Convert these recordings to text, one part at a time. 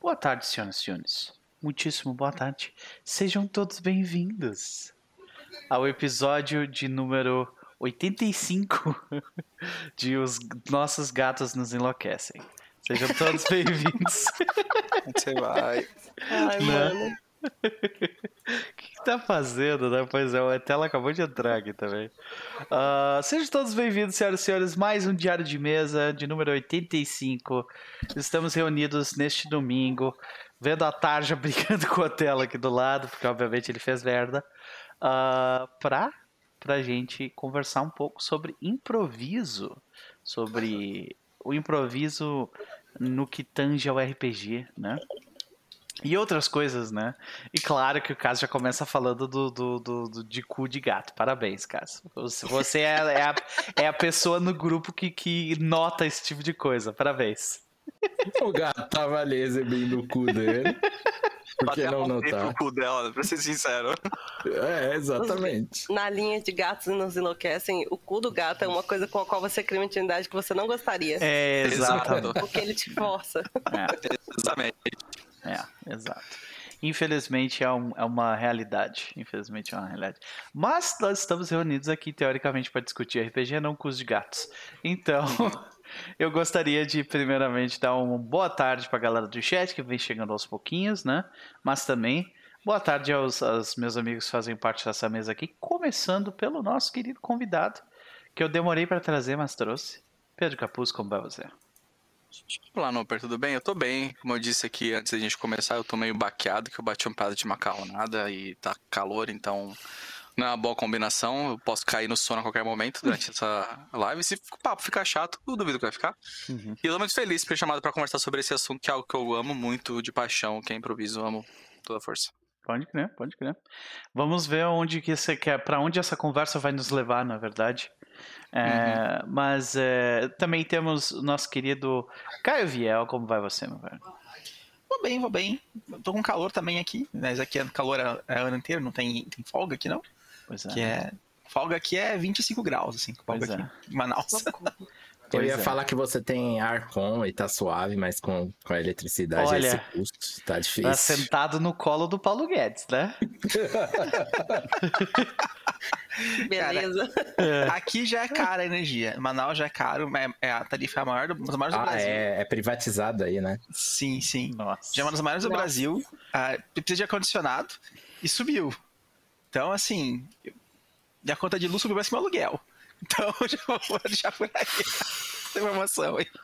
Boa tarde, senhoras e senhores. Muitíssimo boa tarde. Sejam todos bem-vindos ao episódio de número 85 de Os Nossos Gatos Nos Enlouquecem. Sejam todos bem-vindos. Você vai. Ai, mano. O que tá fazendo, né? Pois é, a tela acabou de entrar aqui também. Sejam todos bem-vindos, senhoras e senhores. Mais um Diário de Mesa de número 85. Estamos reunidos neste domingo, vendo a Tarja brincando com a tela aqui do lado, porque obviamente ele fez merda, pra gente conversar um pouco sobre improviso, sobre o improviso no que tange ao RPG, né? E outras coisas, né? E claro que o Caso já começa falando de cu de gato. Parabéns, Caso. Você é a pessoa no grupo que nota esse tipo de coisa. Parabéns. O gato tava ali exibindo o cu dele. Por que não notar? O cu dela, pra ser sincero. É, exatamente. Na linha de Gatos Nos Enlouquecem, o cu do gato é uma coisa com a qual você cria uma intimidade que você não gostaria. É, exato. Porque ele te força. Exatamente. Exato. Infelizmente é uma realidade. Infelizmente é uma realidade. Mas nós estamos reunidos aqui, teoricamente, para discutir RPG, não cus de gatos. Então, eu gostaria de, primeiramente, dar uma boa tarde para a galera do chat, que vem chegando aos pouquinhos, né? Mas também, boa tarde aos meus amigos que fazem parte dessa mesa aqui, começando pelo nosso querido convidado, que eu demorei para trazer, mas trouxe. Pedro Capuz, como vai você? Olá, Noper, tudo bem? Eu tô bem. Como eu disse aqui antes da gente começar, eu tô meio baqueado, que eu bati um pedaço de macarronada e tá calor, então não é uma boa combinação. Eu posso cair no sono a qualquer momento durante essa live. Se o papo ficar chato, eu duvido que vai ficar. Uhum. E eu tô muito feliz por ser chamado pra conversar sobre esse assunto, que é algo que eu amo muito de paixão, que é improviso, eu amo toda a força. Pode crer, pode crer. Vamos ver onde que você quer, para onde essa conversa vai nos levar, na verdade. Mas também temos o nosso querido Caio Viel. Como vai você, meu velho? Vou bem. Eu tô com calor também aqui, mas aqui é calor é ano inteiro, não tem folga aqui não. Pois é. Folga aqui é 25 graus, assim, folga Pois é. aqui em Manaus. Eu ia Pois é. falar que você tem ar com e tá suave, mas com a eletricidade Olha, esse custo tá difícil. Tá sentado no colo do Paulo Guedes, né? Beleza. Aqui já é cara a energia, Manaus já é caro, a tarifa é a maior das maiores do Brasil. É privatizado aí, né? Sim. Nossa. Já é uma das maiores do Nossa. Brasil, precisa de ar-condicionado e subiu. Então, assim, e a conta de luz subiu mais que meu aluguel. Então, já vou deixar por aí essa informação aí.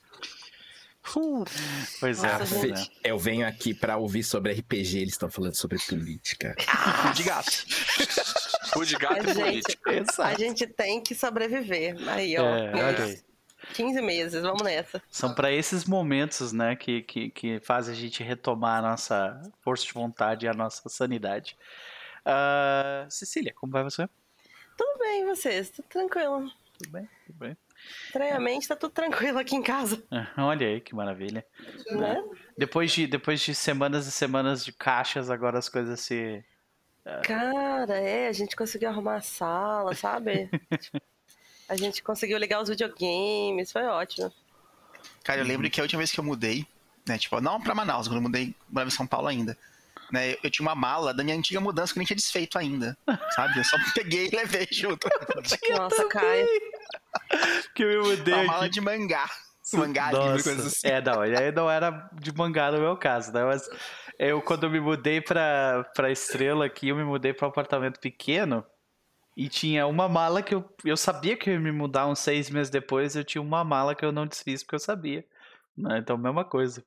Pois é. Nossa, pois é. gente. Eu venho aqui pra ouvir sobre RPG, eles estão falando sobre política. Cu de gato. Cu de gato Mas, e gente, política. Exato. a gente tem que sobreviver. Aí, ó. Olha aí. 15 meses, vamos nessa. São para esses momentos, né, que fazem a gente retomar a nossa força de vontade e a nossa sanidade. Cecília, como vai você? Tudo bem, e vocês? Tudo tranquilo. Tudo bem? Tudo bem. Estranhamente, tá tudo tranquilo aqui em casa. Olha aí que maravilha. Né? Depois de semanas e semanas de caixas, agora as coisas se... Cara, a gente conseguiu arrumar a sala, sabe? A gente conseguiu ligar os videogames, foi ótimo. Cara, eu lembro que a última vez que eu mudei, né, tipo, não pra Manaus, quando eu mudei, morava em São Paulo ainda, né, eu tinha uma mala da minha antiga mudança que eu nem tinha desfeito ainda, sabe? Eu só peguei e levei junto. Nossa, Caio. Que eu me mudei Uma aqui. mala de mangá. Mangá, livro, coisas assim. Não, aí não era de mangá no meu caso, né? Mas quando eu me mudei pra Estrela aqui, eu me mudei pra um apartamento pequeno e tinha uma mala que eu sabia que eu ia me mudar uns 6 meses depois, eu tinha uma mala que eu não desfiz porque eu sabia. Né? Então, mesma coisa.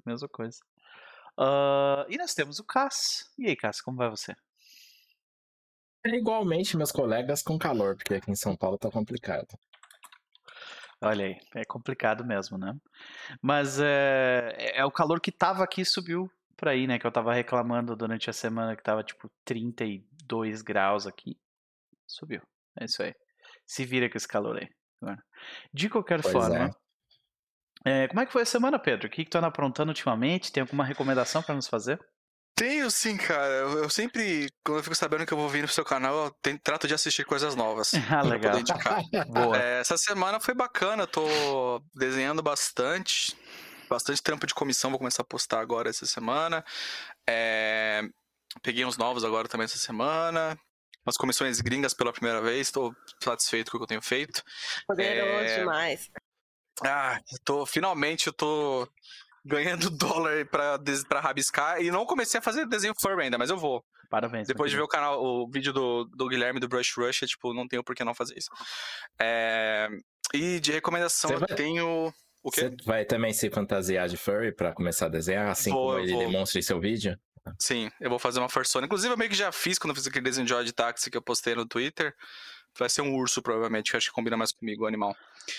E nós temos o Cass. E aí, Cass, como vai você? É igualmente meus colegas com calor, porque aqui em São Paulo tá complicado. Olha aí, é complicado mesmo, né? Mas é o calor que tava aqui subiu pra aí, né? Que eu tava reclamando durante a semana que tava tipo 32 graus aqui. Subiu. É isso aí. Se vira com esse calor aí. De qualquer Pois forma. Como é que foi a semana, Pedro? O que tu anda aprontando ultimamente? Tem alguma recomendação pra nos fazer? Tenho sim, cara. Eu sempre, quando eu fico sabendo que eu vou vir no seu canal, eu trato de assistir coisas novas. Ah, pra legal. poder indicar. Boa. Essa semana foi bacana, eu tô desenhando bastante. bastante trampo de comissão, vou começar a postar agora essa semana. Peguei uns novos agora também essa semana. Umas comissões gringas pela primeira vez, estou satisfeito com o que eu tenho feito. Poderoso demais. Finalmente eu tô ganhando dólar pra rabiscar e não comecei a fazer desenho furry ainda, mas eu vou. Parabéns. Depois de ver o vídeo do Guilherme do Brush Rush, não tenho por que não fazer isso. E de recomendação eu tenho... O quê? Você vai também se fantasiar de furry pra começar a desenhar, assim como ele demonstra em seu vídeo? Sim, eu vou fazer uma fursona. Inclusive, eu meio que já fiz quando eu fiz aquele desenho de Odd Taxi que eu postei no Twitter. Vai ser um urso, provavelmente, que eu acho que combina mais comigo, o animal.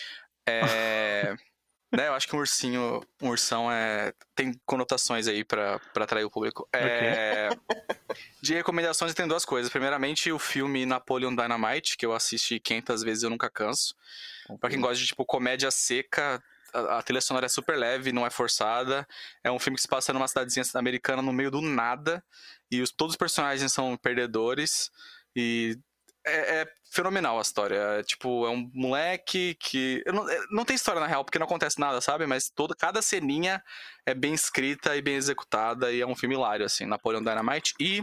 Eu acho que um ursão tem conotações aí pra atrair o público. De recomendações, eu tenho duas coisas. Primeiramente, o filme Napoleon Dynamite, que eu assisti 500 vezes e eu nunca canso. Pra quem gosta de, tipo, comédia seca, a trilha sonora é super leve, não é forçada. É um filme que se passa numa cidadezinha americana no meio do nada. E todos os personagens são perdedores. E é fenomenal a história. É um moleque que... Não tem história na real, porque não acontece nada, sabe? Mas cada ceninha é bem escrita e bem executada. E é um filme hilário, assim, Napoleon Dynamite. E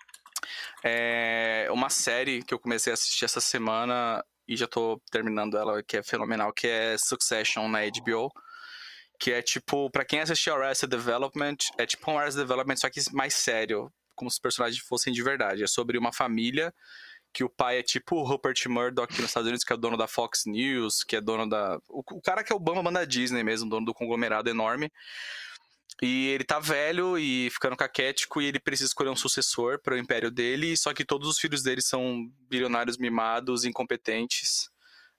uma série que eu comecei a assistir essa semana... E já tô terminando ela, que é fenomenal, que é Succession na HBO. Que é tipo, pra quem assistiu Arrested Development, é tipo um Arrested Development, só que mais sério. Como se os personagens fossem de verdade. É sobre uma família que o pai é tipo o Rupert Murdoch aqui nos Estados Unidos, que é o dono da Fox News, que é dono da... O cara que é o bambam da Disney mesmo, dono do conglomerado enorme. E ele tá velho e ficando caquético e ele precisa escolher um sucessor para o império dele, só que todos os filhos dele são bilionários mimados, incompetentes.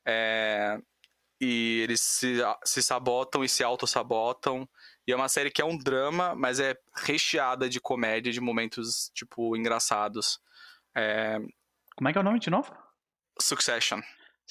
E eles se sabotam e se auto-sabotam. E é uma série que é um drama, mas é recheada de comédia, de momentos, tipo, engraçados. Como é que é o nome de novo? Succession.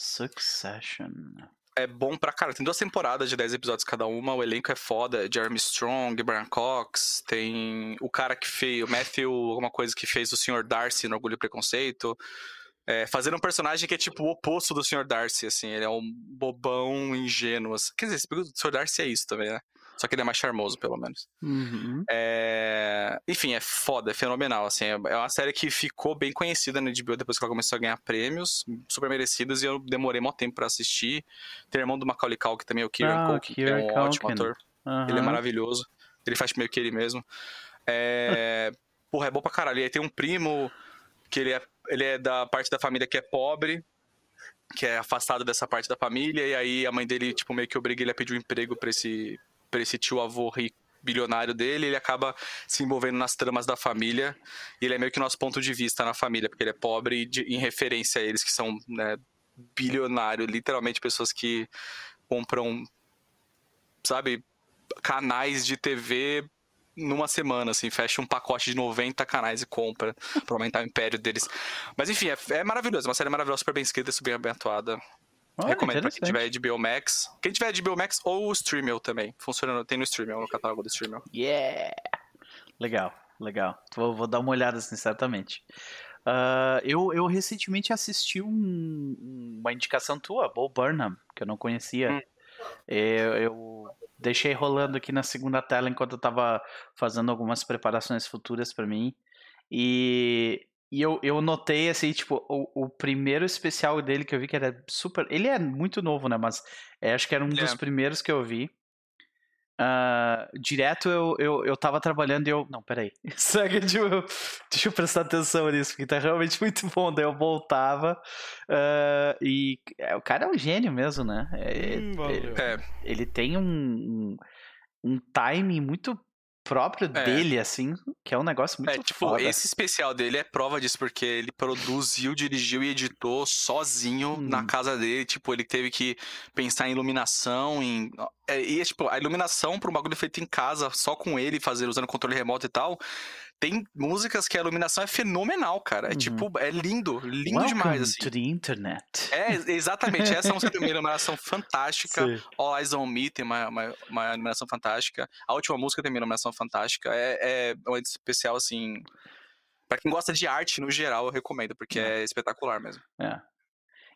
É bom pra caralho. Tem 2 temporadas de 10 episódios cada uma. O elenco é foda. Jeremy Strong, Brian Cox. Tem o cara que fez... O Matthew, alguma coisa que fez o Sr. Darcy no Orgulho e Preconceito. Fazendo um personagem que é tipo o oposto do Sr. Darcy, assim. Ele é um bobão ingênuo. Assim. Quer dizer, o Sr. Darcy é isso também, né? Só que ele é mais charmoso, pelo menos. Uhum. Enfim, é foda, é fenomenal, assim. É uma série que ficou bem conhecida na HBO depois que ela começou a ganhar prêmios, super merecidos, e eu demorei muito tempo pra assistir. Tem o irmão do Macaulay Culkin também, o Kieran Culkin, que é um ótimo ator. Uhum. Ele é maravilhoso. Ele faz meio que ele mesmo. Porra, é bom pra caralho. E aí tem um primo que ele é da parte da família que é pobre, que é afastado dessa parte da família, e aí a mãe dele, tipo, meio que obriga ele a pedir um emprego pra esse tio-avô rico, bilionário dele, ele acaba se envolvendo nas tramas da família, e ele é meio que nosso ponto de vista na família, porque ele é pobre em referência a eles que são, né, bilionários, literalmente pessoas que compram, sabe, canais de TV numa semana, assim, fecha um pacote de 90 canais e compra pra aumentar o império deles. Mas enfim, é maravilhoso, uma série maravilhosa, super bem escrita, super bem atuada. Recomendo pra quem tiver HBO Max. Quem tiver HBO Max ou o Streamel também. Funciona, tem no Streamel, no catálogo do Streamel. Yeah! Legal. Vou dar uma olhada assim, certamente. Eu recentemente assisti uma indicação tua, Bo Burnham, que eu não conhecia. Eu deixei rolando aqui na segunda tela enquanto eu tava fazendo algumas preparações futuras pra mim. E eu notei, assim, tipo, o primeiro especial dele que eu vi, que era super... Ele é muito novo, né? Mas acho que era um dos primeiros que eu vi. Direto eu tava trabalhando e eu... Não, peraí. Deixa eu prestar atenção nisso, porque tá realmente muito bom. Daí eu voltava. O cara é um gênio mesmo, né? Ele tem um timing muito próprio dele, assim, que é um negócio muito foda. Esse especial dele é prova disso, porque ele produziu, dirigiu e editou sozinho na casa dele, tipo, ele teve que pensar em iluminação, a iluminação para um bagulho feito em casa, só com ele, usando controle remoto e tal, tem músicas que a iluminação é fenomenal, cara, é lindo demais, assim. To the internet. Exatamente, essa música tem uma iluminação fantástica. Sim. All Eyes on Me tem uma iluminação fantástica. A última música tem uma iluminação fantástica. É um especial, assim, pra quem gosta de arte no geral, eu recomendo, porque é espetacular mesmo.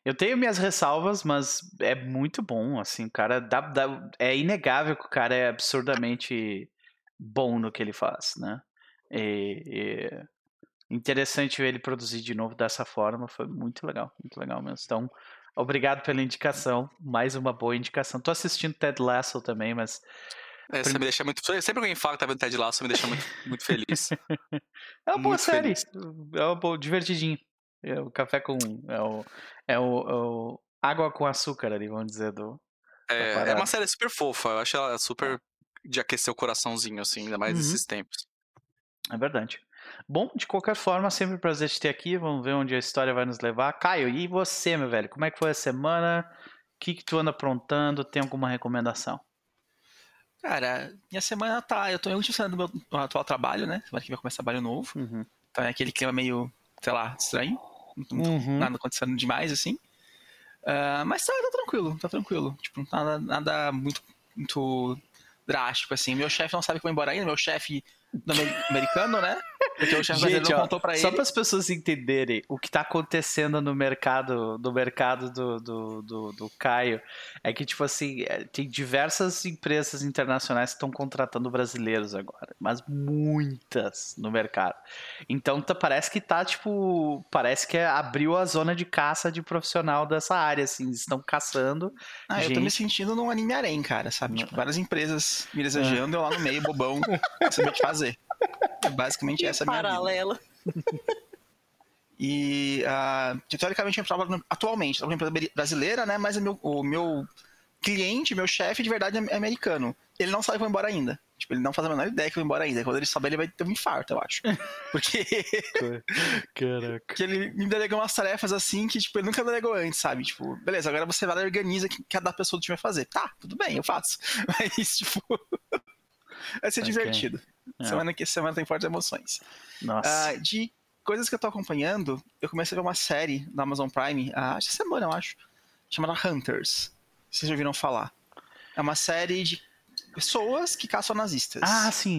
Eu tenho minhas ressalvas, mas é muito bom, assim, o cara é inegável que o cara é absurdamente bom no que ele faz, né? E interessante ver ele produzir de novo dessa forma, foi muito legal mesmo. Então, obrigado pela indicação, mais uma boa indicação. Tô assistindo Ted Lasso também, mas Você me deixa muito. Sempre que alguém fala que tá vendo Ted Lasso, me deixa muito, muito feliz. é uma boa Muito série, feliz. é uma boa, divertidinho. É o café com é o água com açúcar ali, vamos dizer da É parada. uma série super fofa. Eu acho ela super de aquecer o coraçãozinho, assim, ainda mais nesses tempos. É verdade. Bom, de qualquer forma, sempre um prazer te ter aqui. Vamos ver onde a história vai nos levar. Caio, e você, meu velho? Como é que foi a semana? O que tu anda aprontando? Tem alguma recomendação? Cara, minha semana tá. Eu tô em última semana do meu atual trabalho, né? Semana que vai começar trabalho novo. Então é aquele clima meio, sei lá, estranho. Nada acontecendo demais, assim. Mas tá tranquilo. Tipo, não tá nada muito drástico, assim. Meu chefe não sabe que eu vou embora ainda. Meu chefe americano, né? Porque o chefe brasileiro não contou pra só ele. para as pessoas entenderem o que está acontecendo no mercado do Caio, é que, tipo assim, tem diversas empresas internacionais que estão contratando brasileiros agora, mas muitas no mercado. Então parece que abriu a zona de caça de profissional dessa área, assim, estão caçando Eu tô me gente. sentindo num anime harém, cara, sabe? Tipo, várias empresas me desejando, eu lá no meio, bobão, sem saber o que fazer. Basicamente essa é a minha vida. Paralelo. E, teoricamente, eu trabalho atualmente, trabalho em empresa brasileira, né? Mas o meu cliente, meu chefe, de verdade é americano. Ele não sabe que eu vou embora ainda. Tipo, ele não faz a menor ideia que eu vou embora ainda. Quando ele souber, ele vai ter um infarto, eu acho. Porque Caraca. que ele me delegou umas tarefas assim que, tipo, ele nunca delegou antes, sabe? Tipo, beleza, agora você vai lá e organiza o que cada pessoa do time vai fazer. Tá, tudo bem, eu faço. Mas, tipo, vai ser divertido. Semana tem fortes emoções. Nossa. De coisas que eu tô acompanhando, eu comecei a ver uma série da Amazon Prime, essa semana, eu acho, chamada Hunters. Vocês já ouviram falar? É uma série de pessoas que caçam nazistas. Ah, sim.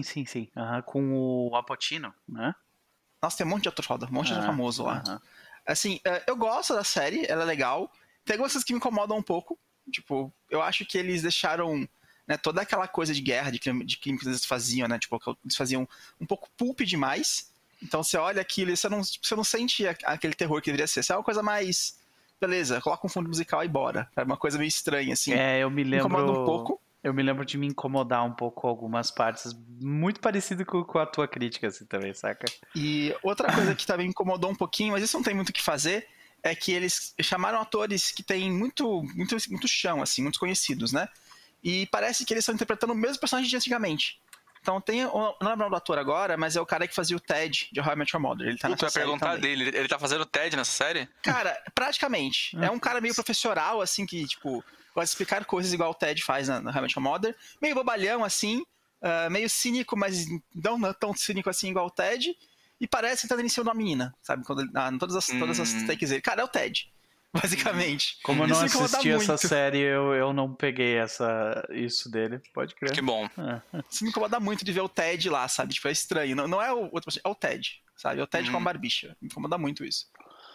Com o Al Pacino, né? Nossa, tem um monte de ator foda, um monte de ator famoso lá. Assim, eu gosto da série, ela é legal. Tem algumas coisas que me incomodam um pouco. Tipo, eu acho que eles deixaram, né, toda aquela coisa de guerra, de crime que eles faziam, né? Tipo, eles faziam um pouco pulp demais. Então você olha aquilo e você não sente aquele terror que deveria ser. Você é uma coisa mais... Beleza, coloca um fundo musical e bora. É uma coisa meio estranha, assim. Eu me lembro... Incomoda um pouco. Eu me lembro de me incomodar um pouco com algumas partes, muito parecido com a tua crítica, assim, também, saca? E outra coisa que também me incomodou um pouquinho, mas isso não tem muito o que fazer, é que eles chamaram atores que têm muito chão, assim, muitos conhecidos, né? E parece que eles estão interpretando o mesmo personagem de antigamente. Então tem, não lembro do ator agora, mas é o cara que fazia o Ted de How I Met Your Mother. Ele tá nessa série perguntar também. dele, ele tá fazendo o Ted nessa série? Cara, praticamente. É um cara meio professoral, assim, que, tipo, gosta de explicar coisas igual o Ted faz na How I Met Your Mother. Meio bobalhão, assim, meio cínico, mas não tão cínico assim igual o Ted. E parece que tá dando em cima de uma menina, sabe? Quando ele, todas as takes dele. Cara, é o Ted, basicamente. Como eu não Isso incomoda assisti essa muito. série, eu não peguei isso dele. Pode crer. Que bom. Isso me incomoda muito de ver o Ted lá, sabe? Tipo, é estranho. Não é o outro personagem, é o Ted, sabe? É o Ted com a barbicha. Me incomoda muito isso.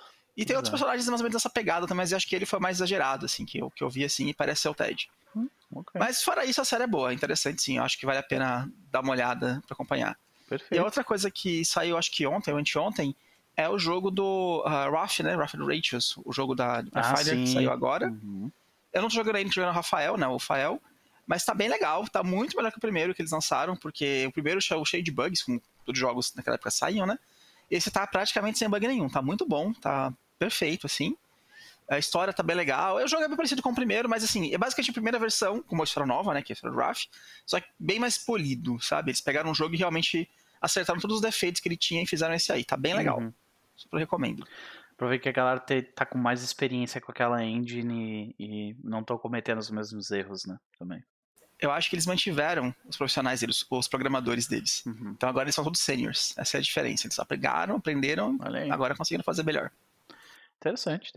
E tem outros personagens mais ou menos dessa pegada também, mas eu acho que ele foi mais exagerado, assim, que eu vi assim e parece ser o Ted. Okay. Mas fora isso, a série é boa, é interessante sim. Eu acho que vale a pena dar uma olhada pra acompanhar. Perfeito. E a outra coisa que saiu, acho que ontem ou anteontem, é o jogo do Wrath, né? Wrath of Righteous, o jogo da Pathfinder que saiu agora. Eu não tô jogando ainda, tô jogando o Rafael, né? O Fael. Mas tá bem legal, tá muito melhor que o primeiro que eles lançaram, porque o primeiro é cheio de bugs, como todos os jogos naquela época saíam, né? Esse tá praticamente sem bug nenhum, tá muito bom, tá perfeito, assim. A história tá bem legal. Eu joguei bem parecido com o primeiro, mas assim, é basicamente a primeira versão, com uma história nova, né? Que é a história do Wrath, só que bem mais polido, sabe? Eles pegaram um jogo e realmente acertaram todos os defeitos que ele tinha e fizeram esse aí. Tá bem legal. Super recomendo. Aproveito que a galera tá com mais experiência com aquela engine e não estão cometendo os mesmos erros, né? Também. Eu acho que eles mantiveram os profissionais deles, os programadores deles. Então agora eles são todos seniors. Essa é a diferença. Eles aprenderam, agora conseguiram fazer melhor. Interessante.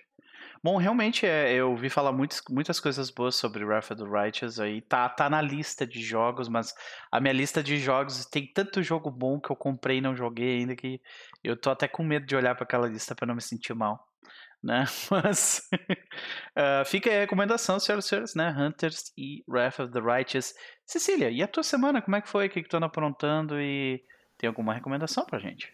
Bom, realmente eu ouvi falar muitas coisas boas sobre Wrath of the Righteous aí. Tá na lista de jogos, mas a minha lista de jogos tem tanto jogo bom que eu comprei e não joguei ainda que eu tô até com medo de olhar para aquela lista para não me sentir mal. né? Mas fica aí a recomendação, senhoras e senhores, né? Hunters e Wrath of the Righteous. Cecília, e a tua semana? Como é que foi? O que tu anda aprontando? E tem alguma recomendação pra gente?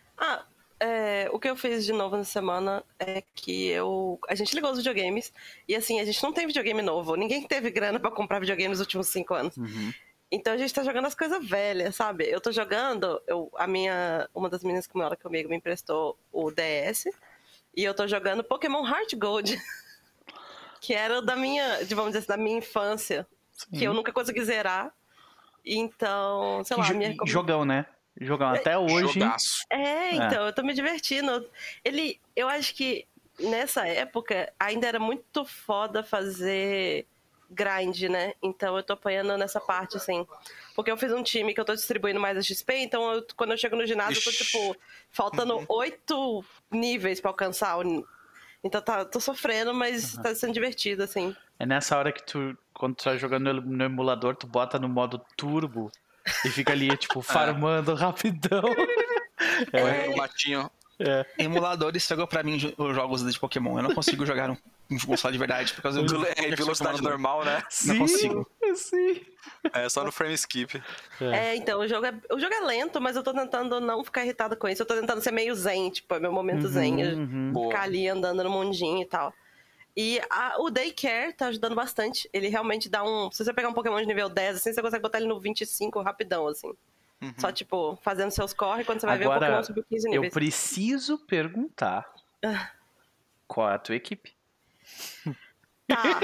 O que eu fiz de novo na semana é que a gente ligou os videogames e assim, a gente não tem videogame novo. Ninguém teve grana pra comprar videogame nos últimos 5 anos. Então a gente tá jogando as coisas velhas, sabe? Eu tô jogando, uma das meninas que mora comigo me emprestou o DS e eu tô jogando Pokémon Heart Gold, que era vamos dizer assim, da minha infância, que eu nunca consegui zerar. Então, sei lá, jogão, né? Jogão até hoje. Jogaço. Então, eu tô me divertindo. Eu acho que nessa época ainda era muito foda fazer grind, né? Então eu tô apanhando nessa parte, assim. Porque eu fiz um time que eu tô distribuindo mais a XP, então quando eu chego no ginásio, eu tô, tipo, faltando 8 níveis pra alcançar. Então tô sofrendo, mas tá sendo divertido, assim. É nessa hora que quando tu tá jogando no emulador, tu bota no modo turbo e fica ali, tipo, farmando rapidão. O matinho. Emulador estragou pra mim os jogos de Pokémon. Eu não consigo jogar um console de verdade por causa do velocidade normal, né? Não consigo. Sim. É só no frame skip. Então, o jogo é lento, mas eu tô tentando não ficar irritada com isso. Eu tô tentando ser meio zen, tipo, é meu momento zen. Ficar ali andando no mundinho e tal. E o Daycare tá ajudando bastante. Ele realmente dá se você pegar um Pokémon de nível 10, assim, você consegue botar ele no 25 rapidão, assim. Só, tipo, fazendo seus corre, quando você vai ver o Pokémon subir 15 níveis. Eu preciso perguntar qual é a tua equipe? Tá.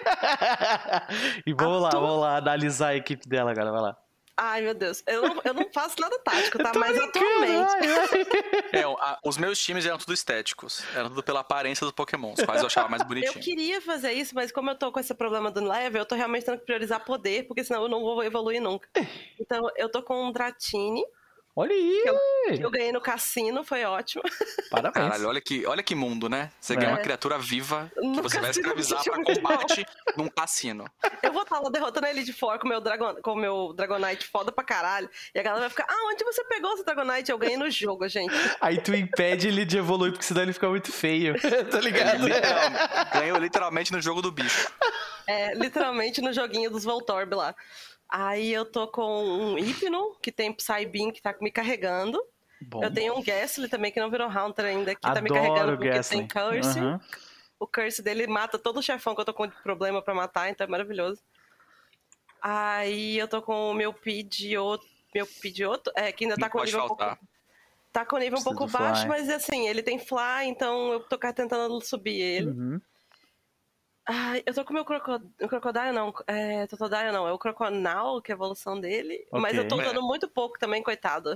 E vamos lá analisar a equipe dela agora, vai lá. Ai, meu Deus. Eu não faço nada tático, tá? Mas atualmente... Os meus times eram tudo estéticos. Eram tudo pela aparência dos Pokémon, os quais eu achava mais bonitinho. Eu queria fazer isso, mas como eu tô com esse problema do level, eu tô realmente tendo que priorizar poder, porque senão eu não vou evoluir nunca. Então, eu tô com um Dratini. Olha aí! Que eu ganhei no cassino, foi ótimo. Parabéns. Caralho, olha que mundo, né? Você ganha uma criatura viva que você vai escravizar pra combate num cassino. Eu vou estar lá derrotando a Elite Four com o meu Dragonite foda pra caralho. E a galera vai ficar, onde você pegou esse Dragonite? Eu ganhei no jogo, gente. Aí tu impede ele de evoluir, porque senão ele fica muito feio. Tá ligado? Ganhou literalmente no jogo do bicho. Literalmente no joguinho dos Voltorb lá. Aí eu tô com um Hypno, que tem Psybeam, que tá me carregando. Bom. Eu tenho um Gastly também, que não virou Haunter ainda, que tá me carregando porque tem Curse. O Curse dele mata todo o chefão que eu tô com problema pra matar, então é maravilhoso. Aí eu tô com o meu Pidgeotto, que ainda tá com o nível um pouco... Tá com o nível um pouco baixo, mas assim, ele tem Fly, então eu tô tentando subir ele. Eu tô com o meu Crocodile, não. Totodile, não. É o Croconal, que é a evolução dele. Okay. Mas eu tô usando muito pouco também, coitado.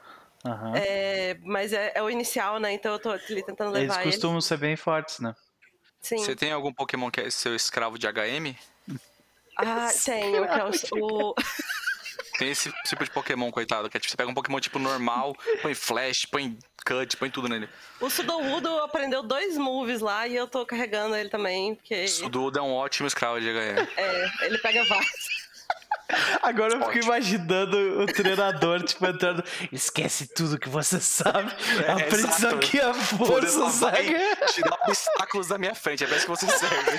Mas é o inicial, né? Então eu tô ali tentando levar ele. Eles costumam ser bem fortes, né? Sim. Você tem algum Pokémon que é seu escravo de HM? Tenho. Que é o... Tem esse tipo de Pokémon, coitado, que é tipo, você pega um Pokémon tipo normal, põe Flash, põe Cut, põe tudo nele. O Sudowoodo aprendeu 2 moves lá e eu tô carregando ele também, porque... Sudowoodo é um ótimo escravo de HM. Ele pega vários. Agora eu fico imaginando o treinador, tipo, entrando, esquece tudo que você sabe, aprende isso aqui a força, sabe? Tirar obstáculos da minha frente, é pra isso que você serve.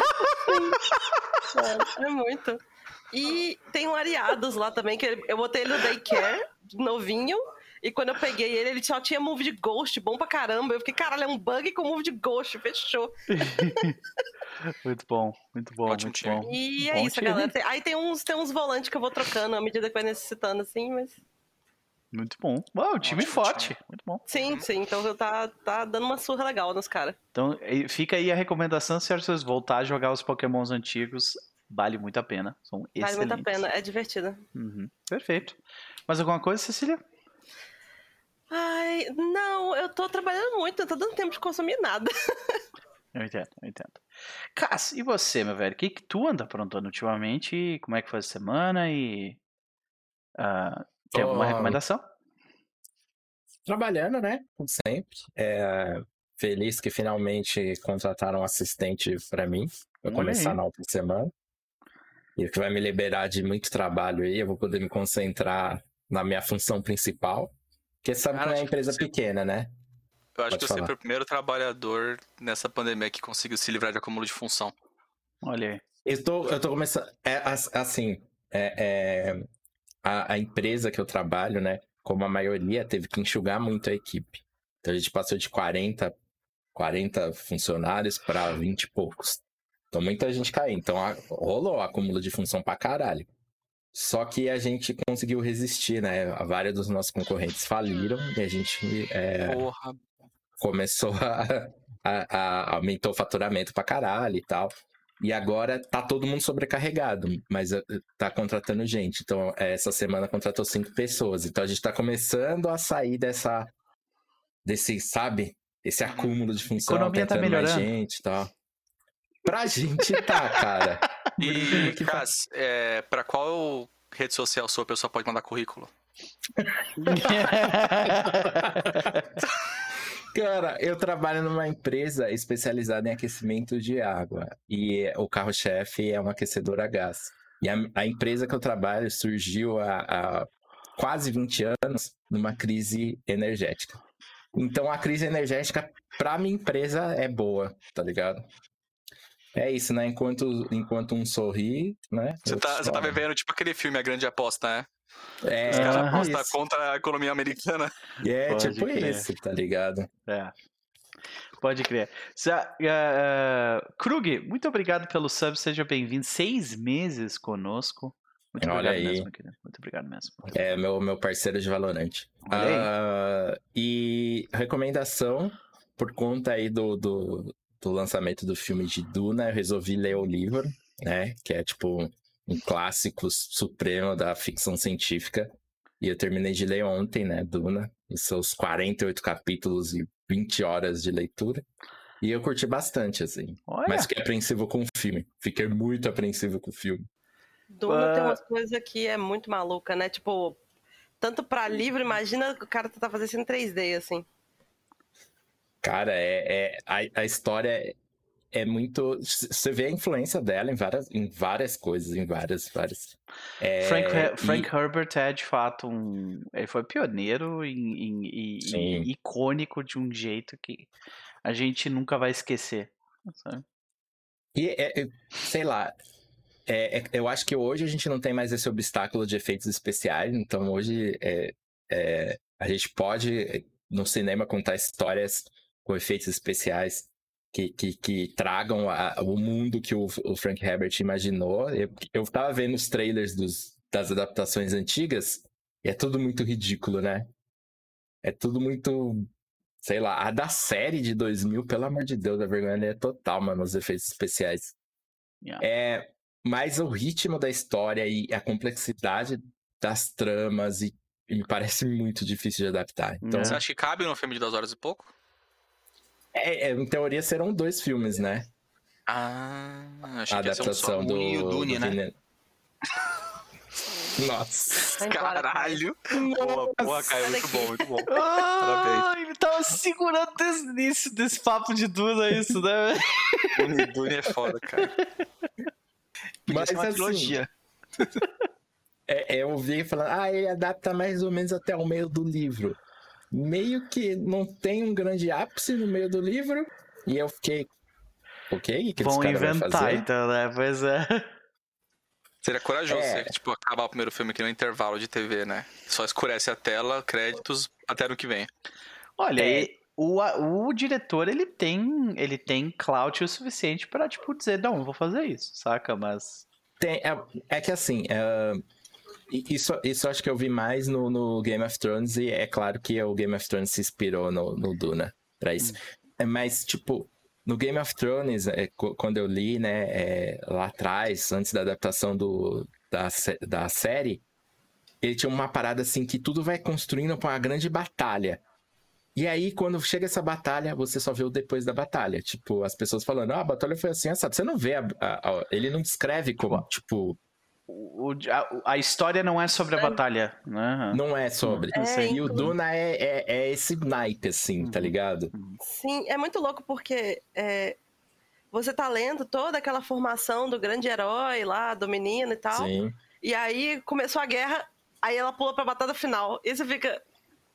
É muito... E tem um Ariados lá também, que eu botei ele no Daycare, novinho, e quando eu peguei ele só tinha move de Ghost, bom pra caramba. Eu fiquei, caralho, é um bug com move de Ghost, fechou. Muito bom. Ótimo time. Bom. E bom isso, time. galera. Aí tem uns volantes que eu vou trocando à medida que vai necessitando, assim, mas... Muito bom. Uau, time Ótimo forte. time. Muito bom. Sim. Então tá dando uma surra legal nos caras. Então fica aí a recomendação, se vocês voltar a jogar os Pokémons antigos... Vale muito a pena. São excelentes. Vale muito a pena, é divertido. Perfeito. Mais alguma coisa, Cecília? Não, eu tô trabalhando muito, não tô dando tempo de consumir nada. Eu entendo. Cass, e você, meu velho? O que tu anda aprontando ultimamente? Como é que foi a semana? E tem alguma recomendação? Trabalhando, né? Como sempre. Feliz que finalmente contrataram um assistente pra mim. Pra começar na outra semana. E que vai me liberar de muito trabalho aí. Eu vou poder me concentrar na minha função principal. Porque sabe que é uma empresa pequena, né? Eu acho que eu sempre fui o primeiro trabalhador nessa pandemia que conseguiu se livrar de acúmulo de função. Olha aí. Eu tô começando... A empresa que eu trabalho, né? Como a maioria, teve que enxugar muito a equipe. Então a gente passou de 40 funcionários para 20 e poucos. Então muita gente caiu. Então rolou acúmulo de função pra caralho. Só que a gente conseguiu resistir, né? Vários dos nossos concorrentes faliram e a gente começou aumentou o faturamento pra caralho e tal. E agora tá todo mundo sobrecarregado, mas tá contratando gente. Então, essa semana contratou 5 pessoas. Então, a gente tá começando a sair desse, sabe? Esse acúmulo de função. A economia tá melhorando. Mais gente e tal. Pra gente tá, cara. E, Cass, pra qual rede social sua pessoa pode mandar currículo? Cara, eu trabalho numa empresa especializada em aquecimento de água. E o carro-chefe é um aquecedor a gás. E a empresa que eu trabalho surgiu há quase 20 anos numa crise energética. Então, a crise energética, pra minha empresa, é boa, tá ligado? É isso, né? Enquanto um sorri, né? Você tá vivendo tipo aquele filme A Grande Aposta, né? Os caras apostam contra a economia americana. Pode tipo crer. Isso, tá ligado? Pode crer. Krug, muito obrigado pelo sub, seja bem-vindo. 6 meses conosco. Muito obrigado mesmo, querido. Muito obrigado mesmo. É meu parceiro de Valorant. E recomendação, por conta aí do lançamento do filme de Duna, eu resolvi ler o livro, né? Que é tipo um clássico supremo da ficção científica. E eu terminei de ler ontem, né? Duna, os seus 48 capítulos e 20 horas de leitura. E eu curti bastante, assim. Olha. Mas fiquei apreensivo com o filme. Fiquei muito apreensivo com o filme. Duna tem umas coisas que é muito maluca, né? Tipo, tanto pra livro, imagina o cara tentar fazer isso em 3D, assim. Cara, a história é muito... Você vê a influência dela em várias coisas, em várias. Frank Herbert é, de fato, ele foi pioneiro e icônico de um jeito que a gente nunca vai esquecer. Sabe? E, sei lá, eu acho que hoje a gente não tem mais esse obstáculo de efeitos especiais, então hoje a gente pode, no cinema, contar histórias com efeitos especiais que tragam o mundo que o Frank Herbert imaginou. Eu tava vendo os trailers das adaptações antigas e é tudo muito ridículo, né? É tudo muito... Sei lá, a da série de 2000, pelo amor de Deus, a vergonha é total, mano, os efeitos especiais. Mas o ritmo da história e a complexidade das tramas me parece muito difícil de adaptar. Então, você acha que cabe no filme de 2 horas e pouco? Em teoria serão 2 filmes, né? Achei a adaptação que ia ser um só. do Dune, né? Nossa. Caralho. Boa, Caio, muito bom. Ele tava segurando desde o início desse papo de Duna, isso, né? Dune é foda, cara. Mas uma trilogia. Eu ouvi falando, ele adapta mais ou menos até o meio do livro. Meio que não tem um grande ápice no meio do livro. E eu fiquei... Ok, que vão esse cara inventar, vai fazer? então, né? Pois é. Seria corajoso você, acabar o primeiro filme aqui no intervalo de TV, né? Só escurece a tela, créditos, até no que vem. Olha, o diretor, ele tem clout o suficiente pra, tipo, dizer, não, vou fazer isso, saca? Mas... É que assim, isso acho que eu vi mais no Game of Thrones, e é claro que o Game of Thrones se inspirou no Duna pra isso. Mas, tipo, no Game of Thrones, quando eu li, né, lá atrás, antes da adaptação da série, ele tinha uma parada assim que tudo vai construindo pra uma grande batalha. E aí, quando chega essa batalha, você só vê o depois da batalha. Tipo, as pessoas falando, a batalha foi assim, sabe? Você não vê ele não descreve como, tipo... A história não é sobre a batalha, né? Não é sobre. E o Duna é esse naipe, assim, tá ligado? Sim, é muito louco porque você tá lendo toda aquela formação do grande herói lá, do menino e tal. Sim. E aí começou a guerra, aí ela pula pra batalha final. E você fica...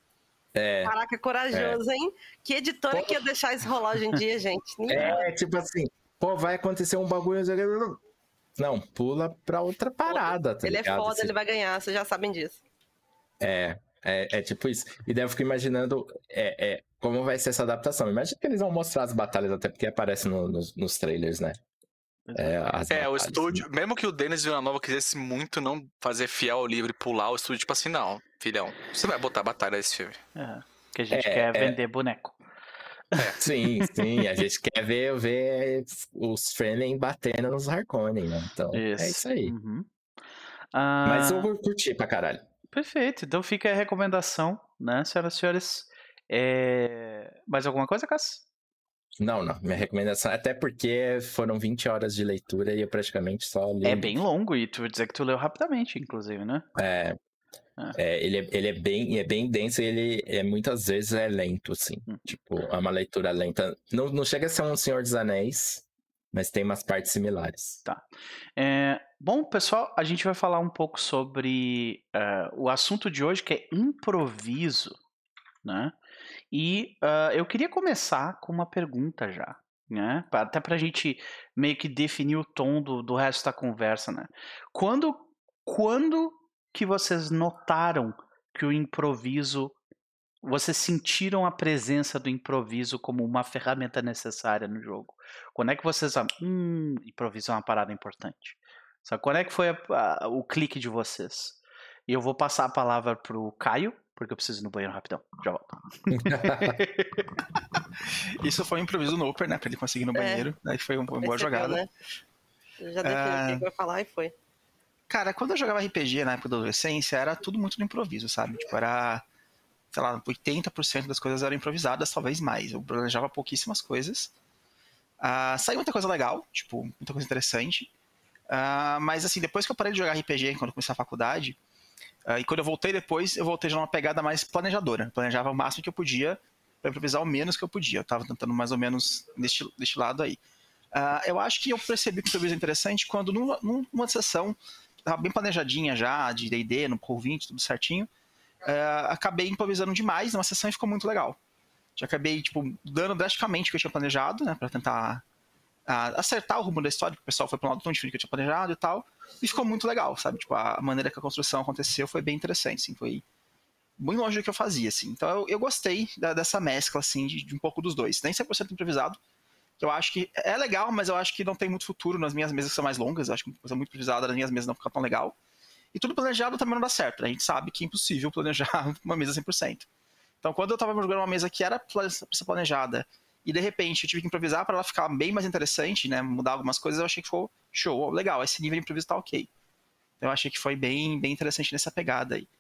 Caraca, corajoso, hein? Que editora que ia deixar isso rolar hoje em dia, gente? Tipo assim, pô, vai acontecer um bagulho... Não, pula pra outra parada, tá ligado? Ele é foda, ele vai ganhar, vocês já sabem disso. É tipo isso. E daí eu fico imaginando como vai ser essa adaptação. Imagina que eles vão mostrar as batalhas, até porque aparece nos trailers, né? O estúdio, mesmo que o Denis Villanova quisesse muito não fazer fiel ao livro e pular, o estúdio, tipo assim, não, filhão, você vai botar batalha nesse filme. Que a gente quer vender boneco. Sim, a gente quer ver os Fremen batendo nos Harkonnen, né? Então, é isso aí. Uhum. Mas eu vou curtir pra caralho. Perfeito, então fica a recomendação, né, senhoras e senhores. Mais alguma coisa, Cass? Não, minha recomendação, até porque foram 20 horas de leitura e eu praticamente só li. É bem longo e tu dizer que tu leu rapidamente, inclusive, né? Ele é bem denso e ele muitas vezes é lento, assim. Tipo, é uma leitura lenta. Não chega a ser um Senhor dos Anéis, mas tem umas partes similares. Tá. Bom, pessoal, a gente vai falar um pouco sobre o assunto de hoje, que é improviso, né? E eu queria começar com uma pergunta já, né? Até pra gente meio que definir o tom do resto da conversa, né? Quando que vocês notaram que o improviso... Vocês sentiram a presença do improviso como uma ferramenta necessária no jogo? Quando é que vocês... improviso é uma parada importante. Sabe? Quando é que foi o clique de vocês? E eu vou passar a palavra pro Caio, porque eu preciso ir no banheiro rapidão. Já volto. Isso foi um improviso no Upper, né? Pra ele conseguir ir no banheiro. Daí foi uma boa jogada. Né? Eu já defini o que vai falar e foi. Cara, quando eu jogava RPG na época da adolescência, era tudo muito no improviso, sabe? Tipo, era... sei lá, 80% das coisas eram improvisadas, talvez mais. Eu planejava pouquíssimas coisas. Saiu muita coisa legal, tipo, muita coisa interessante. Mas, assim, depois que eu parei de jogar RPG, quando eu comecei a faculdade, e quando eu voltei depois, eu voltei já numa pegada mais planejadora. Eu planejava o máximo que eu podia para improvisar o menos que eu podia. Eu tava tentando mais ou menos deste lado aí. Eu acho que eu percebi que o improviso é interessante quando numa sessão, tava bem planejadinha já, de D&D, no Roll20, tudo certinho, acabei improvisando demais numa sessão e ficou muito legal. Já acabei, tipo, dando drasticamente o que eu tinha planejado, né, pra tentar acertar o rumo da história, porque o pessoal foi pra um lado tão diferente que eu tinha planejado e tal, e ficou muito legal, sabe? Tipo, a maneira que a construção aconteceu foi bem interessante, assim, foi muito longe do que eu fazia, assim. Então eu gostei dessa mescla, assim, de um pouco dos dois. Nem 100% improvisado, que eu acho que é legal, mas eu acho que não tem muito futuro nas minhas mesas que são mais longas, eu acho que uma coisa muito improvisada nas minhas mesas não fica tão legal. E tudo planejado também não dá certo. A gente sabe que é impossível planejar uma mesa 100%. Então, quando eu estava jogando uma mesa que era para ser planejada e, de repente, eu tive que improvisar para ela ficar bem mais interessante, né, mudar algumas coisas, eu achei que ficou show, legal, esse nível de improviso tá ok. Então, eu achei que foi bem interessante nessa pegada aí.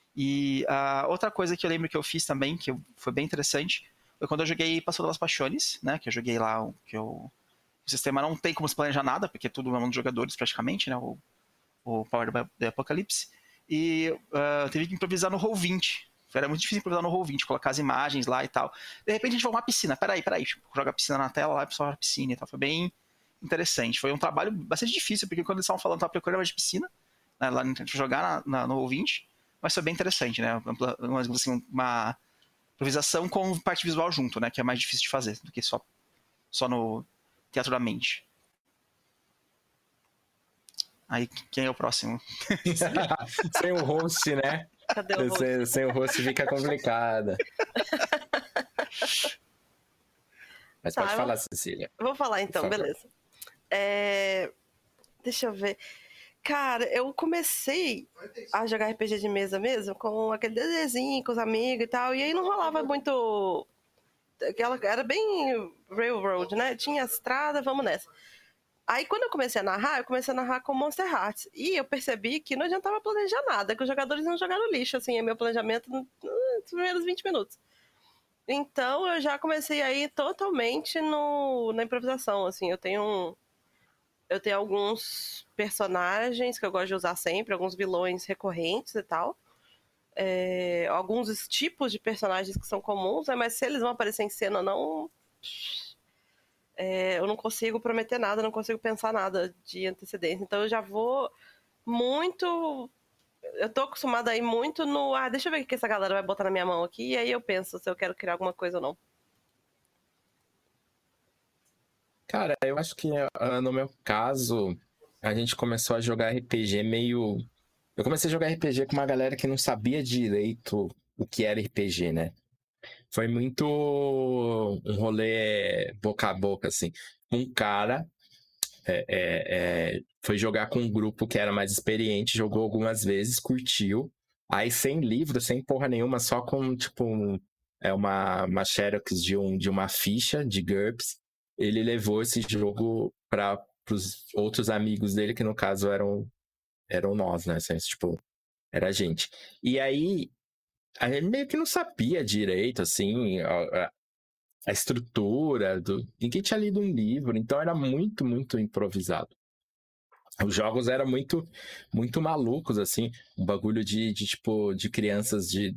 E outra coisa que eu lembro que eu fiz também, que foi bem interessante, foi quando eu joguei Passo das Paixões, né, que eu joguei lá, o sistema não tem como se planejar nada, porque tudo é um dos jogadores praticamente, né, o Power the Apocalypse, e eu tive que improvisar no Roll20. Era muito difícil improvisar no Roll20, colocar as imagens lá e tal. De repente a gente foi uma piscina, peraí, joga a piscina na tela lá e o pessoal joga a piscina e tal. Foi bem interessante. Foi um trabalho bastante difícil, porque quando eles estavam falando, tava procurando de piscina, né, lá jogar no Roll20, mas foi bem interessante, né? Assim, uma improvisação com parte visual junto, né? Que é mais difícil de fazer do que só no teatro da mente. Aí, quem é o próximo? Sem o host, né? Cadê o host? Sem o host fica complicado. Mas pode falar, Cecília. Vou falar então, beleza. Deixa eu ver. Cara, eu comecei a jogar RPG de mesa mesmo com aquele DDzinho, com os amigos e tal, e aí não rolava muito... Era bem railroad, né? Tinha estrada, vamos nessa. Aí, quando eu comecei a narrar com Monster Hearts. E eu percebi que não adiantava planejar nada, que os jogadores não jogaram lixo, assim, é meu planejamento nos primeiros 20 minutos. Então, eu já comecei a ir totalmente na improvisação, assim. Eu tenho alguns personagens que eu gosto de usar sempre, alguns vilões recorrentes e tal. Alguns tipos de personagens que são comuns, né? Mas se eles vão aparecer em cena ou não... eu não consigo prometer nada, não consigo pensar nada de antecedência. Então eu já vou muito eu tô acostumada a ir muito no... deixa eu ver o que essa galera vai botar na minha mão aqui. E aí eu penso se eu quero criar alguma coisa ou não. Cara, eu acho que no meu caso, a gente começou a jogar RPG meio... Eu comecei a jogar RPG com uma galera que não sabia direito o que era RPG, né? Foi muito um rolê boca a boca, assim. Um cara foi jogar com um grupo que era mais experiente, jogou algumas vezes, curtiu. Aí sem livro, sem porra nenhuma, só com, tipo, uma xerox de uma ficha de GURPS. Ele levou esse jogo para os outros amigos dele, que no caso eram nós, né? Assim, tipo, era a gente. E aí, a gente meio que não sabia direito, assim, a estrutura ninguém tinha lido um livro, então era muito, muito improvisado. Os jogos eram muito, muito malucos, assim, um bagulho tipo, de crianças de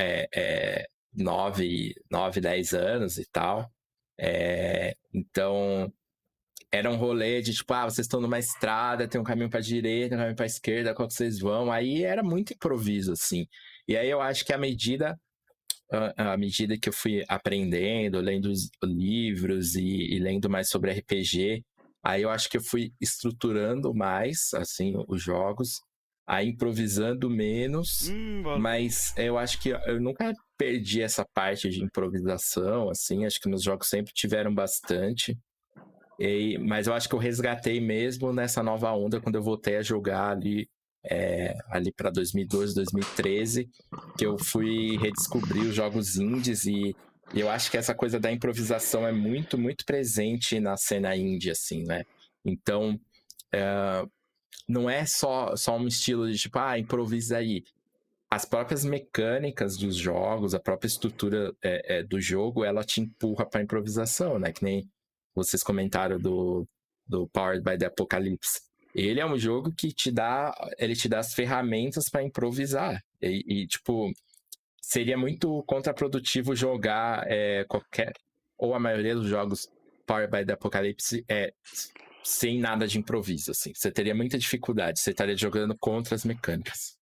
9, 10 anos e tal. Então, era um rolê de tipo, vocês estão numa estrada, tem um caminho pra direita, um caminho pra esquerda, qual que vocês vão? Aí era muito improviso, assim. E aí eu acho que à medida que eu fui aprendendo, lendo os livros e lendo mais sobre RPG, aí eu acho que eu fui estruturando mais, assim, os jogos, aí improvisando menos, mas eu acho que eu nunca perdi essa parte de improvisação, assim, acho que meus jogos sempre tiveram bastante, mas eu acho que eu resgatei mesmo nessa nova onda, quando eu voltei a jogar ali para 2012, 2013, que eu fui redescobrir os jogos indies e eu acho que essa coisa da improvisação é muito, muito presente na cena indie, assim, né? Então, não é só um estilo de tipo, improvisa aí. As próprias mecânicas dos jogos, a própria estrutura do jogo, ela te empurra para improvisação, né? Que nem vocês comentaram do Powered by the Apocalypse. Ele é um jogo que te dá as ferramentas para improvisar. E, tipo, seria muito contraprodutivo jogar qualquer, ou a maioria dos jogos Powered by the Apocalypse sem nada de improviso, assim. Você teria muita dificuldade, você estaria jogando contra as mecânicas.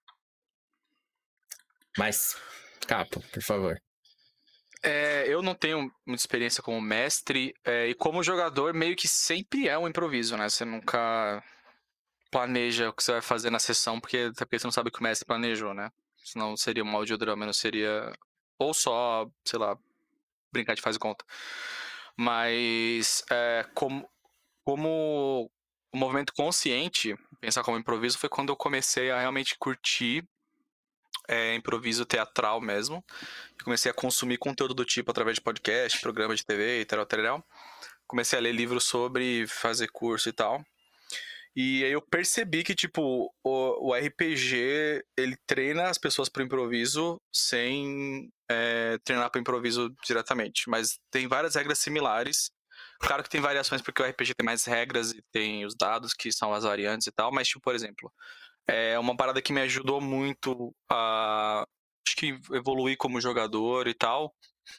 Mas, Capo, por favor. Eu não tenho muita experiência como mestre, e como jogador, meio que sempre é um improviso, né? Você nunca planeja o que você vai fazer na sessão, até porque você não sabe o que o mestre planejou, né? Senão seria um audiodrama, não seria... Ou só, sei lá, brincar de faz e conta. Mas, como o movimento consciente, pensar como improviso, foi quando eu comecei a realmente curtir improviso teatral mesmo. Comecei a consumir conteúdo do tipo através de podcast, programa de TV e tal. Comecei a ler livros sobre, fazer curso e tal. E aí eu percebi que, tipo, o RPG, ele treina as pessoas pro improviso sem treinar pro improviso diretamente. Mas tem várias regras similares. Claro que tem variações porque o RPG tem mais regras e tem os dados que são as variantes e tal. Mas, tipo, por exemplo, uma parada que me ajudou muito a, acho que, evoluir como jogador e tal,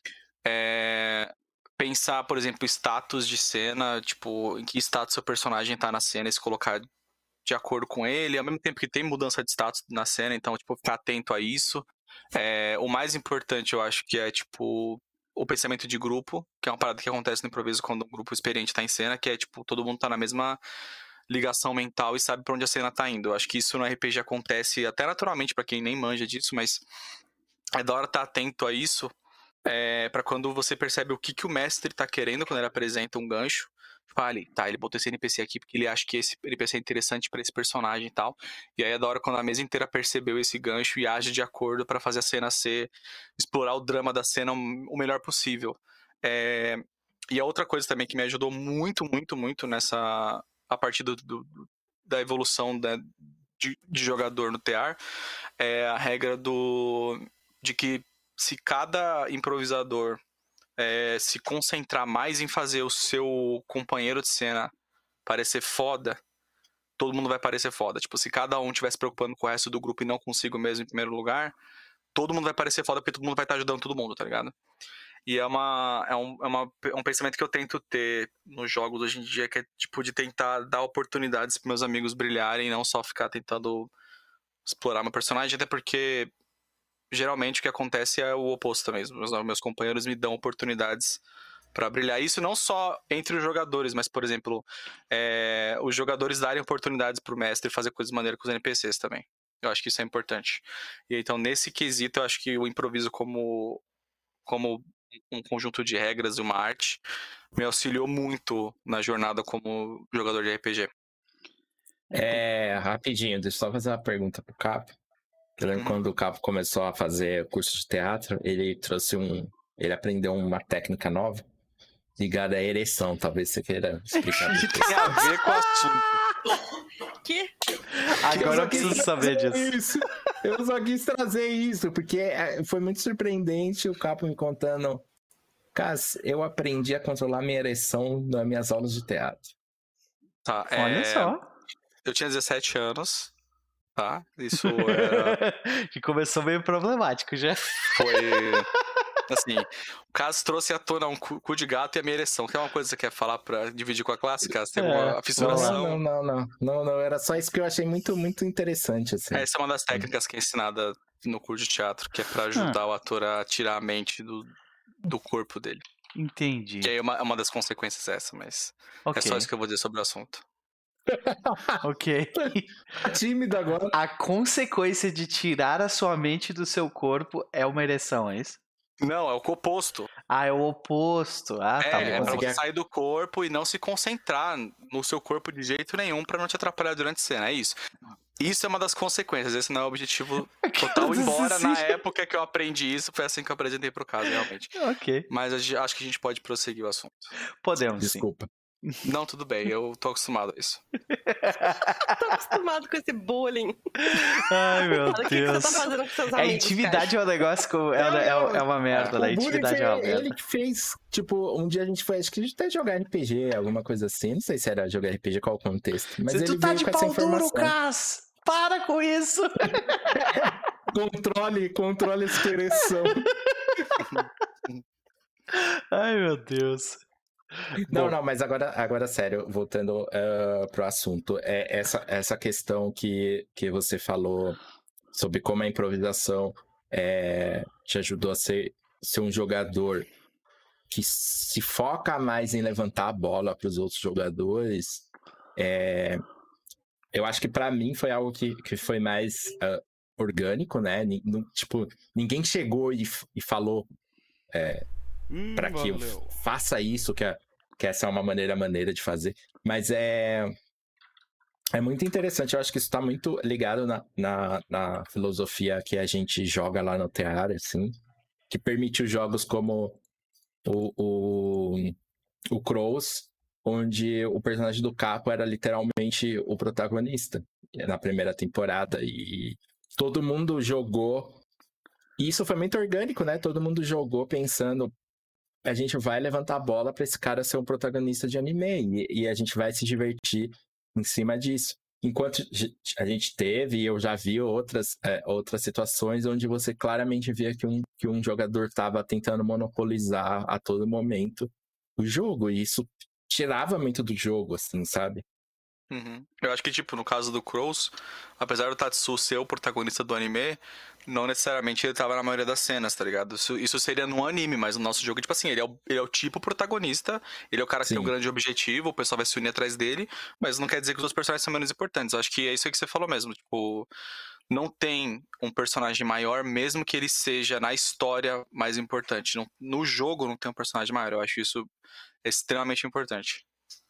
pensar, por exemplo, status de cena, tipo, em que status seu personagem tá na cena e se colocar de acordo com ele, ao mesmo tempo que tem mudança de status na cena, então, tipo, ficar atento a isso. O mais importante, eu acho, que é, tipo, o pensamento de grupo, que é uma parada que acontece no improviso quando um grupo experiente tá em cena, que é, tipo, todo mundo tá na mesma ligação mental e sabe pra onde a cena tá indo. Eu acho que isso no RPG acontece até naturalmente pra quem nem manja disso, mas é da hora estar atento a isso, pra quando você percebe o que o mestre tá querendo quando ele apresenta um gancho. Ele botou esse NPC aqui porque ele acha que esse NPC é interessante pra esse personagem e tal. E aí é da hora quando a mesa inteira percebeu esse gancho e age de acordo pra fazer a cena explorar o drama da cena o melhor possível. E a outra coisa também que me ajudou muito, muito, muito nessa... a partir da evolução de jogador no TR, é a regra de que se cada improvisador se concentrar mais em fazer o seu companheiro de cena parecer foda, todo mundo vai parecer foda. Tipo, se cada um estiver se preocupando com o resto do grupo e não consigo mesmo em primeiro lugar, todo mundo vai parecer foda porque todo mundo vai estar ajudando todo mundo, tá ligado? E é um pensamento que eu tento ter nos jogos hoje em dia, que é tipo de tentar dar oportunidades para meus amigos brilharem e não só ficar tentando explorar meu personagem, até porque geralmente o que acontece é o oposto mesmo. Meus companheiros me dão oportunidades pra brilhar. Isso não só entre os jogadores, mas, por exemplo, os jogadores darem oportunidades pro mestre fazer coisas maneiras com os NPCs também. Eu acho que isso é importante. E então, nesse quesito, eu acho que o improviso como um conjunto de regras e uma arte me auxiliou muito na jornada como jogador de RPG. Rapidinho, deixa eu só fazer uma pergunta pro Capo. Eu lembro quando o Capo começou a fazer curso de teatro, ele aprendeu uma técnica nova ligada à ereção. Talvez você queira explicar. Que tem a ver com o assunto. Que? Agora eu preciso saber disso. Isso. Eu só quis trazer isso, porque foi muito surpreendente o Capo me contando. Cas, eu aprendi a controlar minha ereção nas minhas aulas de teatro. Tá, Olha só. Eu tinha 17 anos, tá? Isso era... Que começou meio problemático já. Foi... Assim, o Cas trouxe à tona um cu de gato e a minha ereção. Tem uma coisa que você quer falar pra dividir com a classe, Cas? Tem uma fissuração? Não, era só isso que eu achei muito, muito interessante, assim. Essa é uma das técnicas que é ensinada no curso de teatro, que é pra ajudar o ator a tirar a mente do corpo dele. Entendi. Que aí é uma das consequências essa, mas é só isso que eu vou dizer sobre o assunto. Ok. Tímido agora. A consequência de tirar a sua mente do seu corpo é uma ereção, é isso? Não, é o oposto. Ah, é o oposto. Ah, tá bom. É pra você sair do corpo e não se concentrar no seu corpo de jeito nenhum pra não te atrapalhar durante a cena, é isso. Isso é uma das consequências, esse não é o objetivo total, embora na época que eu aprendi isso, foi assim que eu apresentei pro caso, realmente. Ok. Mas acho que a gente pode prosseguir o assunto. Podemos, Desculpa. Não, tudo bem, eu tô acostumado a isso. Tô acostumado com esse bullying. Ai, meu Cara, Deus. O que você tá fazendo com seus amigos? Intimidade é um negócio, é uma merda, né? Intimidade é uma merda. Ele que fez, tipo, um dia a gente foi, acho que a gente até jogar RPG, alguma coisa assim, não sei se era jogar RPG, qual o contexto, mas ele tu tá veio de com essa pau informação. duro, Cas! Para com isso! Controle essa ereção. Ai, meu Deus. Não, mas agora sério, voltando pro assunto, essa questão que você falou sobre como a improvisação te ajudou a ser um jogador que se foca mais em levantar a bola para os outros jogadores, eu acho que para mim foi algo que foi mais orgânico, né? Tipo, ninguém chegou e falou para que eu faça isso, que essa é uma maneira de fazer. Mas é muito interessante. Eu acho que isso está muito ligado na filosofia que a gente joga lá no teatro, assim, que permite os jogos como o Crows, onde o personagem do Capo era literalmente o protagonista na primeira temporada. E todo mundo jogou. E isso foi muito orgânico, né? Todo mundo jogou pensando, a gente vai levantar a bola para esse cara ser um protagonista de anime e a gente vai se divertir em cima disso. Enquanto a gente teve, e eu já vi outras situações onde você claramente via que um jogador estava tentando monopolizar a todo momento o jogo, e isso tirava muito do jogo, assim, sabe? Uhum. Eu acho que, tipo, no caso do Crows, apesar do Tatsu ser o protagonista do anime, não necessariamente ele tava na maioria das cenas, tá ligado? Isso seria no anime, mas no nosso jogo, tipo assim, ele é o tipo protagonista, ele é o cara que tem um grande objetivo, o pessoal vai se unir atrás dele, mas não quer dizer que os outros personagens são menos importantes. Eu acho que é isso aí que você falou mesmo, tipo, não tem um personagem maior, mesmo que ele seja na história mais importante. No jogo não tem um personagem maior, eu acho isso extremamente importante.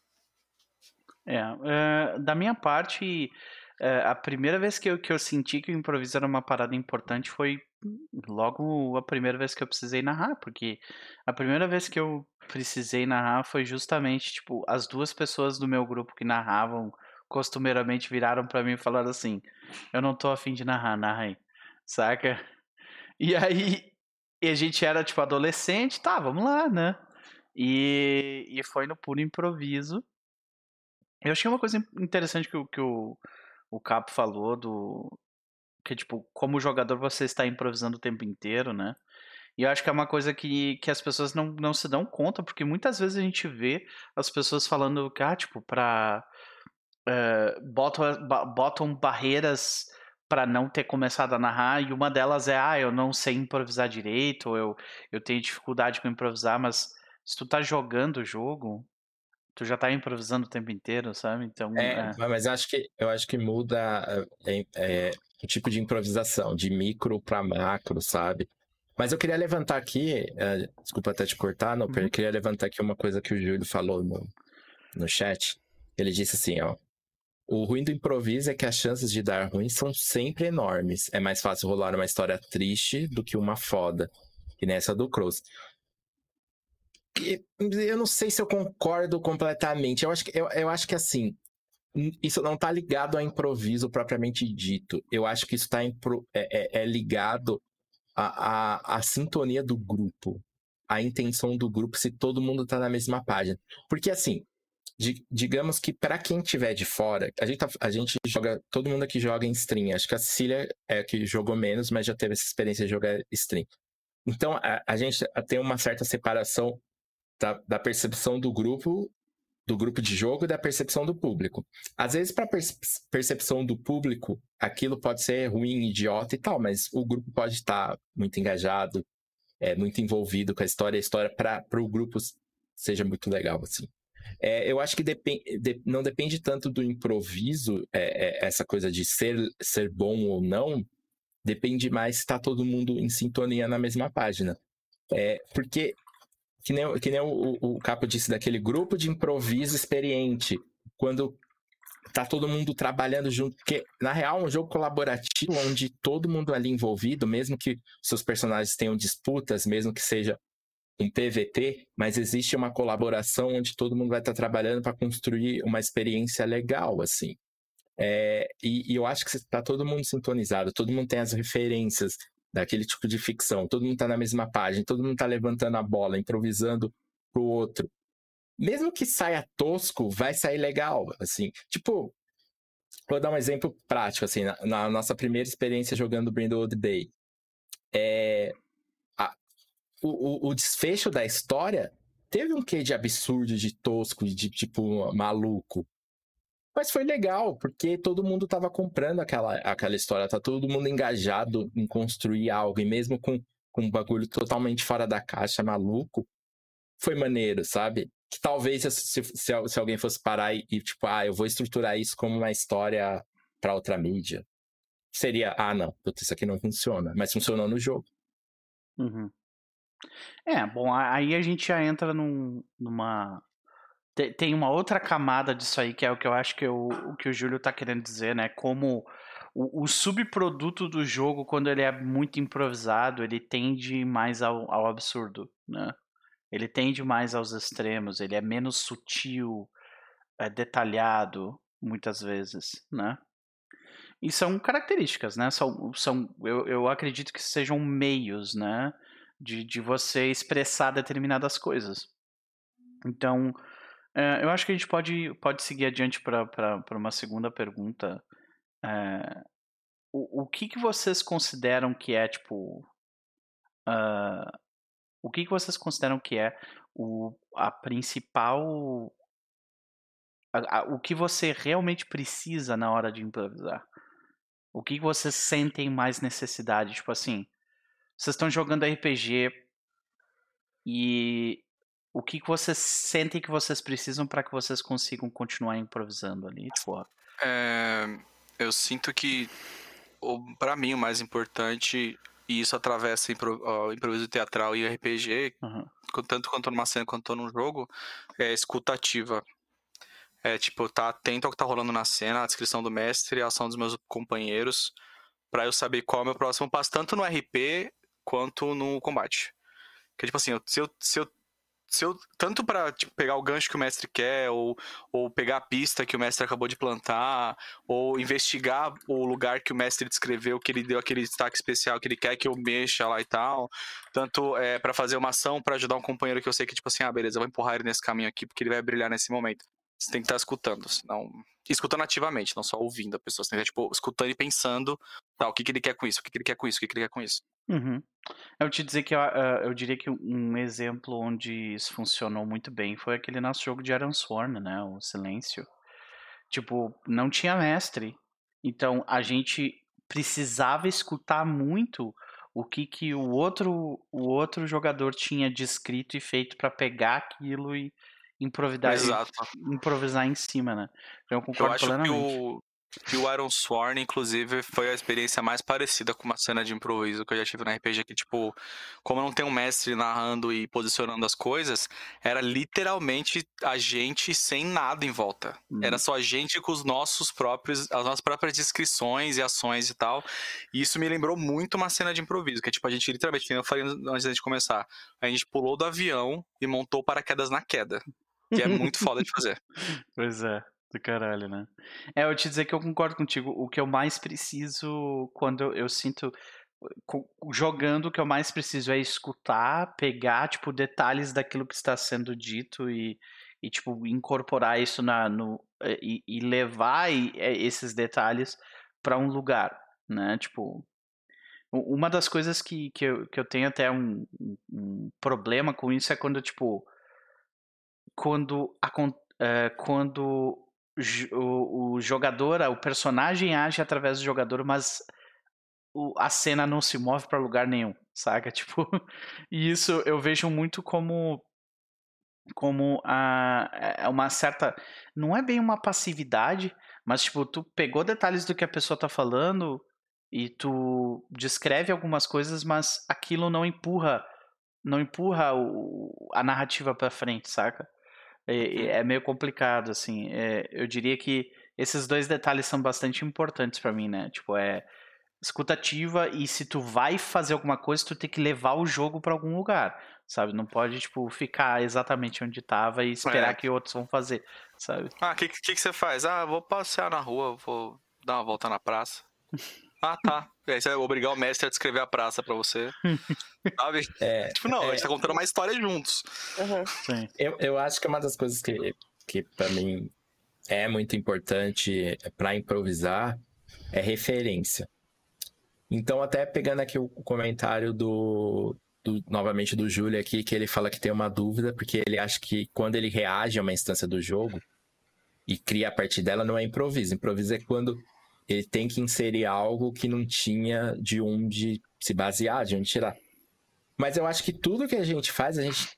Da minha parte, a primeira vez que eu senti que o improviso era uma parada importante foi logo a primeira vez que eu precisei narrar, porque a primeira vez que eu precisei narrar foi justamente, tipo, as duas pessoas do meu grupo que narravam costumeiramente viraram pra mim e falaram assim, eu não tô afim de narrar, narra aí, saca? E aí, a gente era, tipo, adolescente, tá, vamos lá, né? E foi no puro improviso. Eu achei uma coisa interessante que o Capo falou que, tipo, como jogador você está improvisando o tempo inteiro, né? E eu acho que é uma coisa que as pessoas não se dão conta, porque muitas vezes a gente vê as pessoas falando que, tipo, botam barreiras para não ter começado a narrar, e uma delas é, eu não sei improvisar direito, ou eu tenho dificuldade com improvisar, mas se tu tá jogando o jogo, tu já tá improvisando o tempo inteiro, sabe? Então, Mas eu acho que muda o tipo de improvisação, de micro para macro, sabe? Mas eu queria levantar aqui, desculpa até te cortar, Noper, eu queria levantar aqui uma coisa que o Júlio falou no chat. Ele disse assim, ó, o ruim do improviso é que as chances de dar ruim são sempre enormes. É mais fácil rolar uma história triste do que uma foda, que nessa do Cross. Eu não sei se eu concordo completamente. Eu acho que assim, isso não tá ligado a improviso propriamente dito. Eu acho que isso tá ligado à sintonia do grupo, à intenção do grupo, se todo mundo tá na mesma página. Porque assim, digamos que para quem tiver de fora, a gente joga, todo mundo aqui joga em stream. Acho que a Cecília é que jogou menos, mas já teve essa experiência de jogar stream. Então a gente tem uma certa separação da percepção do grupo de jogo e da percepção do público. Às vezes, para percepção do público, aquilo pode ser ruim, idiota e tal, mas o grupo pode estar muito engajado, muito envolvido com a história para o grupo seja muito legal, assim. Eu acho que não depende tanto do improviso, essa coisa de ser bom ou não, depende mais se está todo mundo em sintonia na mesma página. Porque que nem o Capo disse, daquele grupo de improviso experiente, quando tá todo mundo trabalhando junto, porque na real é um jogo colaborativo onde todo mundo ali envolvido, mesmo que seus personagens tenham disputas, mesmo que seja um PVT, mas existe uma colaboração onde todo mundo vai estar trabalhando para construir uma experiência legal, assim. E eu acho que está todo mundo sintonizado, todo mundo tem as referências daquele tipo de ficção, todo mundo tá na mesma página, todo mundo tá levantando a bola, improvisando pro outro. Mesmo que saia tosco, vai sair legal, assim. Tipo, vou dar um exemplo prático, assim, na nossa primeira experiência jogando Brindlewood Bay. O desfecho da história teve um quê de absurdo, de tosco, de tipo maluco. Mas foi legal, porque todo mundo tava comprando aquela história, tá todo mundo engajado em construir algo, e mesmo com um bagulho totalmente fora da caixa, maluco, foi maneiro, sabe? Que talvez se alguém fosse parar e tipo, eu vou estruturar isso como uma história pra outra mídia, seria, não, putz, isso aqui não funciona, mas funcionou no jogo. Uhum. Bom, aí a gente já entra numa... Tem uma outra camada disso aí, que é o que eu acho que o que o Júlio tá querendo dizer, né? Como o subproduto do jogo, quando ele é muito improvisado, ele tende mais ao absurdo, né? Ele tende mais aos extremos, ele é menos sutil, detalhado, muitas vezes, né? E são características, né? Eu acredito que sejam meios, né? De você expressar determinadas coisas. Então, eu acho que a gente pode seguir adiante para uma segunda pergunta. O que vocês consideram que é, tipo... o que vocês consideram que é a principal... o que você realmente precisa na hora de improvisar? O que vocês sentem mais necessidade? Tipo assim, vocês estão jogando RPG e o que vocês sentem que vocês precisam para que vocês consigam continuar improvisando ali? Tipo, eu sinto que, para mim, o mais importante, e isso atravessa o improviso teatral e RPG, tanto quanto numa cena quanto num jogo, é escuta ativa. Tipo, tá atento ao que tá rolando na cena, a descrição do mestre, a ação dos meus companheiros, pra eu saber qual é o meu próximo passo, tanto no RP quanto no combate. Que, tipo assim, se eu tanto pra tipo, pegar o gancho que o mestre quer, ou pegar a pista que o mestre acabou de plantar, ou investigar o lugar que o mestre descreveu, que ele deu aquele destaque especial que ele quer que eu mexa lá e tal, tanto pra fazer uma ação, pra ajudar um companheiro que eu sei que, tipo assim, beleza, eu vou empurrar ele nesse caminho aqui, porque ele vai brilhar nesse momento. Você tem que estar escutando, senão... Escutando ativamente, não só ouvindo a pessoa. Você tem que estar, tipo, escutando e pensando, o que ele quer com isso, o que ele quer com isso, o que ele quer com isso. Uhum. Eu te dizer que eu diria que um exemplo onde isso funcionou muito bem foi aquele nosso jogo de Aransworn, né? O Silêncio. Tipo, não tinha mestre. Então, a gente precisava escutar muito o que o outro jogador tinha descrito e feito para pegar aquilo e improvisar em cima, né? Então eu concordo plenamente. Que o Iron Sworn, inclusive, foi a experiência mais parecida com uma cena de improviso que eu já tive na RPG, que, tipo, como não tem um mestre narrando e posicionando as coisas, era literalmente a gente sem nada em volta. Era só a gente com as nossas próprias descrições e ações e tal. E isso me lembrou muito uma cena de improviso, que é tipo, a gente literalmente, como eu falei antes da gente começar, a gente pulou do avião e montou paraquedas na queda. Que é muito foda de fazer. Pois é. Do caralho, né? Eu te dizer que eu concordo contigo. O que eu mais preciso quando eu sinto jogando, o que eu mais preciso é escutar, pegar, tipo, detalhes daquilo que está sendo dito e tipo, incorporar isso e levar esses detalhes para um lugar, né? Tipo, uma das coisas que eu tenho até um problema com isso é quando, tipo, quando o jogador, o personagem age através do jogador, mas a cena não se move para lugar nenhum, saca? Tipo, e isso eu vejo muito como uma certa, não é bem uma passividade, mas tipo, tu pegou detalhes do que a pessoa tá falando e tu descreve algumas coisas, mas aquilo não empurra a narrativa para frente, saca? É meio complicado, assim. Eu diria que esses dois detalhes são bastante importantes pra mim, né? Tipo, escutativa e se tu vai fazer alguma coisa, tu tem que levar o jogo pra algum lugar, sabe? Não pode, tipo, ficar exatamente onde tava e esperar que outros vão fazer, sabe? O que você faz? Vou passear na rua, vou dar uma volta na praça. Tá. E aí você vai obrigar o mestre a descrever a praça pra você. Sabe? Tipo, não, a gente tá contando uma história juntos. Sim. Eu acho que uma das coisas que pra mim é muito importante pra improvisar é referência. Então, até pegando aqui o comentário novamente do Júlio aqui, que ele fala que tem uma dúvida, porque ele acha que quando ele reage a uma instância do jogo e cria a partir dela, não é improviso. Improviso é quando ele tem que inserir algo que não tinha de onde se basear, de onde tirar. Mas eu acho que tudo que a gente faz, a gente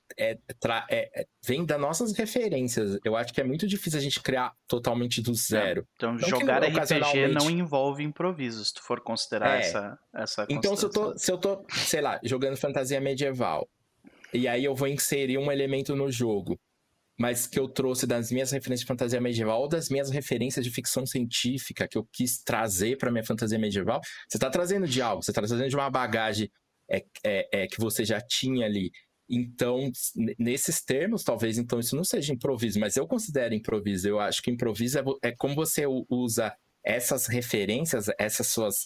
vem das nossas referências. Eu acho que é muito difícil a gente criar totalmente do zero. Então, não jogar RPG não envolve improviso, se tu for considerar essa Então, se eu tô, sei lá, jogando fantasia medieval, e aí eu vou inserir um elemento no jogo, mas que eu trouxe das minhas referências de fantasia medieval ou das minhas referências de ficção científica que eu quis trazer para minha fantasia medieval, você tá trazendo de algo, você tá trazendo de uma bagagem que você já tinha ali. Então, nesses termos, talvez então isso não seja improviso, mas eu considero improviso. Eu acho que improviso é como você usa essas referências, essas suas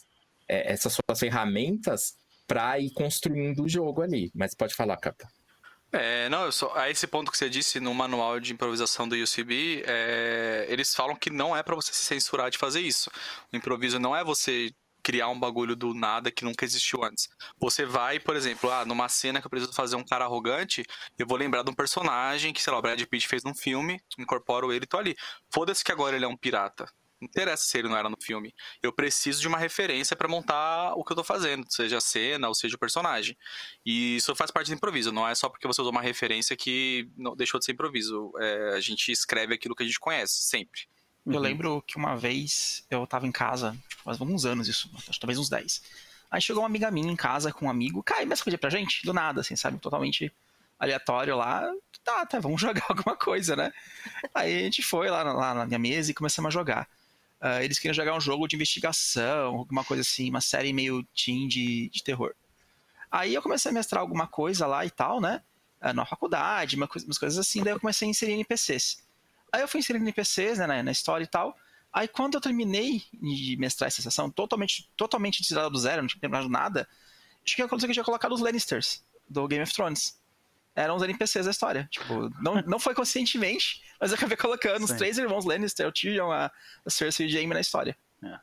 ferramentas para ir construindo o jogo ali. Mas pode falar, Capa. Não, a esse ponto que você disse no manual de improvisação do UCB, eles falam que não é para você se censurar de fazer isso. O improviso não é você criar um bagulho do nada que nunca existiu antes. Você vai, por exemplo, numa cena que eu preciso fazer um cara arrogante, eu vou lembrar de um personagem que, sei lá, o Brad Pitt fez num filme, incorporo ele e tô ali. Foda-se que agora ele é um pirata. Não interessa se ele não era no filme. Eu preciso de uma referência pra montar o que eu tô fazendo, seja a cena ou seja o personagem. E isso faz parte do improviso. Não é só porque você usou uma referência que não deixou de ser improviso. A gente escreve aquilo que a gente conhece, sempre. Eu lembro que uma vez eu tava em casa, tipo, faz alguns anos isso, talvez uns 10. Aí chegou uma amiga minha em casa com um amigo, mas essa coisa pra gente? Do nada, assim, sabe? Totalmente aleatório lá. Tá, vamos jogar alguma coisa, né? Aí a gente foi lá na minha mesa e começamos a jogar. Eles queriam jogar um jogo de investigação, alguma coisa assim, uma série meio teen de terror. Aí eu comecei a mestrar alguma coisa lá e tal, né? Na faculdade, umas coisas assim, daí eu comecei a inserir NPCs. Aí eu fui inserindo NPCs, né, na história e tal. Aí quando eu terminei de mestrar essa sessão, totalmente tirada do zero, não tinha terminado nada, acho que eu tinha colocado os Lannisters do Game of Thrones. Eram os NPCs da história. Tipo, não foi conscientemente, mas eu acabei colocando os 3 irmãos Lannister, o Tyrion, a Cersei e o Jaime na história.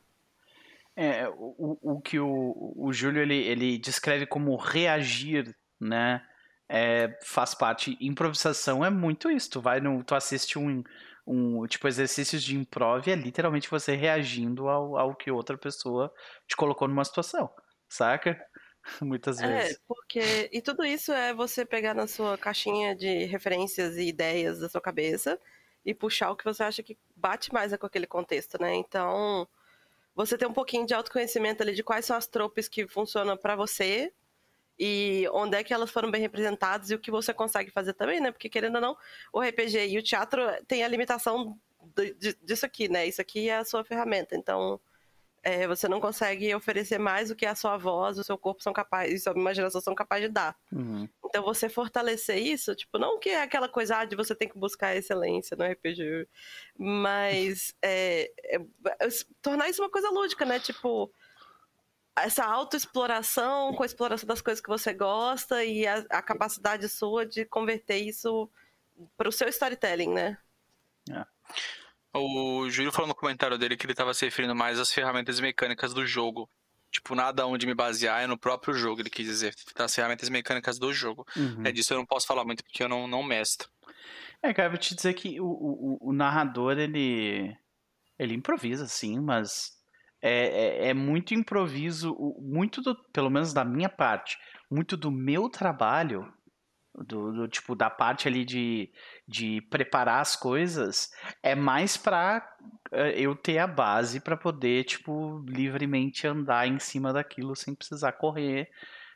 O que o Júlio ele descreve como reagir, né? Faz parte. Improvisação é muito isso. Tu assiste tipo, exercícios de improv é literalmente você reagindo ao que outra pessoa te colocou numa situação, saca? Muitas vezes. Porque... E tudo isso é você pegar na sua caixinha de referências e ideias da sua cabeça e puxar o que você acha que bate mais com aquele contexto, né? Então, você tem um pouquinho de autoconhecimento ali de quais são as tropes que funcionam pra você e onde é que elas foram bem representadas e o que você consegue fazer também, né? Porque, querendo ou não, o RPG e o teatro tem a limitação disso aqui, né? Isso aqui é a sua ferramenta, então... você não consegue oferecer mais do que a sua voz, o seu corpo são capazes, sua imaginação são capazes de dar. Uhum. Então você fortalecer isso, tipo, não que é aquela coisa de você tem que buscar a excelência no RPG, mas tornar isso uma coisa lúdica, né? Tipo, essa autoexploração com a exploração das coisas que você gosta e a capacidade sua de converter isso para o seu storytelling, né? O Júlio falou no comentário dele que ele estava se referindo mais às ferramentas mecânicas do jogo. Tipo, nada onde me basear é no próprio jogo, ele quis dizer. Das ferramentas mecânicas do jogo. Uhum. Disso eu não posso falar muito porque eu não mestro. Cara, eu vou te dizer que o narrador, ele improvisa, sim, mas é muito improviso, pelo menos da minha parte, muito do meu trabalho, tipo, da parte ali de preparar as coisas, é mais pra eu ter a base pra poder, tipo, livremente andar em cima daquilo sem precisar correr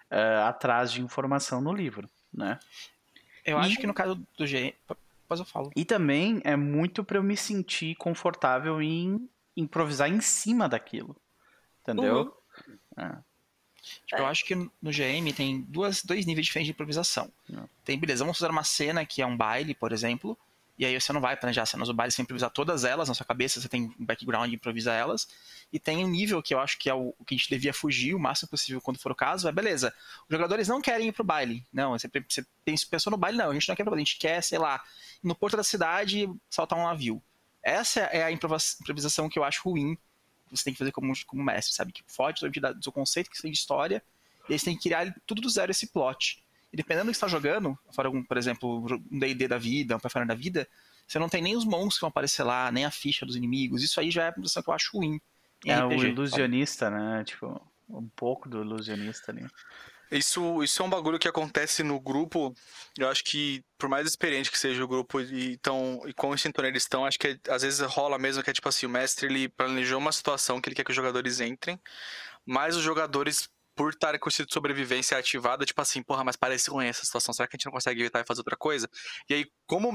atrás de informação no livro, né? Eu acho que no caso do GM... Depois eu falo. E também é muito pra eu me sentir confortável em improvisar em cima daquilo, entendeu? Uhum. Tipo, eu acho que no GM tem dois níveis diferentes de improvisação. Tem, beleza, vamos fazer uma cena que é um baile, por exemplo, e aí você não vai planejar cenas do baile, você vai improvisar todas elas na sua cabeça, você tem um background e improvisa elas. E tem um nível que eu acho que é o que a gente devia fugir o máximo possível quando for o caso, beleza, os jogadores não querem ir pro baile. Não, você pensou no baile, não, a gente não quer ir pro baile, a gente quer, sei lá, no porto da cidade saltar um navio. Essa é a improvisação que eu acho ruim. Você tem que fazer como mestre, sabe? Que foge do seu conceito que você tem de história, e aí você tem que criar tudo do zero esse plot. E dependendo do que você está jogando, por exemplo, um D&D da vida, um Pathfinder da vida, você não tem nem os monstros que vão aparecer lá, nem a ficha dos inimigos. Isso aí já é a improvisação que eu acho ruim. RPG, o ilusionista, sabe? Né? Tipo, um pouco do ilusionista ali. Isso é um bagulho que acontece no grupo. Eu acho que, por mais experiente que seja o grupo e quão em sintonia eles estão, acho que às vezes rola mesmo que é tipo assim, o mestre ele planejou uma situação que ele quer que os jogadores entrem, mas os jogadores, por estarem com o instinto de sobrevivência ativado, tipo assim, porra, mas parece ruim essa situação, será que a gente não consegue evitar e fazer outra coisa? E aí, como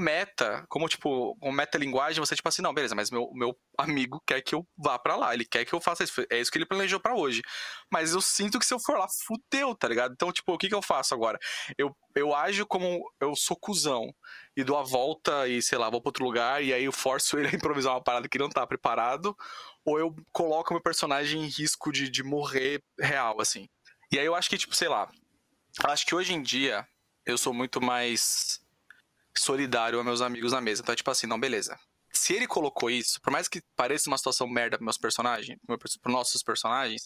metalinguagem, você tipo assim, não, beleza, mas meu amigo quer que eu vá pra lá, ele quer que eu faça isso, é isso que ele planejou pra hoje. Mas eu sinto que se eu for lá, fudeu, tá ligado? Então, tipo, o que eu faço agora? Eu ajo como eu sou cuzão e dou a volta e, sei lá, vou pra outro lugar e aí eu forço ele a improvisar uma parada que ele não tá preparado, ou eu coloco meu personagem em risco de morrer real, assim. E aí eu acho que, tipo, sei lá, acho que hoje em dia eu sou muito mais solidário aos meus amigos na mesa. Então é tipo assim, não, beleza. Se ele colocou isso, por mais que pareça uma situação merda para meus personagens, para nossos personagens,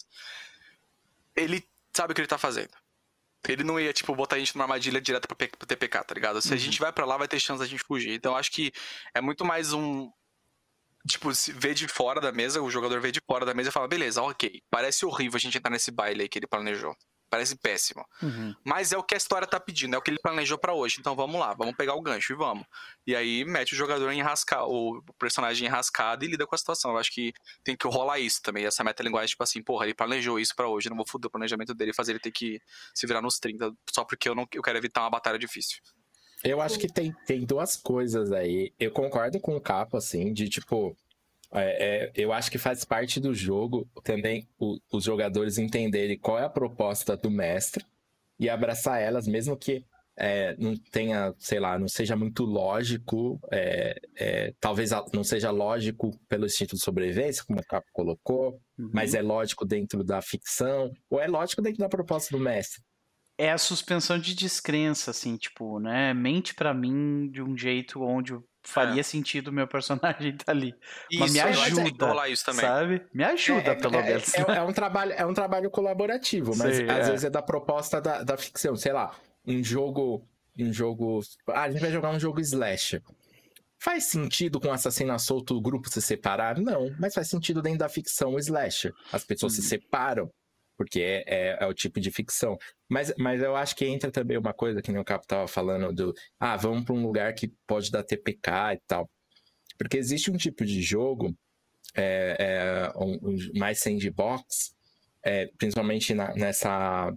ele sabe o que ele tá fazendo. Ele não ia, tipo, botar a gente numa armadilha direta pro TPK, tá ligado? Se a gente vai pra lá, vai ter chance da gente fugir. Então acho que é muito mais tipo, ver de fora da mesa, o jogador vê de fora da mesa e fala, beleza, ok, parece horrível a gente entrar nesse baile aí que ele planejou. Parece péssimo. Mas é o que a história tá pedindo, é o que ele planejou pra hoje. Então vamos lá, vamos pegar o gancho e vamos. E aí mete o jogador o personagem enrascado e lida com a situação. Eu acho que tem que rolar isso também, essa metalinguagem, tipo assim, porra, ele planejou isso pra hoje, eu não vou foder o planejamento dele e fazer ele ter que se virar nos 30, só porque eu quero evitar uma batalha difícil. Eu acho que tem duas coisas aí. Eu concordo com o Capo, assim, de tipo... eu acho que faz parte do jogo também os jogadores entenderem qual é a proposta do mestre e abraçar elas, mesmo que não tenha, sei lá, não seja muito lógico, talvez não seja lógico pelo instinto de sobrevivência, como o Capo colocou, mas é lógico dentro da ficção, ou é lógico dentro da proposta do mestre. É a suspensão de descrença, assim, tipo, né? Mente pra mim de um jeito onde faria sentido o meu personagem estar ali. Isso, mas me ajuda, isso também. Sabe? Me ajuda, pelo menos. É um trabalho colaborativo, mas às vezes é da proposta da ficção. Sei lá, um jogo... a gente vai jogar um jogo slasher. Faz sentido com o assassino solto o grupo se separar? Não, mas faz sentido dentro da ficção o slasher. As pessoas se separam, porque é o tipo de ficção. Mas eu acho que entra também uma coisa que nem o Capo tava falando do... vamos para um lugar que pode dar TPK e tal. Porque existe um tipo de jogo mais sandbox, principalmente nessa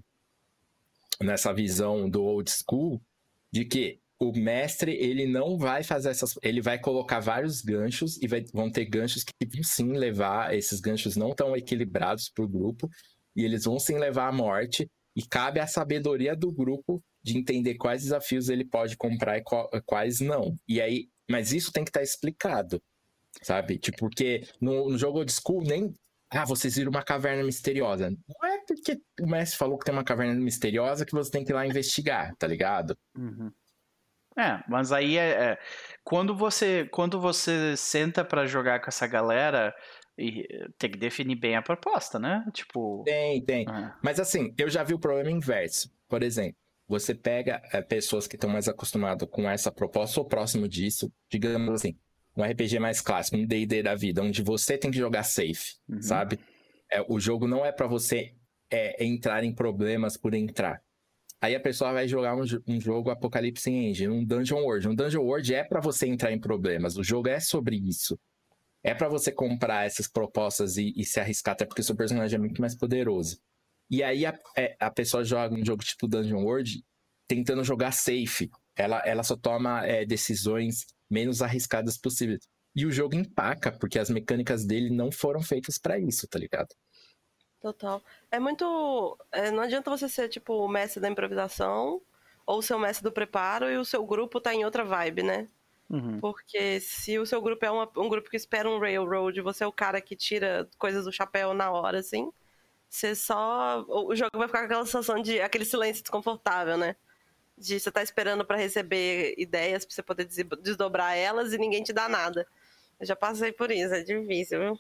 visão do old school, de que o mestre, ele não vai fazer ele vai colocar vários ganchos e vão ter ganchos que vão sim levar, esses ganchos não tão equilibrados pro grupo, e eles vão sim levar à morte, e cabe à sabedoria do grupo de entender quais desafios ele pode comprar e quais não. E aí, mas isso tem que estar explicado, sabe? Tipo, porque no jogo old school nem... vocês viram uma caverna misteriosa. Não é porque o mestre falou que tem uma caverna misteriosa que você tem que ir lá investigar, tá ligado? Uhum. Mas aí quando você senta pra jogar com essa galera, tem que definir bem a proposta, né? Tipo... Tem. Mas assim, eu já vi o problema inverso. Por exemplo, você pega pessoas que estão mais acostumadas com essa proposta ou próximo disso, digamos assim, um RPG mais clássico, um D&D da vida, onde você tem que jogar safe, sabe? O jogo não é pra você entrar em problemas por entrar. Aí a pessoa vai jogar um jogo Apocalypse Engine, um Dungeon World. Um Dungeon World é pra você entrar em problemas. O jogo é sobre isso. É pra você comprar essas propostas e se arriscar, até porque seu personagem é muito mais poderoso. E aí a pessoa joga um jogo tipo Dungeon World tentando jogar safe. Ela só toma decisões menos arriscadas possíveis. E o jogo empaca, porque as mecânicas dele não foram feitas pra isso, tá ligado? Total. É muito... não adianta você ser, tipo, o mestre da improvisação ou ser o mestre do preparo e o seu grupo tá em outra vibe, né? Porque se o seu grupo é um grupo que espera um railroad e você é o cara que tira coisas do chapéu na hora, assim, o jogo vai ficar com aquela sensação de... aquele silêncio desconfortável, né? De você tá esperando pra receber ideias pra você poder desdobrar elas e ninguém te dá nada. Eu já passei por isso, é difícil, viu?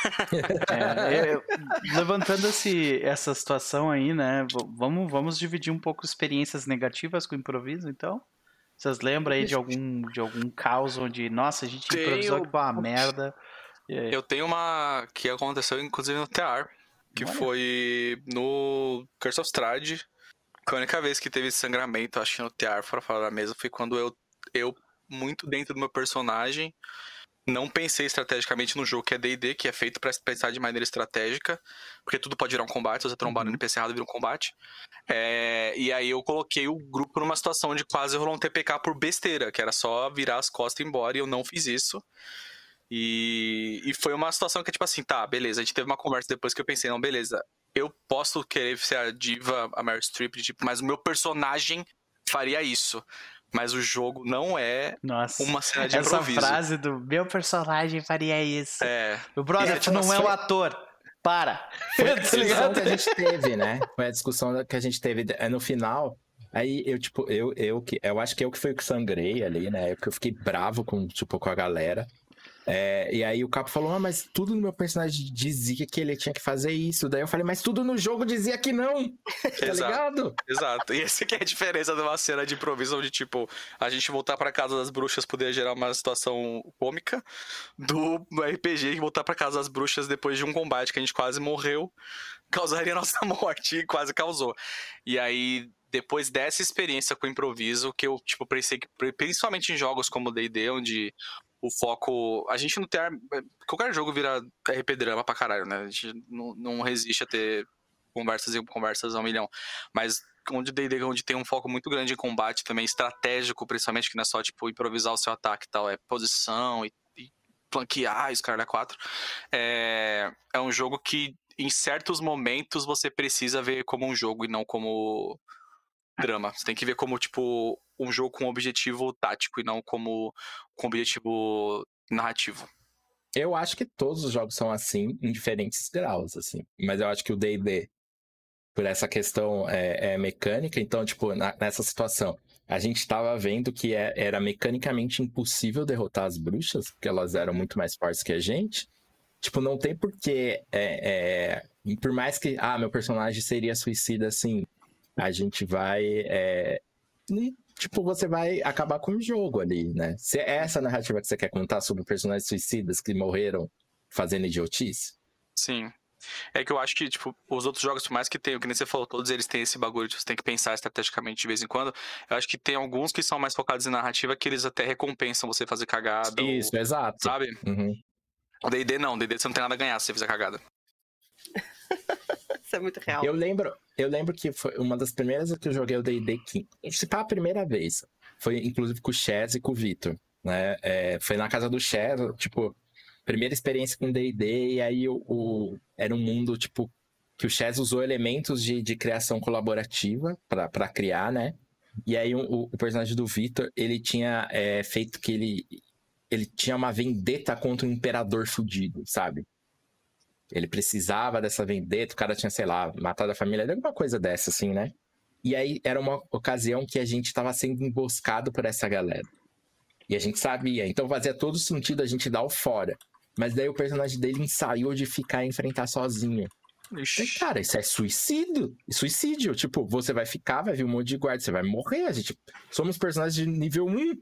Levantando essa situação aí, né? Vamos dividir um pouco experiências negativas com o improviso, então? Vocês lembram aí de algum caos onde, nossa, a gente improvisou que foi uma merda? Eu tenho uma que aconteceu, inclusive, no TR, que foi no Curse of Strahd. A única vez que teve sangramento, acho que no TR, fora falar da mesa, foi quando eu, muito dentro do meu personagem, não pensei estrategicamente no jogo que é D&D, que é feito pra pensar de maneira estratégica, porque tudo pode virar um combate, se você trombar no NPC errado, vira um combate. E aí eu coloquei o grupo numa situação de quase rolou um TPK por besteira, que era só virar as costas e ir embora, e eu não fiz isso. E foi uma situação que, tipo assim, tá, beleza, a gente teve uma conversa depois que eu pensei, não, beleza, eu posso querer ser a diva, a Meryl Streep, tipo, mas o meu personagem faria isso. Mas o jogo não é uma cena de improviso. Essa frase do meu personagem faria isso. O brother, tu não é o ator. Para. Foi a discussão que a gente teve, né? Foi a discussão que a gente teve no final. Aí eu acho que eu que fui o que sangrei ali, né? Porque eu fiquei bravo com a galera. E aí o Capo falou, mas tudo no meu personagem dizia que ele tinha que fazer isso. Daí eu falei, mas tudo no jogo dizia que não. Tá ligado? Exato. E essa que é a diferença de uma cena de improviso onde, tipo, a gente voltar pra casa das bruxas poderia gerar uma situação cômica, do RPG que voltar pra casa das bruxas depois de um combate que a gente quase morreu, causaria nossa morte, e quase causou. E aí, depois dessa experiência com o improviso, que eu, tipo, pensei que, principalmente em jogos como D&D, onde o foco... A gente não tem... Qualquer jogo vira RP drama pra caralho, né? A gente não resiste a ter conversas a 1 milhão. Mas onde D&D, onde tem um foco muito grande em combate também, estratégico, principalmente, que não é só, tipo, improvisar o seu ataque e tal. É posição e flanquear, os caras 4. É um jogo que, em certos momentos, você precisa ver como um jogo e não como drama. Você tem que ver como, tipo, um jogo com objetivo tático e não como com objetivo narrativo. Eu acho que todos os jogos são assim, em diferentes graus, assim. Mas eu acho que o D&D, por essa questão mecânica, então, tipo, nessa situação, a gente tava vendo que era mecanicamente impossível derrotar as bruxas, porque elas eram muito mais fortes que a gente. Tipo, não tem porquê... por mais que, meu personagem seria suicida, assim, a gente vai... tipo, você vai acabar com o jogo ali, né? Se é essa narrativa que você quer contar sobre personagens suicidas que morreram fazendo idiotice? Sim. É que eu acho que, tipo, os outros jogos, por mais que tenham, que nem você falou, todos eles têm esse bagulho de você tem que pensar estrategicamente de vez em quando. Eu acho que tem alguns que são mais focados em narrativa que eles até recompensam você fazer cagada. Isso, exato. Sabe? Uhum. O D&D não, o D&D você não tem nada a ganhar se você fizer cagada. Isso é muito real. Eu lembro que foi uma das primeiras que eu joguei o D&D, se pá, a primeira vez. Foi, inclusive, com o Chaz e com o Vitor, né? Foi na casa do Chaz, tipo, primeira experiência com D&D, e aí era um mundo, tipo, que o Chaz usou elementos de criação colaborativa pra criar, né? E aí o personagem do Vitor, ele tinha feito que ele tinha uma vendetta contra um imperador fudido, sabe? Ele precisava dessa vendetta, o cara tinha, sei lá, matado a família, alguma coisa dessa, assim, né? E aí era uma ocasião que a gente tava sendo emboscado por essa galera. E a gente sabia, então fazia todo sentido a gente dar o fora. Mas daí o personagem dele ensaiou de ficar e enfrentar sozinho. Falei, cara, isso é suicídio. Tipo, você vai ficar, vai vir um monte de guarda, você vai morrer. A gente somos personagens de nível 1.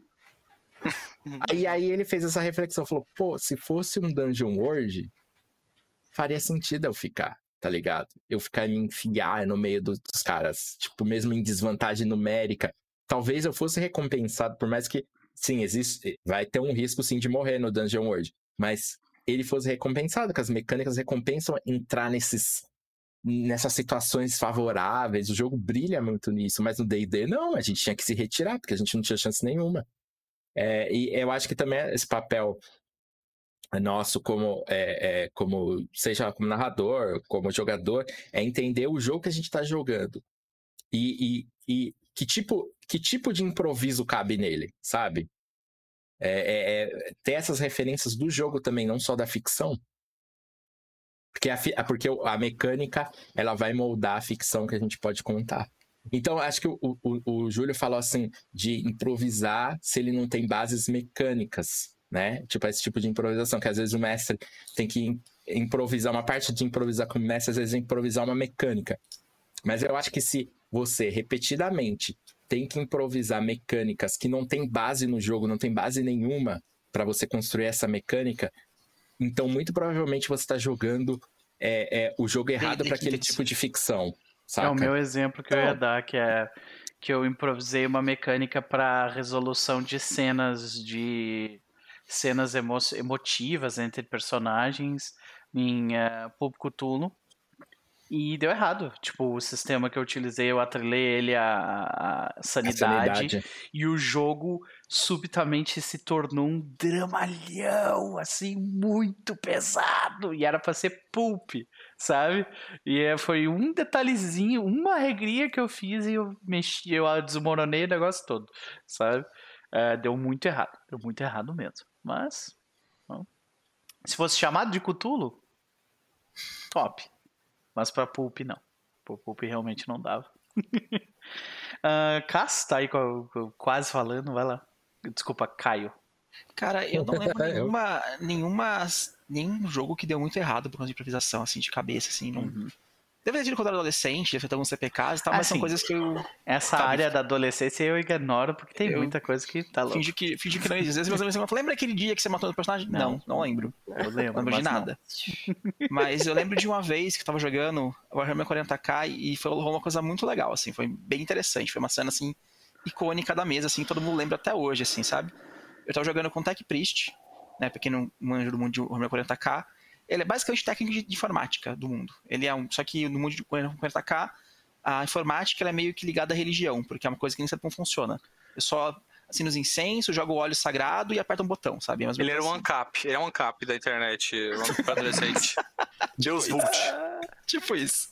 Aí ele fez essa reflexão, falou, pô, se fosse um Dungeon World, faria sentido eu ficar, tá ligado? Eu ficar me enfiar no meio dos caras, tipo, mesmo em desvantagem numérica. Talvez eu fosse recompensado, por mais que, sim, vai ter um risco, sim, de morrer no Dungeon World. Mas ele fosse recompensado, que as mecânicas recompensam entrar nessas situações favoráveis. O jogo brilha muito nisso, mas no D&D não, a gente tinha que se retirar, porque a gente não tinha chance nenhuma. E eu acho que também esse papel nosso como seja como narrador, como jogador, é entender o jogo que a gente está jogando e que tipo de improviso cabe nele, sabe? Ter essas referências do jogo também, não só da ficção, porque a mecânica ela vai moldar a ficção que a gente pode contar. Então, acho que o Júlio falou assim, de improvisar se ele não tem bases mecânicas, né? Tipo, esse tipo de improvisação, que às vezes o mestre tem que improvisar, uma parte de improvisar com o mestre, às vezes é improvisar uma mecânica. Mas eu acho que se você, repetidamente, tem que improvisar mecânicas que não tem base no jogo, não tem base nenhuma para você construir essa mecânica, então muito provavelmente você está jogando o jogo errado para aquele tipo de ficção. Saca? É o meu exemplo que eu ia dar, que é que eu improvisei uma mecânica para resolução de cenas emotivas entre personagens em Público Cthulhu. E deu errado. Tipo, o sistema que eu utilizei, eu atrelei ele à sanidade. E o jogo subitamente se tornou um dramalhão, assim, muito pesado. E era pra ser pulp, sabe? E foi um detalhezinho, uma regrinha que eu fiz e eu desmoronei o negócio todo, sabe? Deu muito errado mesmo. Mas, bom, se fosse chamado de Cthulhu, top. Mas pra Pulp, não. Pra Pulp realmente não dava. Cass, tá aí quase falando, vai lá. Desculpa, Caio. Cara, eu não lembro nenhum jogo que deu muito errado por causa de improvisação, assim, de cabeça, assim. Não... Deve ter tido quando eu era adolescente, deve ter alguns CPKs e tal, mas são coisas que eu... Essa área da adolescência eu ignoro, porque tem muita coisa que tá louco. Fingi que não existe. Às vezes meus amigos falam, lembra aquele dia que você matou o personagem? Não lembro. Eu lembro, não lembro de nada. Mas eu lembro de uma vez que eu tava jogando Warhammer 40k e rolou uma coisa muito legal, assim, foi bem interessante. Foi uma cena, assim, icônica da mesa, assim, todo mundo lembra até hoje, assim, sabe? Eu tava jogando com o Tech Priest, né, pra quem não manja do mundo de Warhammer 40k, ele é basicamente técnico de informática do mundo. Ele só que no mundo de 40k, a informática ela é meio que ligada à religião, porque é uma coisa que nem sabe como funciona. Eu só assino os incensos, jogo o óleo sagrado e aperto um botão, sabe? Ele era um ANCAP, ele é um ANCAP da internet, um adolescente. Deus Vult. Tipo isso.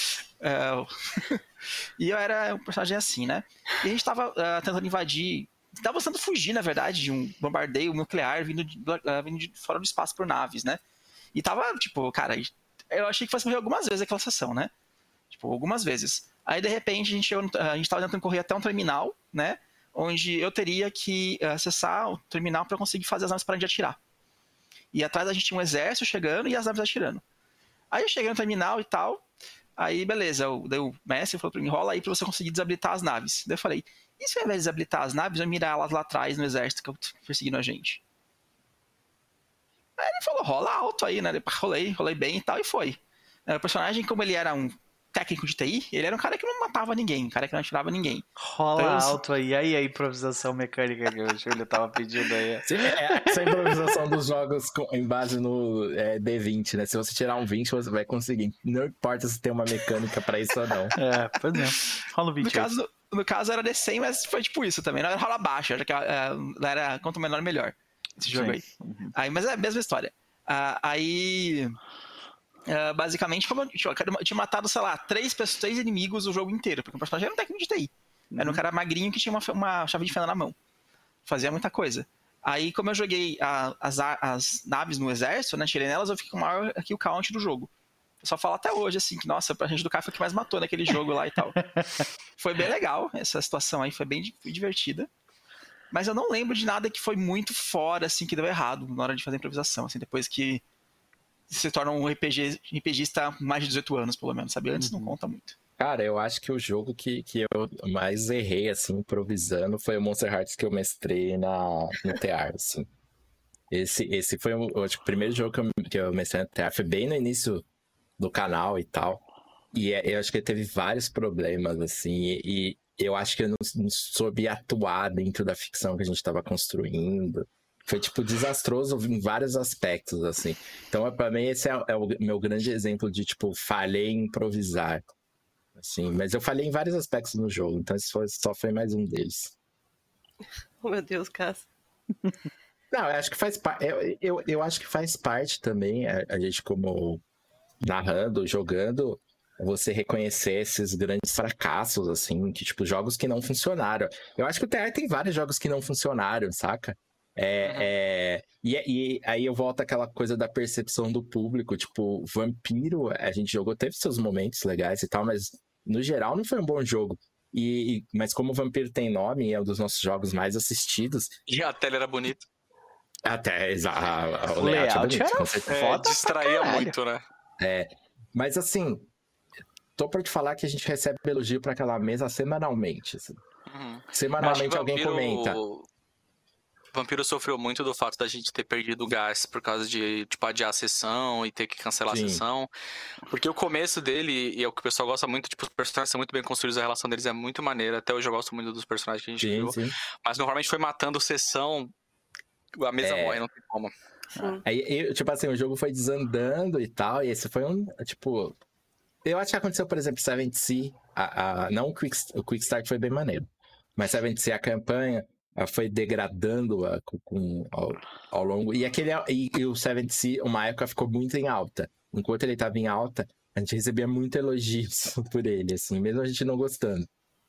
E eu era um personagem assim, né? E a gente tava tentando invadir, tava tentando fugir, na verdade, de um bombardeio nuclear vindo de fora do espaço por naves, né? E tava, tipo, cara, eu achei que fosse morrer algumas vezes aquela sessão, né? Tipo, algumas vezes. Aí, de repente, a gente tava tentando correr até um terminal, né? Onde eu teria que acessar o terminal para conseguir fazer as naves pararem de atirar. E atrás a gente tinha um exército chegando e as naves atirando. Aí eu cheguei no terminal e tal, Aí, beleza, daí o mestre falou pra mim, rola aí pra você conseguir desabilitar as naves. Daí eu falei, e se ao invés de desabilitar as naves, eu mirar elas lá atrás no exército que eu perseguindo a gente? Aí ele falou, rola alto aí, né? Rolei bem e tal, e foi. O personagem, como ele era um técnico de TI, ele era um cara que não matava ninguém, um cara que não atirava ninguém. Rola então, alto aí a improvisação mecânica que o Júlio tava pedindo aí. Essa improvisação dos jogos em base no D20, né? Se você tirar um 20, você vai conseguir. Não importa se tem uma mecânica pra isso ou não. Pois é. Rola o 20. No caso era D100, mas foi tipo isso também. Não era rola baixa, já que era quanto menor, melhor. Esse jogo aí. Aí. Mas é a mesma história. Basicamente, como eu tinha matado, sei lá, 3 inimigos o jogo inteiro, porque o personagem era um técnico de TI. Era um cara magrinho que tinha uma chave de fenda na mão. Fazia muita coisa. Aí, como eu joguei as naves no exército, né, tirei nelas, eu fiquei com o maior kill count do jogo. Eu só falo até hoje, assim, que, nossa, pra gente do cara foi o que mais matou naquele jogo lá e tal. Foi bem legal, essa situação aí foi bem divertida. Mas eu não lembro de nada que foi muito fora, assim, que deu errado na hora de fazer a improvisação, assim, depois que se torna um RPGista com mais de 18 anos, pelo menos, sabe? Antes não conta muito. Cara, eu acho que o jogo que eu mais errei, assim, improvisando, foi o Monster Hearts que eu mestrei no TR, assim. Esse foi o primeiro jogo que eu mestrei no TR, foi bem no início do canal e tal. E eu acho que ele teve vários problemas, assim, e eu acho que eu não soube atuar dentro da ficção que a gente estava construindo. Foi, tipo, desastroso em vários aspectos, assim. Então, pra mim, esse é o meu grande exemplo de, tipo, falhei em improvisar. Assim, mas eu falhei em vários aspectos no jogo, então esse só foi mais um deles. Oh, meu Deus, Cássio. Não, eu acho que faz parte. Eu acho que faz parte também, a gente como narrando, jogando, você reconhecer esses grandes fracassos, assim, que, tipo, jogos que não funcionaram. Eu acho que o TR tem vários jogos que não funcionaram, saca? E aí eu volto àquela coisa da percepção do público, tipo, Vampiro, a gente jogou, teve seus momentos legais e tal, mas no geral não foi um bom jogo. Mas como o Vampiro tem nome, é um dos nossos jogos mais assistidos. E a tela era bonita. Até, o layout era bonito, foda, distraía muito, né? Mas assim, tô pra te falar que a gente recebe elogio pra aquela mesa semanalmente. Assim. Semanalmente alguém comenta. Vampiro sofreu muito do fato da gente ter perdido o gás por causa de, tipo, adiar a sessão e ter que cancelar a sessão. Porque o começo dele, e é o que o pessoal gosta muito, tipo, os personagens são muito bem construídos, a relação deles é muito maneira. Até hoje eu gosto muito dos personagens que a gente viu. Mas normalmente foi matando sessão, a mesa morre, não tem como. Aí, tipo assim, o jogo foi desandando e tal, e esse foi tipo... Eu acho que aconteceu, por exemplo, Seventh Sea, não o Quick Start foi bem maneiro, mas Seventh Sea, a campanha... foi degradando ao longo. E o Seventh Sea, uma época, ficou muito em alta. Enquanto ele estava em alta, a gente recebia muito elogios por ele, assim, mesmo a gente não gostando.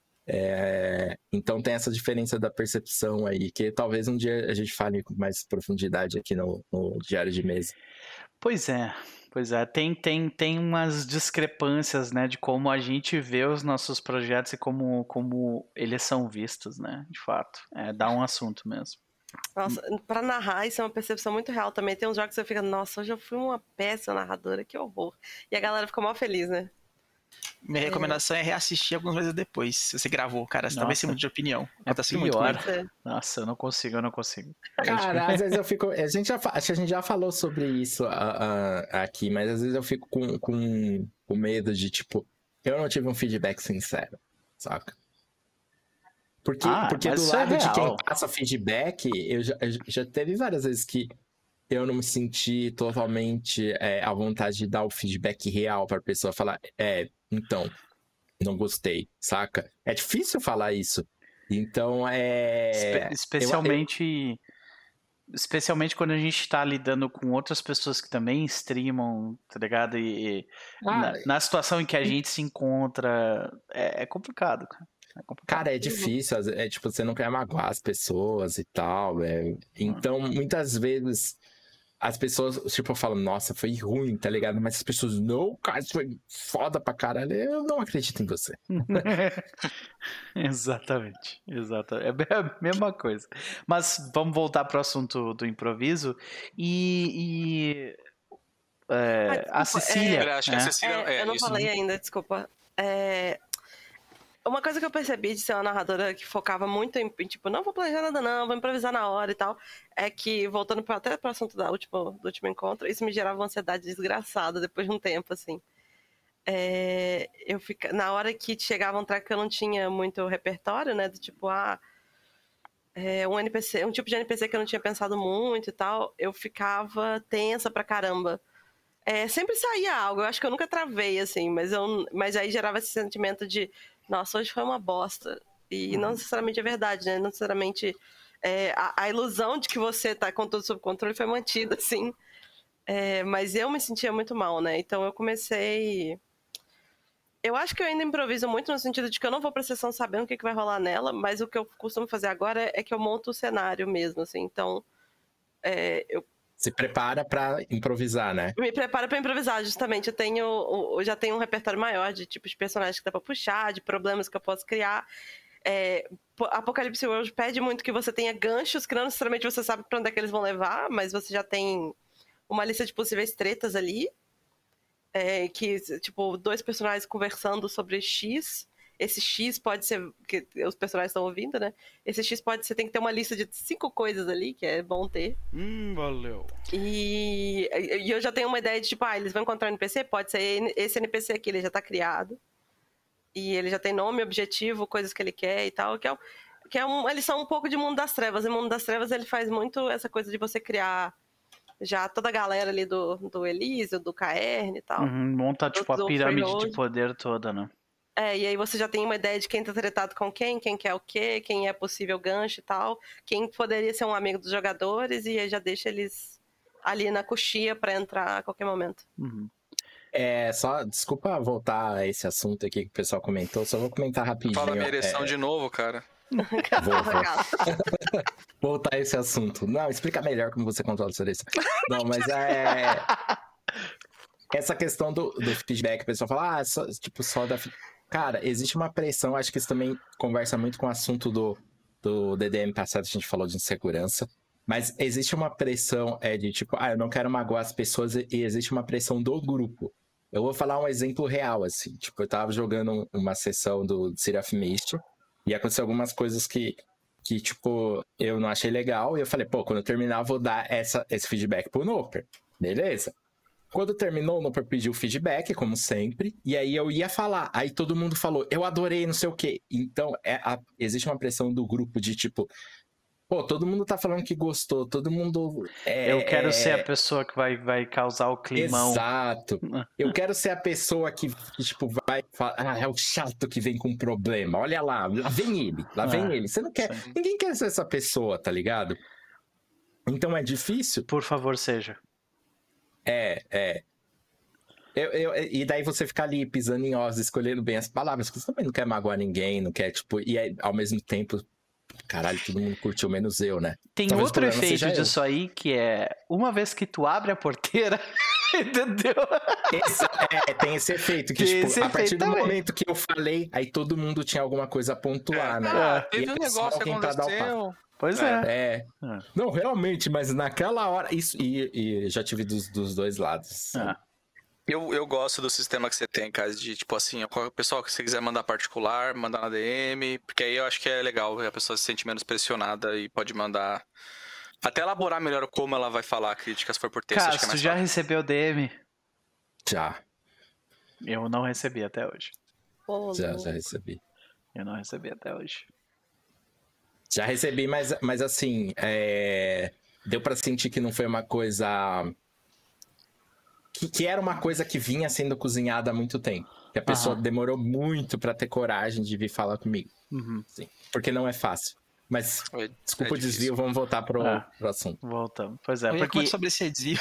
Então tem essa diferença da percepção aí, que talvez um dia a gente fale com mais profundidade aqui no Diário de Mesa. Pois é. Tem umas discrepâncias, né, de como a gente vê os nossos projetos e como eles são vistos, né, de fato. Dá um assunto mesmo. Nossa, pra narrar, isso é uma percepção muito real também. Tem uns jogos que você fica, nossa, hoje eu fui uma péssima narradora, que horror. E a galera fica mó feliz, né? Minha recomendação é reassistir algumas vezes depois, se você gravou, cara. Você talvez se mude de opinião. Acontece muito. Nossa, eu não consigo. Cara, às vezes eu fico... Acho que a gente já falou sobre isso aqui, mas às vezes eu fico com medo de, tipo... Eu não tive um feedback sincero, saca? Porque do lado de quem passa feedback, eu já teve várias vezes que eu não me senti totalmente à vontade de dar o feedback real pra pessoa falar, então, não gostei, saca? É difícil falar isso. Então, Especialmente quando a gente tá lidando com outras pessoas que também streamam, tá ligado? Na situação em que a gente se encontra, é complicado, cara. Cara, é difícil, tipo, você não quer magoar as pessoas e tal, Então, muitas vezes, as pessoas, tipo, falam, nossa, foi ruim, tá ligado? Mas as pessoas, não, cara, isso foi foda pra caralho, eu não acredito em você. Exatamente. É a mesma coisa. Mas vamos voltar pro assunto do improviso. E a Cecília. Acho que a Cecília eu não isso. falei ainda, desculpa. Uma coisa que eu percebi de ser uma narradora que focava muito em tipo, não vou planejar nada não, vou improvisar na hora e tal, é que, voltando até pro assunto do último encontro, isso me gerava uma ansiedade desgraçada depois de um tempo, assim. Na hora que chegava um track que eu não tinha muito repertório, né, do tipo, um tipo de NPC que eu não tinha pensado muito e tal, eu ficava tensa pra caramba. Sempre saía algo, eu acho que eu nunca travei, assim, mas aí gerava esse sentimento de nossa, hoje foi uma bosta. E não necessariamente é verdade, né? Não necessariamente a ilusão de que você tá com tudo sob controle foi mantida, assim. Mas eu me sentia muito mal, né? Então eu comecei... Eu acho que eu ainda improviso muito no sentido de que eu não vou pra sessão sabendo o que vai rolar nela, mas o que eu costumo fazer agora é que eu monto o cenário mesmo, assim. Então, eu se prepara pra improvisar, né? Me prepara pra improvisar, justamente. Eu já tenho um repertório maior de tipos de personagens que dá pra puxar, de problemas que eu posso criar. Apocalipse World pede muito que você tenha ganchos, que não necessariamente você sabe pra onde é que eles vão levar, mas você já tem uma lista de possíveis tretas ali. Que, tipo, 2 personagens conversando sobre X. Esse X pode ser, que os personagens estão ouvindo, né? Esse X pode ser, tem que ter uma lista de 5 coisas ali, que é bom ter. Valeu. E eu já tenho uma ideia de, tipo, eles vão encontrar um NPC? Pode ser esse NPC aqui, ele já tá criado. E ele já tem nome, objetivo, coisas que ele quer e tal. Eles são um pouco de Mundo das Trevas. E Mundo das Trevas, ele faz muito essa coisa de você criar já toda a galera ali do Elísio, do Caerne e tal. Monta, tipo, a pirâmide de poder toda, né? E aí você já tem uma ideia de quem tá tretado com quem quer o quê, quem é possível gancho e tal, quem poderia ser um amigo dos jogadores, e aí já deixa eles ali na coxia pra entrar a qualquer momento. Só, desculpa voltar a esse assunto aqui que o pessoal comentou, só vou comentar rapidinho. Fala minha ereção de novo, cara. Vou voltar a esse assunto. Não, explica melhor como você controla sua ereção. Não, mas essa questão do feedback, o pessoal fala, só da... Cara, existe uma pressão, acho que isso também conversa muito com o assunto do DDM passado, a gente falou de insegurança, mas existe uma pressão de tipo, eu não quero magoar as pessoas, e existe uma pressão do grupo. Eu vou falar um exemplo real, assim, tipo, eu tava jogando uma sessão do City of Mist, e aconteceu algumas coisas que tipo, eu não achei legal, e eu falei, quando eu terminar, eu vou dar esse feedback pro Noper. Beleza. Quando terminou, o Noper pediu feedback, como sempre, e aí eu ia falar. Aí todo mundo falou, eu adorei, não sei o quê. Então, existe uma pressão do grupo de tipo, todo mundo tá falando que gostou, todo mundo... eu quero ser a pessoa que vai causar o climão. Exato. Eu quero ser a pessoa que tipo, vai falar, é o chato que vem com problema. Olha lá vem ele. Você não quer... Sim. Ninguém quer ser essa pessoa, tá ligado? Então é difícil. Por favor, seja. E daí você fica ali pisando em ovos, escolhendo bem as palavras, porque você também não quer magoar ninguém, não quer, tipo... E aí, ao mesmo tempo... Caralho, todo mundo curtiu, menos eu, né? Tem talvez outro efeito disso aí, que é... Uma vez que tu abre a porteira... Entendeu? Tem esse efeito, que tipo, a partir do momento que eu falei, aí todo mundo tinha alguma coisa a pontuar, né? Teve um negócio que aconteceu... Pois Não, realmente, mas naquela hora... Isso, e já tive dos dois lados. Eu gosto do sistema que você tem, cara, de tipo assim, o pessoal que você quiser mandar particular, mandar na DM, porque aí eu acho que é legal, a pessoa se sente menos pressionada e pode mandar, até elaborar melhor como ela vai falar a crítica, se for por texto. Cara, tu já recebeu DM? Já. Eu não recebi até hoje. Já recebi. Eu não recebi até hoje. Já recebi, mas assim, deu pra sentir que não foi uma coisa... Que era uma coisa que vinha sendo cozinhada há muito tempo. Que a pessoa demorou muito pra ter coragem de vir falar comigo. Sim, porque não é fácil. Mas, desculpa o desvio, vamos voltar pro assunto. Voltamos. Pois é, porque... sobre esse desvio.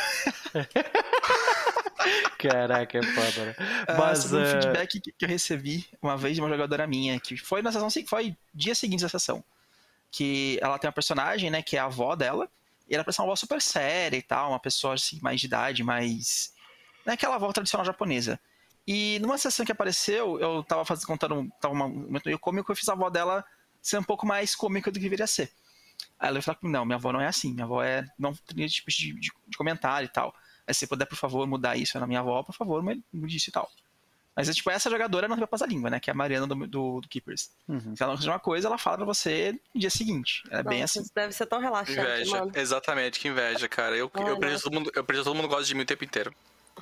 Caraca, é foda, né? Mas sobre um feedback que eu recebi uma vez de uma jogadora minha, que foi na sessão, foi dia seguinte da sessão. Que ela tem uma personagem, né, que é a avó dela, e ela parece uma avó super séria e tal, uma pessoa assim, mais de idade, mais... Não é aquela avó tradicional japonesa. E numa sessão que apareceu, eu tava contando um momento meio cômico, eu fiz a avó dela ser um pouco mais cômica do que deveria ser. Aí ela falou que não, minha avó não é assim, minha avó não tem esse tipo de comentário e tal. Mas se puder, por favor, mudar isso na minha avó, por favor, mude isso e tal. Mas, tipo, essa jogadora não vai passar a língua, né? Que é a Mariana do Keepers. Se ela não fizer uma coisa, ela fala pra você no dia seguinte. Ela é bem assim. Isso deve ser tão relaxante, inveja. Mano. Exatamente, que inveja, cara. Eu preciso todo mundo gosta de mim o tempo inteiro.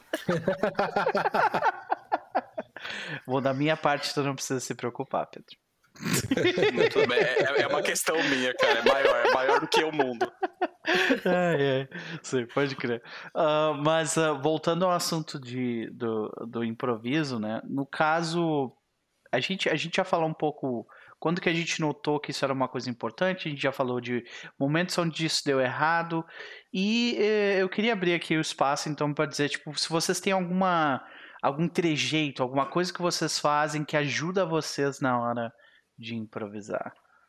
Bom, da minha parte, tu não precisa se preocupar, Pedro. Tudo bem. É uma questão minha, cara. É maior do que o mundo. Sim, pode crer. Mas voltando ao assunto do improviso, né? No caso, a gente já falou um pouco quando que a gente notou que isso era uma coisa importante. A gente já falou de momentos onde isso deu errado. E eu queria abrir aqui o espaço, então, para dizer, tipo, se vocês têm algum trejeito, alguma coisa que vocês fazem que ajuda vocês na hora de improvisar.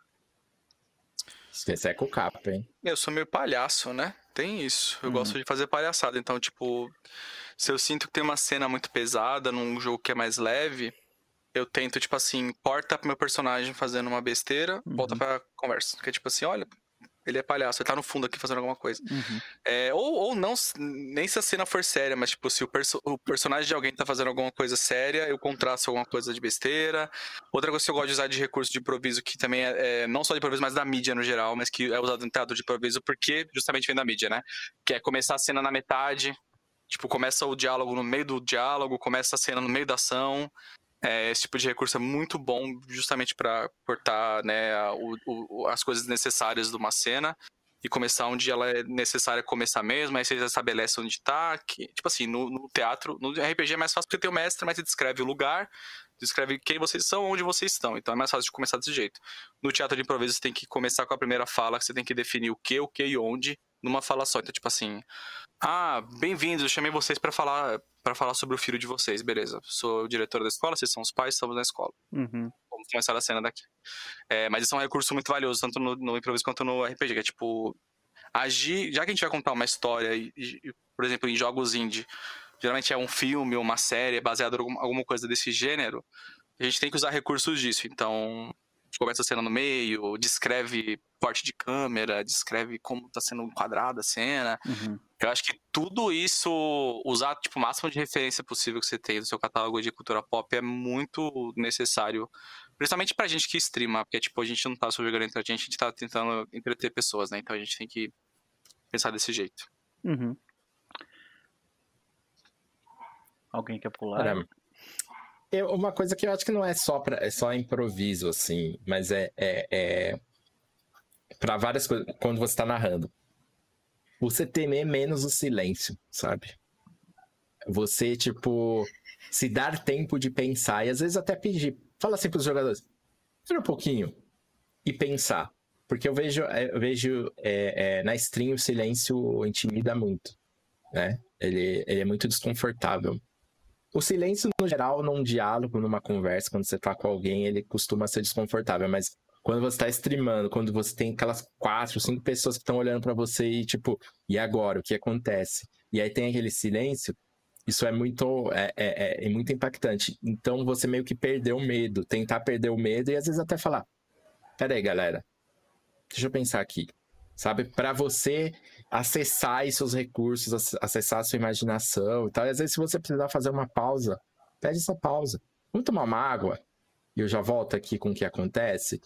Esse é com o capa, hein? Eu sou meio palhaço, né? Tem isso. Eu gosto de fazer palhaçada. Então, tipo, se eu sinto que tem uma cena muito pesada num jogo que é mais leve, eu tento, tipo assim, corta pro meu personagem fazendo uma besteira, volta pra conversa. Que é tipo assim, olha, ele é palhaço, ele tá no fundo aqui fazendo alguma coisa. Ou não, nem se a cena for séria, mas tipo, se o personagem de alguém tá fazendo alguma coisa séria, eu contrasto alguma coisa de besteira. Outra coisa que eu gosto de usar de recurso de improviso, que também é não só de improviso, mas da mídia no geral, mas que é usado no teatro de improviso, porque justamente vem da mídia, né? Que é começar a cena na metade, tipo, começa o diálogo no meio do diálogo, começa a cena no meio da ação. Esse tipo de recurso é muito bom justamente para cortar, né, as coisas necessárias de uma cena e começar onde ela é necessária começar mesmo, aí você já estabelece onde tá, tipo assim, no teatro, no RPG é mais fácil porque tem o mestre, mas você descreve o lugar, descreve quem vocês são, onde vocês estão, então é mais fácil de começar desse jeito. No teatro de improviso você tem que começar com a primeira fala, que você tem que definir o que e onde, numa fala só, então tipo assim, bem-vindos, eu chamei vocês para falar sobre o filho de vocês, beleza. Sou o diretor da escola, vocês são os pais, estamos na escola. Vamos começar a cena daqui. Mas isso é um recurso muito valioso, tanto no improviso quanto no RPG, que é tipo, agir, já que a gente vai contar uma história, por exemplo, em jogos indie, geralmente é um filme ou uma série baseado em alguma coisa desse gênero, a gente tem que usar recursos disso, então... começa a cena no meio, descreve corte de câmera, descreve como tá sendo enquadrada a cena. Eu acho que tudo isso, usar tipo, o máximo de referência possível que você tem no seu catálogo de cultura pop é muito necessário. Principalmente pra gente que streama, porque tipo, a gente não tá só jogando entre a gente tá tentando entreter pessoas, né? Então a gente tem que pensar desse jeito. Alguém quer pular? Uma coisa que eu acho que não é só improviso, assim, mas é para várias coisas, quando você tá narrando. Você temer menos o silêncio, sabe? Você, tipo, se dar tempo de pensar e às vezes até pedir. Fala assim pros jogadores, espera um pouquinho e pensar. Porque eu vejo na stream o silêncio intimida muito, né? Ele é muito desconfortável. O silêncio, no geral, num diálogo, numa conversa, quando você tá com alguém, ele costuma ser desconfortável. Mas quando você tá streamando, quando você tem aquelas 4, 5 pessoas que estão olhando pra você e tipo, e agora? O que acontece? E aí tem aquele silêncio, isso é muito impactante. Então você meio que perdeu o medo, tentar perder o medo e às vezes até falar, pera aí, galera, deixa eu pensar aqui. Sabe? Pra você acessar esses recursos, acessar a sua imaginação e tal. E às vezes, se você precisar fazer uma pausa, pede essa pausa. Vamos tomar uma água? E eu já volto aqui com o que acontece.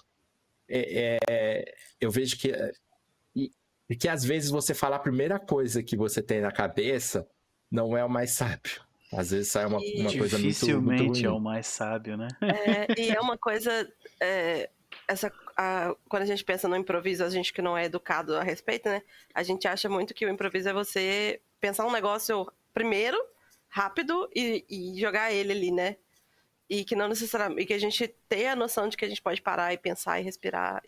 Eu vejo que às vezes você falar a primeira coisa que você tem na cabeça não é o mais sábio. Às vezes sai uma coisa muito ruim. Dificilmente é o mais sábio, né? E é uma coisa... quando a gente pensa no improviso, a gente que não é educado a respeito, né? A gente acha muito que o improviso é você pensar um negócio primeiro, rápido, e jogar ele ali, né? E que não necessariamente... E que a gente tenha a noção de que a gente pode parar e pensar e respirar.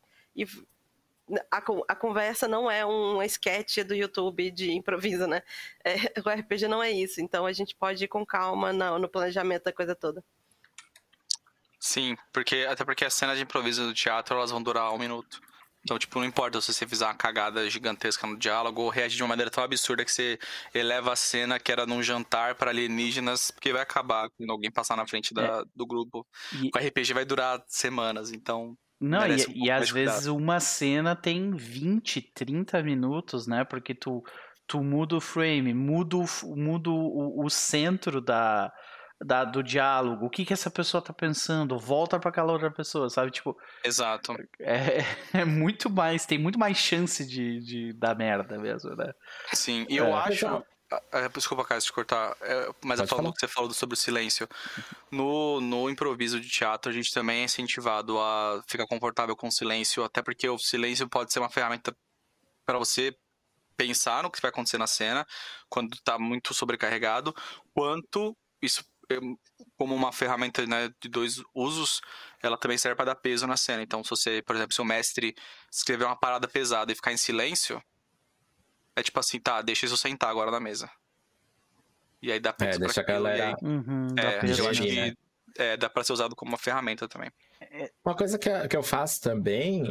A conversa não é um sketch do YouTube de improviso, né? O RPG não é isso. Então a gente pode ir com calma no planejamento da coisa toda. Sim, até porque as cenas de improviso do teatro, elas vão durar 1 minuto. Então, tipo, não importa se você fizer uma cagada gigantesca no diálogo ou reagir de uma maneira tão absurda que você eleva a cena que era num jantar para alienígenas, porque vai acabar quando alguém passar na frente do grupo. O RPG vai durar semanas, então... Não, e às vezes uma cena tem 20, 30 minutos, né? Porque tu tu muda o frame, muda o centro do diálogo, o que essa pessoa tá pensando, volta pra aquela outra pessoa, sabe? Tipo, Exato. É muito mais, tem muito mais chance de dar merda mesmo, né? Sim, e eu acho... Desculpa, Caio, te cortar, mas eu falo que você falou sobre o silêncio. No improviso de teatro, a gente também é incentivado a ficar confortável com o silêncio, até porque o silêncio pode ser uma ferramenta para você pensar no que vai acontecer na cena, quando tá muito sobrecarregado, quanto isso, como uma ferramenta, né, de 2 usos, ela também serve para dar peso na cena. Então, se você, por exemplo, se o mestre escrever uma parada pesada e ficar em silêncio, é tipo assim, tá, deixa isso sentar agora na mesa. E aí dá peso pra deixa a galera... eu acho que dá pra ser usado como uma ferramenta também. Uma coisa que eu faço também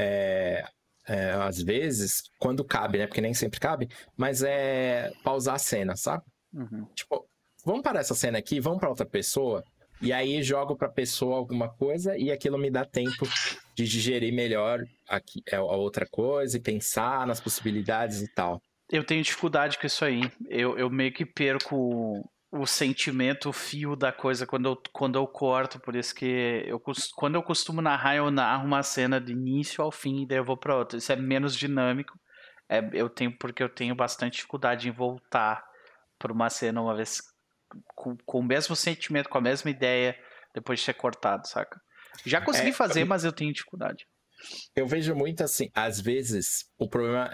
às vezes, quando cabe, né? Porque nem sempre cabe, mas é pausar a cena, sabe? Tipo, vamos parar essa cena aqui, vamos pra outra pessoa, e aí jogo pra pessoa alguma coisa e aquilo me dá tempo de digerir melhor a outra coisa e pensar nas possibilidades e tal. Eu tenho dificuldade com isso aí. Eu meio que perco o sentimento, o fio da coisa quando eu corto. Por isso que quando eu costumo narrar, eu narro uma cena do início ao fim e daí eu vou pra outra. Isso é menos dinâmico. Porque eu tenho bastante dificuldade em voltar pra uma cena uma vez com o mesmo sentimento, com a mesma ideia, depois de ser cortado, saca? Já consegui fazer, mas eu tenho dificuldade. Eu vejo muito assim, às vezes o problema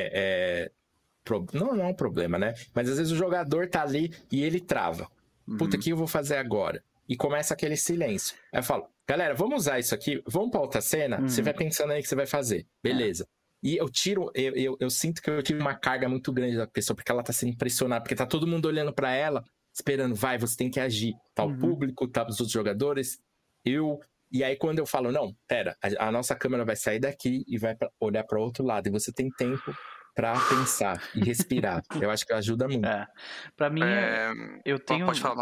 não é um problema, né? Mas às vezes o jogador tá ali e ele trava. Puta, o que eu vou fazer agora? E começa aquele silêncio. Aí eu falo, galera, vamos usar isso aqui, vamos pra outra cena? Você vai pensando aí o que você vai fazer. Beleza. E eu sinto que eu tiro uma carga muito grande da pessoa, porque ela tá sendo impressionada, porque tá todo mundo olhando pra ela, esperando, você tem que agir. Tá o público, tá os outros jogadores, e aí quando eu falo, não, pera, a nossa câmera vai sair daqui e vai olhar para outro lado, e você tem tempo para pensar e respirar. Eu acho que ajuda muito. Para mim, eu tenho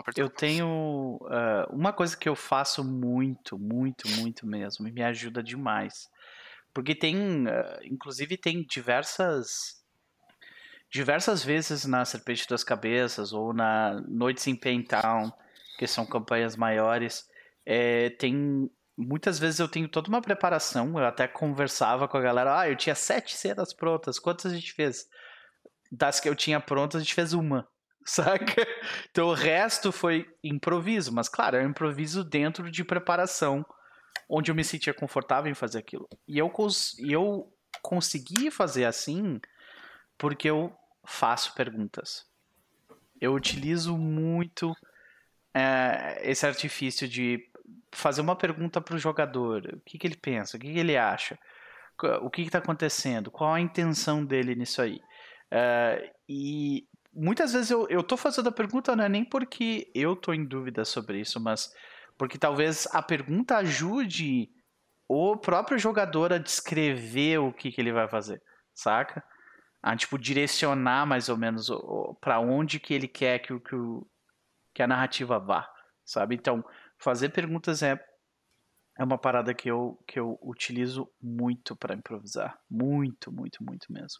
uma coisa que eu faço muito, muito, muito mesmo, e me ajuda demais. Porque inclusive tem diversas vezes na Serpente das Cabeças ou na Noites em Paintown, que são campanhas maiores, muitas vezes eu tenho toda uma preparação. Eu até conversava com a galera, eu tinha 7 cenas prontas, quantas a gente fez? Das que eu tinha prontas, a gente fez uma, saca? Então o resto foi improviso, mas claro, é um improviso dentro de preparação, onde eu me sentia confortável em fazer aquilo. E eu consegui fazer assim porque eu faço perguntas. Eu utilizo muito esse artifício de fazer uma pergunta para o jogador. O que ele pensa? O que ele acha? O que está acontecendo? Qual a intenção dele nisso aí? E muitas vezes eu estou fazendo a pergunta não é nem porque eu estou em dúvida sobre isso, mas porque talvez a pergunta ajude o próprio jogador a descrever o que ele vai fazer, saca? A direcionar mais ou menos para onde que ele quer que a narrativa vá, sabe? Então, fazer perguntas é uma parada que eu utilizo muito para improvisar. Muito, muito, muito mesmo.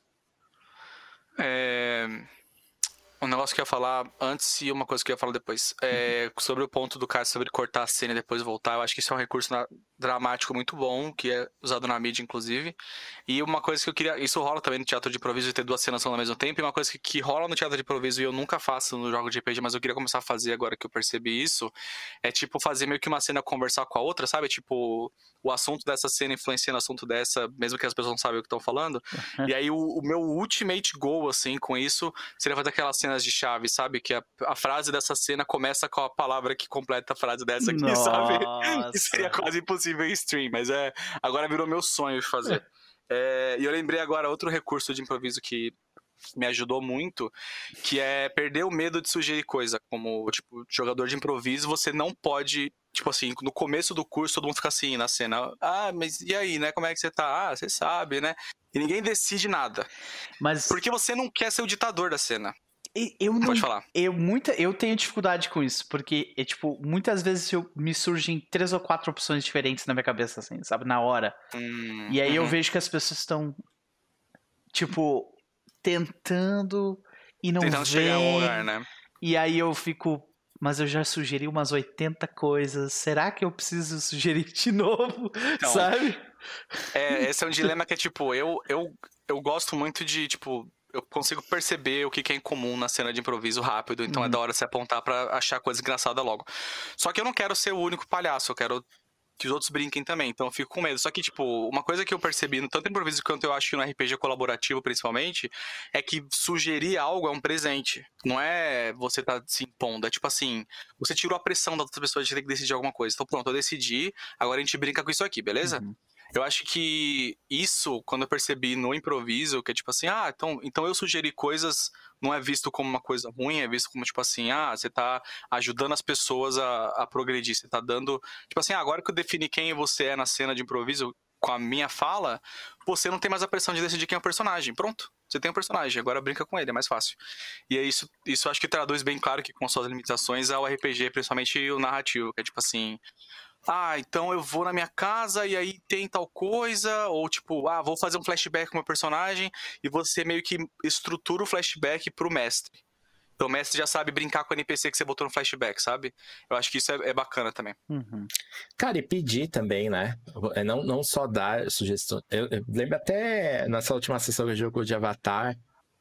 Um negócio que eu ia falar antes e uma coisa que eu ia falar depois. Sobre o ponto do cara sobre cortar a cena e depois voltar. Eu acho que isso é um recurso dramático muito bom, que é usado na mídia, inclusive. E uma coisa que eu queria... Isso rola também no teatro de improviso, de ter 2 cenas ao mesmo tempo. E uma coisa que rola no teatro de improviso e eu nunca faço no jogo de RPG, mas eu queria começar a fazer agora que eu percebi isso, é fazer meio que uma cena conversar com a outra, sabe? O assunto dessa cena influencia no assunto dessa, mesmo que as pessoas não sabem o que estão falando. E aí o meu ultimate goal, assim, com isso, seria fazer aquelas cenas de chave, sabe? Que a frase dessa cena começa com a palavra que completa a frase dessa aqui, sabe? Que seria quase impossível em stream, mas agora virou meu sonho de fazer. E eu lembrei agora outro recurso de improviso que me ajudou muito, que é perder o medo de sugerir coisa. Como, jogador de improviso, você não pode... assim, no começo do curso, todo mundo fica assim, na cena. Mas e aí, né? Como é que você tá? Você sabe, né? E ninguém decide nada. Porque você não quer ser o ditador da cena. Pode falar. Eu tenho dificuldade com isso, porque muitas vezes me surgem 3 ou 4 opções diferentes na minha cabeça, assim, sabe? Na hora. E aí eu vejo que as pessoas estão, tentando e não Tentando chegar em um lugar, né? E aí eu fico... Mas eu já sugeri umas 80 coisas. Será que eu preciso sugerir de novo? Então, sabe? Esse é um dilema que é tipo... Eu gosto muito de, tipo... Eu consigo perceber o que é incomum na cena de improviso rápido. Então é da hora se apontar pra achar coisa engraçada logo. Só que eu não quero ser o único palhaço. Eu quero que os outros brinquem também. Então eu fico com medo. Só que, tipo, uma coisa que eu percebi, no tanto improviso quanto eu acho que no RPG colaborativo, principalmente, é que sugerir algo é um presente. Não é você tá se impondo. É tipo assim, você tirou a pressão da outra pessoa de ter que decidir alguma coisa. Então pronto, eu decidi, agora a gente brinca com isso aqui, beleza? Eu acho que isso, quando eu percebi no improviso, que é tipo assim, então eu sugeri coisas, não é visto como uma coisa ruim, é visto como tipo assim, você tá ajudando as pessoas a progredir, você tá dando, tipo assim, agora que eu defini quem você é na cena de improviso, com a minha fala, você não tem mais a pressão de decidir quem é o personagem, pronto, você tem um personagem, agora brinca com ele, é mais fácil. E é isso acho que traduz bem claro que com suas limitações ao RPG, principalmente o narrativo, que é tipo assim... então eu vou na minha casa e aí tem tal coisa, ou tipo, vou fazer um flashback com o meu personagem, e você meio que estrutura o flashback pro mestre. Então o mestre já sabe brincar com o NPC que você botou no flashback, sabe? Eu acho que isso é bacana também. Cara, e pedir também, né? Não só dar sugestões. Eu lembro até nessa última sessão que eu joguei de Avatar,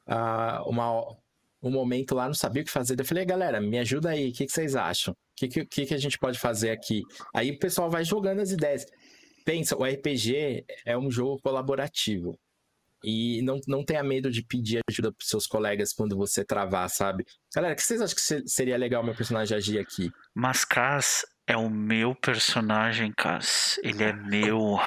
um momento lá, não sabia o que fazer. Eu falei, galera, me ajuda aí, o que vocês acham? O que a gente pode fazer aqui? Aí o pessoal vai jogando as ideias. Pensa, o RPG é um jogo colaborativo. E não tenha medo de pedir ajuda pros seus colegas quando você travar, sabe? Galera, o que vocês acham que seria legal meu personagem agir aqui? Mas, Cas, é o meu personagem, Cas. Ele é meu...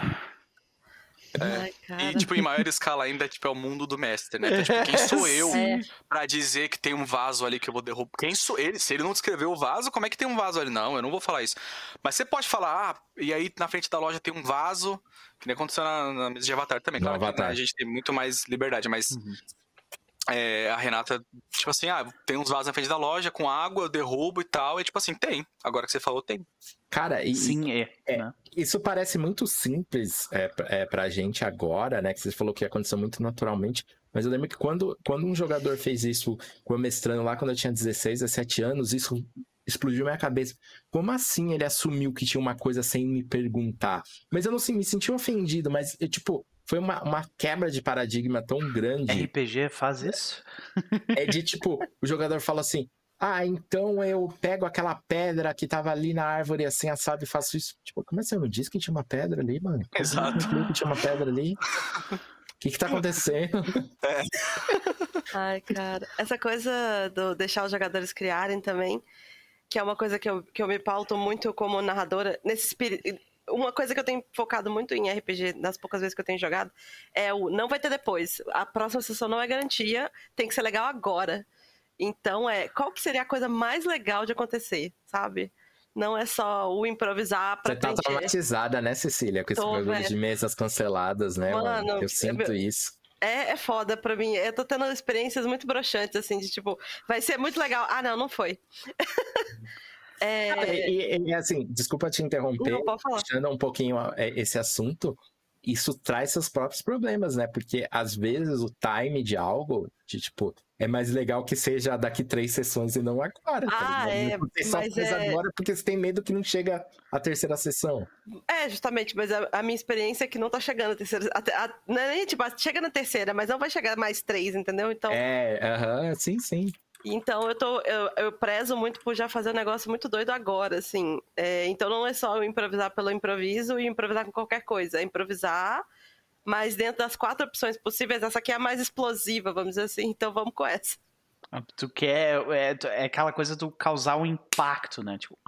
E, tipo, em maior escala ainda, tipo, é o mundo do mestre, né? Então, tipo, quem sou eu pra dizer que tem um vaso ali que eu vou derrubar? Quem sou ele? Se ele não descreveu o vaso, como é que tem um vaso ali? Não, eu não vou falar isso. Mas você pode falar, e aí na frente da loja tem um vaso, que nem aconteceu na mesa de Avatar também. Claro que, né, a gente tem muito mais liberdade, mas... a Renata, tipo assim, tem uns vasos na frente da loja com água, eu derrubo e tal, e tipo assim, tem. Agora que você falou, tem. Cara, Sim, né? Isso parece muito simples pra gente agora, né? Que você falou que aconteceu muito naturalmente, mas eu lembro que quando um jogador fez isso com o mestrando lá, quando eu tinha 16, 17 anos, isso explodiu minha cabeça. Como assim ele assumiu que tinha uma coisa sem me perguntar? Mas eu não me senti ofendido, mas eu, tipo... Foi uma quebra de paradigma tão grande. RPG faz isso? É de tipo, o jogador fala assim, então eu pego aquela pedra que tava ali na árvore assim, assado e faço isso. Tipo, como assim? Eu não disse que tinha uma pedra ali, mano? Exato. Eu não que tinha uma pedra ali. O que tá acontecendo? Ai, cara. Essa coisa do deixar os jogadores criarem também, que é uma coisa que eu me pauto muito como narradora, nesse espírito... Uma coisa que eu tenho focado muito em RPG, nas poucas vezes que eu tenho jogado, é o não vai ter depois. A próxima sessão não é garantia, tem que ser legal agora. Então, qual que seria a coisa mais legal de acontecer, sabe? Não é só o improvisar pra preencher. Você tá traumatizada, né, Cecília? Com esse bagulho de mesas canceladas, né, mano? Eu sinto isso. É foda pra mim. Eu tô tendo experiências muito broxantes, assim, de tipo, vai ser muito legal. Não foi. E assim, desculpa te interromper, puxando um pouquinho esse assunto, isso traz seus próprios problemas, né? Porque às vezes o time de algo, tipo, é mais legal que seja daqui 3 sessões e não agora. Você só faz agora porque você tem medo que não chega a terceira sessão. Justamente, mas a minha experiência é que não tá chegando a terceira. Não é nem tipo, chega na terceira, mas não vai chegar mais 3, entendeu? Então. Sim. Então eu prezo muito por já fazer um negócio muito doido agora, assim. Então não é só eu improvisar pelo improviso e improvisar com qualquer coisa. É improvisar, mas dentro das 4 opções possíveis, essa aqui é a mais explosiva, vamos dizer assim. Então vamos com essa. Tu quer... É aquela coisa do causar um impacto, né? Tipo...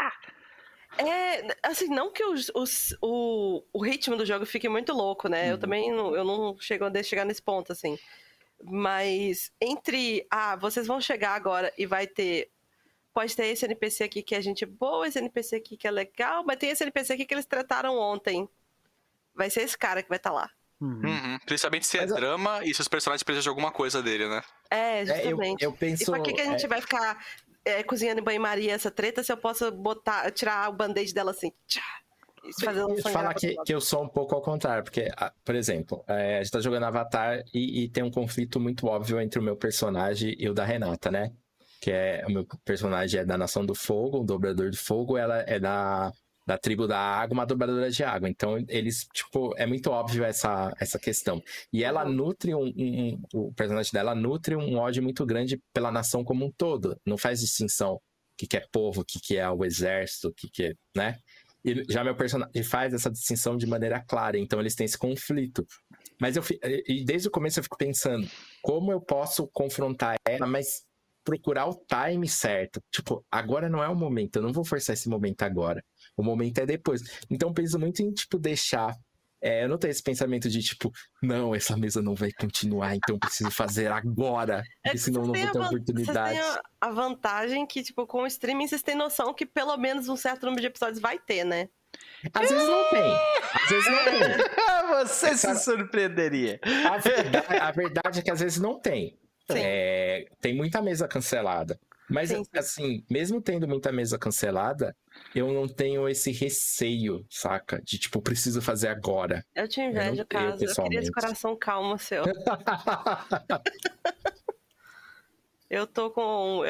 assim, não que o ritmo do jogo fique muito louco, né? Eu também não chego a chegar nesse ponto, assim. Mas entre, vocês vão chegar agora e pode ter esse NPC aqui que é gente boa, esse NPC aqui que é legal, mas tem esse NPC aqui que eles trataram ontem. Vai ser esse cara que vai estar lá. Principalmente se é drama e se os personagens precisam de alguma coisa dele, né? Justamente. Eu penso... E pra que a gente vai ficar cozinhando em banho-maria essa treta se eu posso tirar o band-aid dela assim? Tchá. Fala que eu sou um pouco ao contrário, porque, por exemplo, a gente tá jogando Avatar e tem um conflito muito óbvio entre o meu personagem e o da Renata, né? Que o meu personagem é da Nação do Fogo, um dobrador de fogo, ela é da tribo da água, uma dobradora de água. Então, eles, tipo, é muito óbvio essa questão. E ela nutre o personagem dela nutre um ódio muito grande pela nação como um todo. Não faz distinção o que é povo, o que é o exército, o que é, né? E já meu personagem faz essa distinção de maneira clara, então eles têm esse conflito. Mas e desde o começo eu fico pensando, como eu posso confrontar ela, mas procurar o time certo. Tipo, agora não é o momento, eu não vou forçar esse momento agora. O momento é depois. Então eu penso muito em, tipo, deixar... eu não tenho esse pensamento de, tipo, não, essa mesa não vai continuar, então eu preciso fazer agora, porque senão eu não vou ter oportunidade. Vocês têm a vantagem que, tipo, com o streaming vocês têm noção que pelo menos um certo número de episódios vai ter, né? Às vezes não tem. Às vezes não tem. Você se surpreenderia. A verdade é que às vezes não tem. Tem muita mesa cancelada. Mas, assim, mesmo tendo muita mesa cancelada, eu não tenho esse receio, saca? De, tipo, preciso fazer agora. Eu te invejo, caso. Eu queria esse coração calmo seu. Eu tô com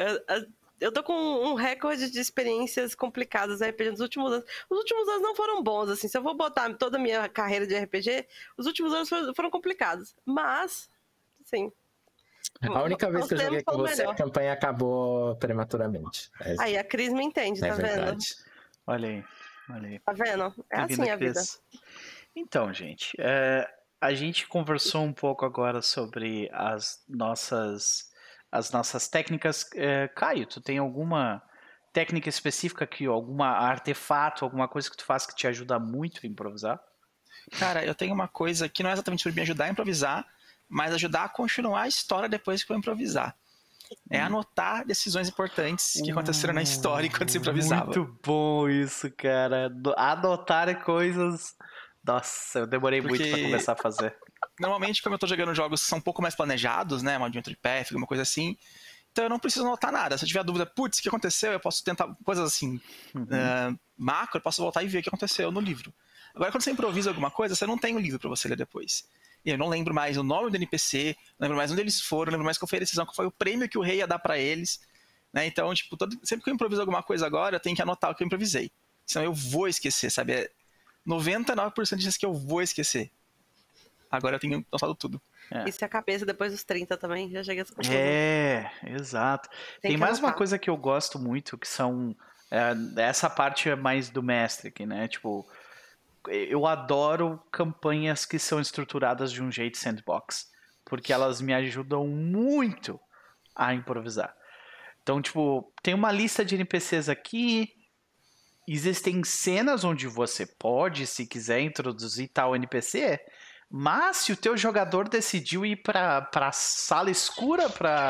um recorde de experiências complicadas no RPG nos últimos anos. Os últimos anos não foram bons, assim. Se eu vou botar toda a minha carreira de RPG, os últimos anos foram complicados. Mas, sim... A única vez que eu joguei com você, a campanha acabou prematuramente. Aí a Cris me entende, tá vendo? Olha aí. Tá vendo? É assim a vida. Então, gente, a gente conversou um pouco agora sobre as nossas técnicas. Caio, tu tem alguma técnica específica aqui, algum artefato, alguma coisa que tu faz que te ajuda muito a improvisar? Cara, eu tenho uma coisa que não é exatamente sobre me ajudar a improvisar, mas ajudar a continuar a história depois que eu improvisar. É anotar decisões importantes que aconteceram na história enquanto você improvisava. Muito bom isso, cara. Anotar coisas... Nossa, eu demorei muito pra começar a fazer. Normalmente, como eu tô jogando jogos que são um pouco mais planejados, né? Uma Adventure Path, alguma coisa assim. Então eu não preciso anotar nada. Se eu tiver dúvida, putz, o que aconteceu? Eu posso tentar coisas assim, macro, eu posso voltar e ver o que aconteceu no livro. Agora, quando você improvisa alguma coisa, você não tem um livro pra você ler depois. E eu não lembro mais o nome do NPC, não lembro mais onde eles foram, não lembro mais qual foi a decisão, qual foi o prêmio que o rei ia dar pra eles. Né? Então, tipo, sempre que eu improviso alguma coisa agora, eu tenho que anotar o que eu improvisei. Senão eu vou esquecer, sabe? É 99% de chance que eu vou esquecer. Agora eu tenho anotado tudo. Isso é a cabeça depois dos 30 também, já chega a essa conclusão. Exato. Tem mais uma coisa que eu gosto muito, que são... essa parte é mais do mestre aqui, né? Tipo... Eu adoro campanhas que são estruturadas de um jeito sandbox, porque elas me ajudam muito a improvisar. Então, tipo, tem uma lista de NPCs aqui, existem cenas onde você pode, se quiser, introduzir tal NPC, mas se o teu jogador decidiu ir pra sala escura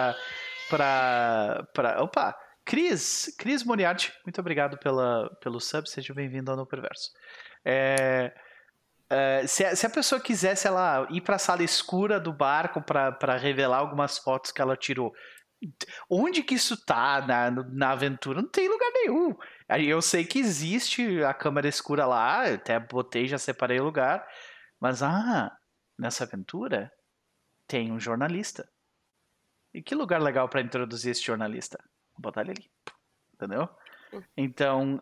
Opa! Cris Moriarty, muito obrigado pelo sub, seja bem-vindo ao No Perverso. Se a pessoa quiser, sei lá, ir para a sala escura do barco para revelar algumas fotos que ela tirou, onde que isso tá na aventura? Não tem lugar nenhum. Eu sei que existe a câmera escura lá, eu até botei, já separei o lugar, mas nessa aventura tem um jornalista. E que lugar legal para introduzir esse jornalista? Vou botar ele ali, entendeu? Então,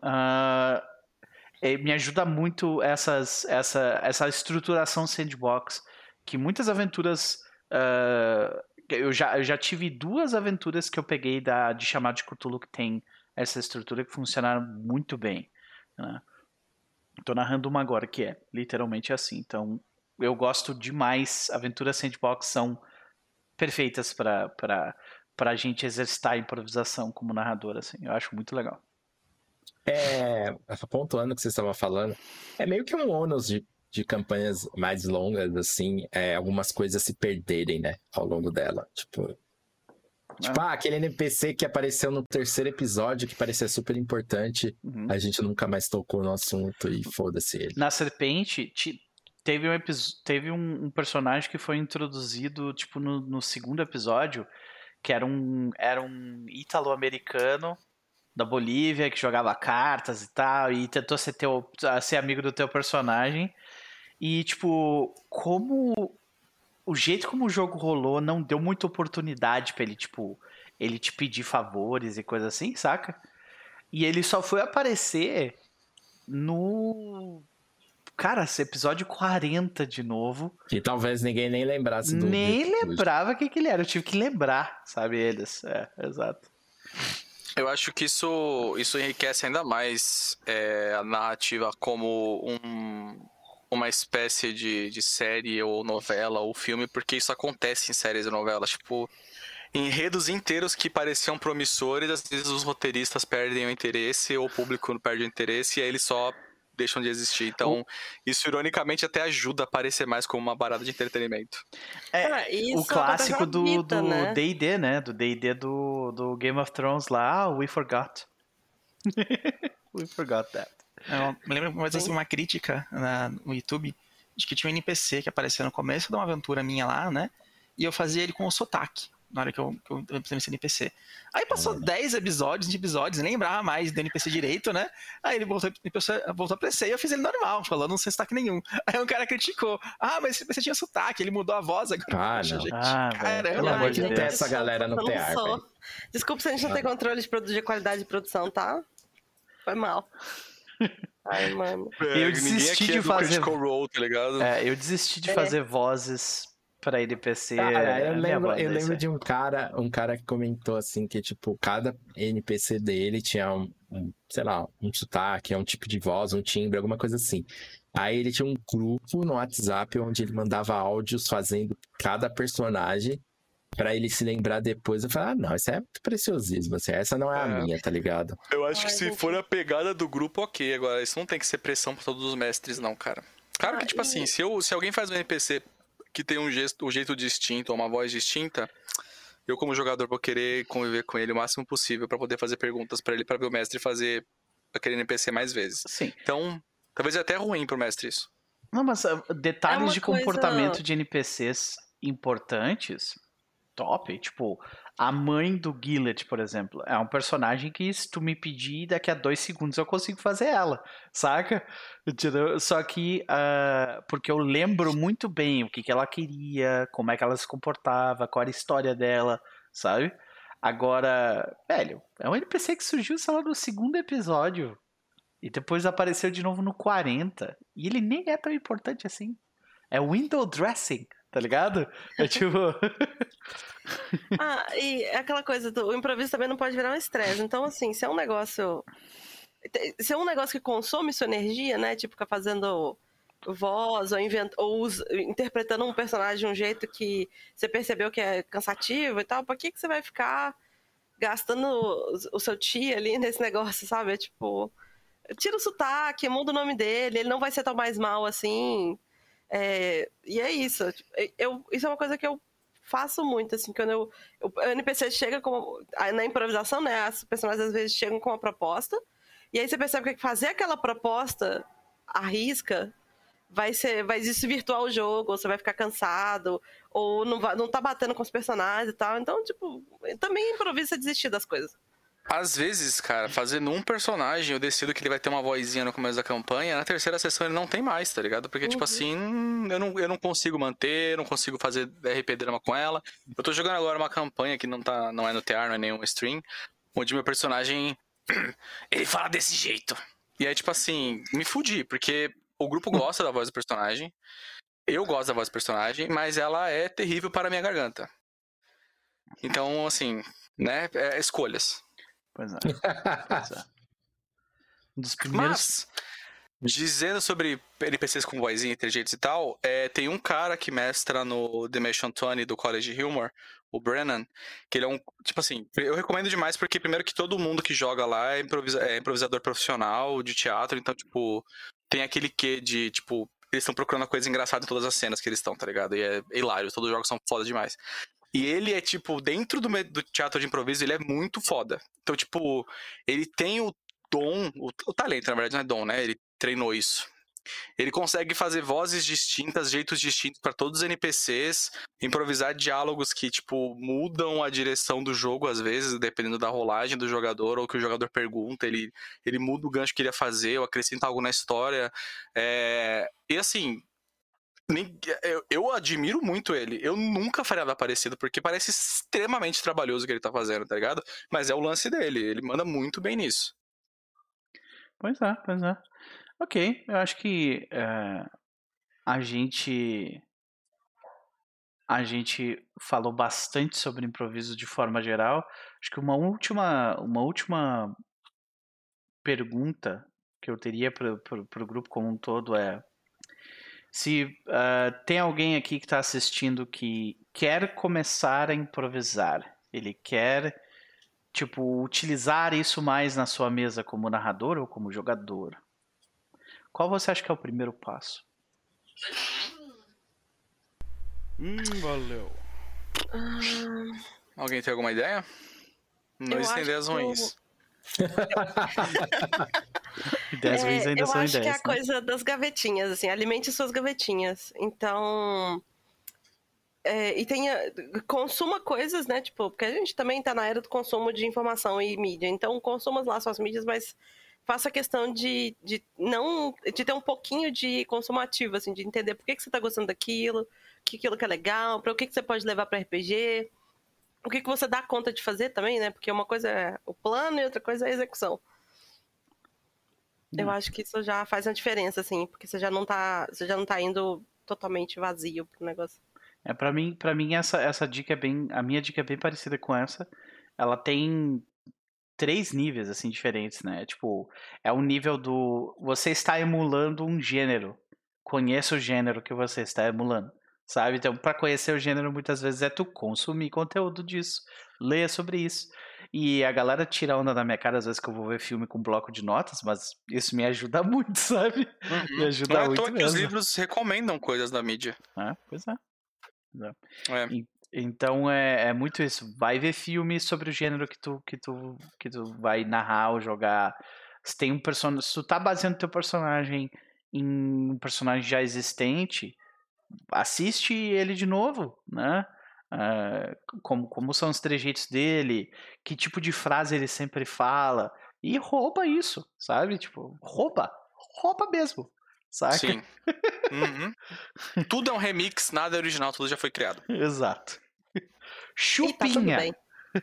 me ajuda muito essa estruturação sandbox, que muitas aventuras... eu já tive 2 aventuras que eu peguei de Chamado de Cthulhu que tem essa estrutura que funcionaram muito bem. Né? Tô narrando uma agora que é literalmente assim. Então, eu gosto demais. Aventuras sandbox são perfeitas para a gente exercitar a improvisação como narrador. Assim. Eu acho muito legal. Pontuando o que você estava falando, é meio que um ônus de campanhas mais longas, assim, algumas coisas se perderem, né, ao longo dela. Tipo, aquele NPC que apareceu no 3º episódio, que parecia super importante, a gente nunca mais tocou no assunto e foda-se ele. Na Serpente, teve um personagem que foi introduzido, tipo, no 2º episódio, que era um ítalo-americano da Bolívia, que jogava cartas e tal, e tentou ser amigo do teu personagem. E, tipo, o jeito como o jogo rolou não deu muita oportunidade pra ele, tipo, ele te pedir favores e coisa assim, saca? E ele só foi aparecer no... Cara, esse episódio 40 de novo. E talvez ninguém nem lembrasse do... Nem lembrava que ele era. Eu tive que lembrar, sabe, eles. Exato. Eu acho que isso enriquece ainda mais a narrativa como uma espécie de série ou novela ou filme, porque isso acontece em séries e novelas. Tipo, enredos inteiros que pareciam promissores, às vezes os roteiristas perdem o interesse ou o público perde o interesse e aí eles só deixam de existir. Então, isso ironicamente até ajuda a parecer mais como uma parada de entretenimento. O clássico do D&D, né? Do D&D do Game of Thrones lá, We Forgot. We Forgot that. Eu me lembro uma vez assim, uma crítica no YouTube de que tinha um NPC que apareceu no começo de uma aventura minha lá, né? E eu fazia ele com o sotaque na hora que eu implementei esse NPC. Aí passou 10 episódios, 20 episódios, nem lembrava mais do NPC direito, né? Aí ele voltou a aparecer e eu fiz ele normal, falando sem sotaque nenhum. Aí um cara criticou. Mas esse NPC tinha sotaque, ele mudou a voz agora. Poxa, gente. Caramba. Pelo amor de Deus. Essa galera no TR. Desculpa se a gente não tem controle de qualidade de produção, tá? Foi mal. Ai, mano. Eu desisti de fazer... Role, tá ligado? Eu desisti de fazer vozes pra NPC. Cara, eu lembro de um cara que comentou assim que, tipo, cada NPC dele tinha sei lá, um sotaque, um tipo de voz, um timbre, alguma coisa assim. Aí ele tinha um grupo no WhatsApp onde ele mandava áudios fazendo cada personagem pra ele se lembrar depois. Eu falei, não, isso é muito preciosismo, assim, essa não é a minha, tá ligado? Eu acho que se for a pegada do grupo, ok. Agora, isso não tem que ser pressão pra todos os mestres, não, cara. Claro que, tipo assim, se alguém faz um NPC que tem um jeito distinto, uma voz distinta, eu como jogador vou querer conviver com ele o máximo possível pra poder fazer perguntas pra ele, pra ver o mestre fazer aquele NPC mais vezes. Sim. Então, talvez é até ruim pro mestre isso. Não, mas detalhes de comportamento de NPCs importantes, top. Tipo, a mãe do Gillet, por exemplo, é um personagem que se tu me pedir, daqui a 2 segundos eu consigo fazer ela, saca? Só que, porque eu lembro muito bem o que ela queria, como é que ela se comportava, qual era a história dela, sabe? Agora, velho, é um NPC que surgiu, sei lá, no 2º episódio e depois apareceu de novo no 40, e ele nem é tão importante assim. É window dressing, tá ligado? É tipo... E aquela coisa, o improviso também não pode virar um estresse. Então, assim, se é um negócio que consome sua energia, né? Tipo, ficar fazendo voz ou interpretando um personagem de um jeito que você percebeu que é cansativo e tal, por que você vai ficar gastando o seu ti ali nesse negócio, sabe? É tipo, tira o sotaque, muda o nome dele, ele não vai ser tão mais mal assim. E é isso. Isso é uma coisa que eu faço muito, assim, quando o NPC chega na improvisação, né, as personagens às vezes chegam com uma proposta, e aí você percebe que fazer aquela proposta à risca vai desvirtuar o jogo, ou você vai ficar cansado, ou não tá batendo com os personagens e tal, então, tipo, também improvisa desistir das coisas. Às vezes, cara, fazendo um personagem, eu decido que ele vai ter uma vozinha no começo da campanha, na 3ª sessão ele não tem mais, tá ligado? Porque, tipo assim, eu não consigo manter, não consigo fazer RP drama com ela. Eu tô jogando agora uma campanha que não é no TR, não é nenhum stream, onde meu personagem, ele fala desse jeito. E aí, tipo assim, me fudi, porque o grupo gosta da voz do personagem, eu gosto da voz do personagem, mas ela é terrível para a minha garganta. Então, assim, né, escolhas. Pois é. Um dos primeiros... Mas, dizendo sobre NPCs com vozinha inteligentes e tal, tem um cara que mestra no Dimension 20 do College Humor, o Brennan, que ele é um... Tipo assim, eu recomendo demais porque, primeiro, que todo mundo que joga lá é improvisador profissional de teatro, então, tipo, tem aquele quê de, tipo, eles estão procurando uma coisa engraçada em todas as cenas que eles estão, tá ligado? E é hilário, todos os jogos são foda demais. E ele é, tipo, dentro do teatro de improviso, ele é muito foda. Então, tipo, ele tem o dom, o talento, na verdade, não é dom, né? Ele treinou isso. Ele consegue fazer vozes distintas, jeitos distintos para todos os NPCs, improvisar diálogos que, tipo, mudam a direção do jogo, às vezes, dependendo da rolagem do jogador, ou que o jogador pergunta, ele muda o gancho que ele ia fazer, ou acrescenta algo na história. E assim, eu admiro muito ele. Eu nunca faria nada parecido, porque parece extremamente trabalhoso o que ele tá fazendo, tá ligado? Mas é o lance dele, ele manda muito bem nisso. Pois é. Ok, eu acho que a gente falou bastante sobre improviso de forma geral. Acho que uma última pergunta que eu teria para o grupo como um todo é se tem alguém aqui que está assistindo que quer começar a improvisar, ele quer utilizar isso mais na sua mesa como narrador ou como jogador. Qual você acha que é o primeiro passo? Valeu. Alguém tem alguma ideia? Nós temos ideias ruins. Ideias ruins ainda são ideias. Eu acho que é a coisa das gavetinhas, assim, alimente suas gavetinhas. Então, consuma coisas, né, tipo, porque a gente também tá na era do consumo de informação e mídia, então consuma lá suas mídias, mas faça questão de ter um pouquinho de consumo ativo, assim, de entender por que você tá gostando daquilo, que aquilo que é legal, para o que você pode levar para RPG, o que você dá conta de fazer também, né, porque uma coisa é o plano e outra coisa é a execução. Eu acho que isso já faz uma diferença, assim, porque você já não tá indo totalmente vazio pro negócio. Pra mim essa dica a minha dica é bem parecida com essa. Ela tem 3 níveis, assim, diferentes, né? Tipo, é um nível do... Você está emulando um gênero. Conheça o gênero que você está emulando, sabe? Então, para conhecer o gênero, muitas vezes é tu consumir conteúdo disso. Leia sobre isso. E a galera tira onda da minha cara, às vezes, que eu vou ver filme com bloco de notas, mas isso me ajuda muito, sabe? Uhum. Me ajuda muito mesmo. Não é à toa que os livros recomendam coisas da mídia. Pois é. Então é muito isso. Vai ver filme sobre o gênero que tu vai narrar ou jogar. Se tem um personagem, se tu tá baseando teu personagem em um personagem já existente, assiste ele de novo, né? Como são os trejeitos dele, que tipo de frase ele sempre fala, e rouba isso, sabe? Tipo, rouba mesmo, saca? Sim. Uhum. Tudo é um remix, nada é original, tudo já foi criado. Exato. Chupinha! Tá tudo bem.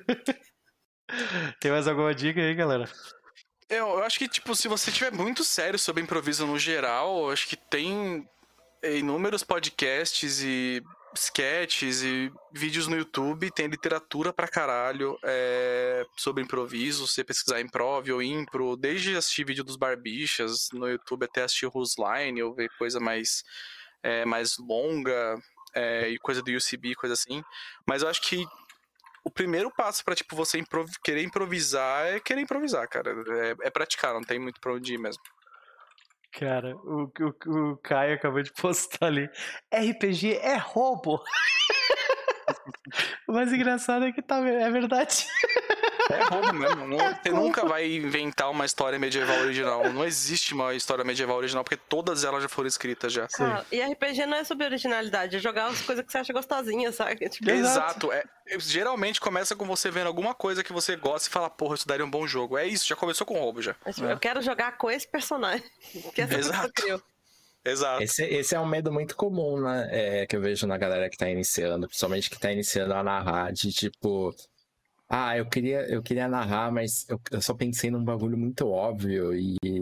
Tem mais alguma dica aí, galera? Eu acho que, tipo, se você tiver muito sério sobre improviso no geral, eu acho que tem inúmeros podcasts e sketches e vídeos no YouTube, tem literatura pra caralho sobre improviso, se você pesquisar improv ou impro, desde assistir vídeo dos Barbixas no YouTube até assistir Whose Line, ou ver coisa mais longa, e coisa do UCB, coisa assim. Mas eu acho que o primeiro passo pra, tipo, você querer improvisar é querer improvisar, cara. É praticar, não tem muito pra onde ir mesmo. Cara, o Caio acabou de postar ali. RPG é roubo. O mais engraçado é que é verdade. É roubo mesmo. Você nunca vai inventar uma história medieval original. Não existe uma história medieval original, porque todas elas já foram escritas já. E RPG não é sobre originalidade, é jogar as coisas que você acha gostosinha, sabe? Tipo, exato. Geralmente começa com você vendo alguma coisa que você gosta e fala, porra, isso daria um bom jogo. É isso, já começou com roubo já. Eu quero jogar com esse personagem. Que essa pessoa criou. Exato. Esse é um medo muito comum, né? Que eu vejo na galera que tá iniciando, principalmente que tá iniciando a narrar, de tipo... eu queria narrar, mas eu só pensei num bagulho muito óbvio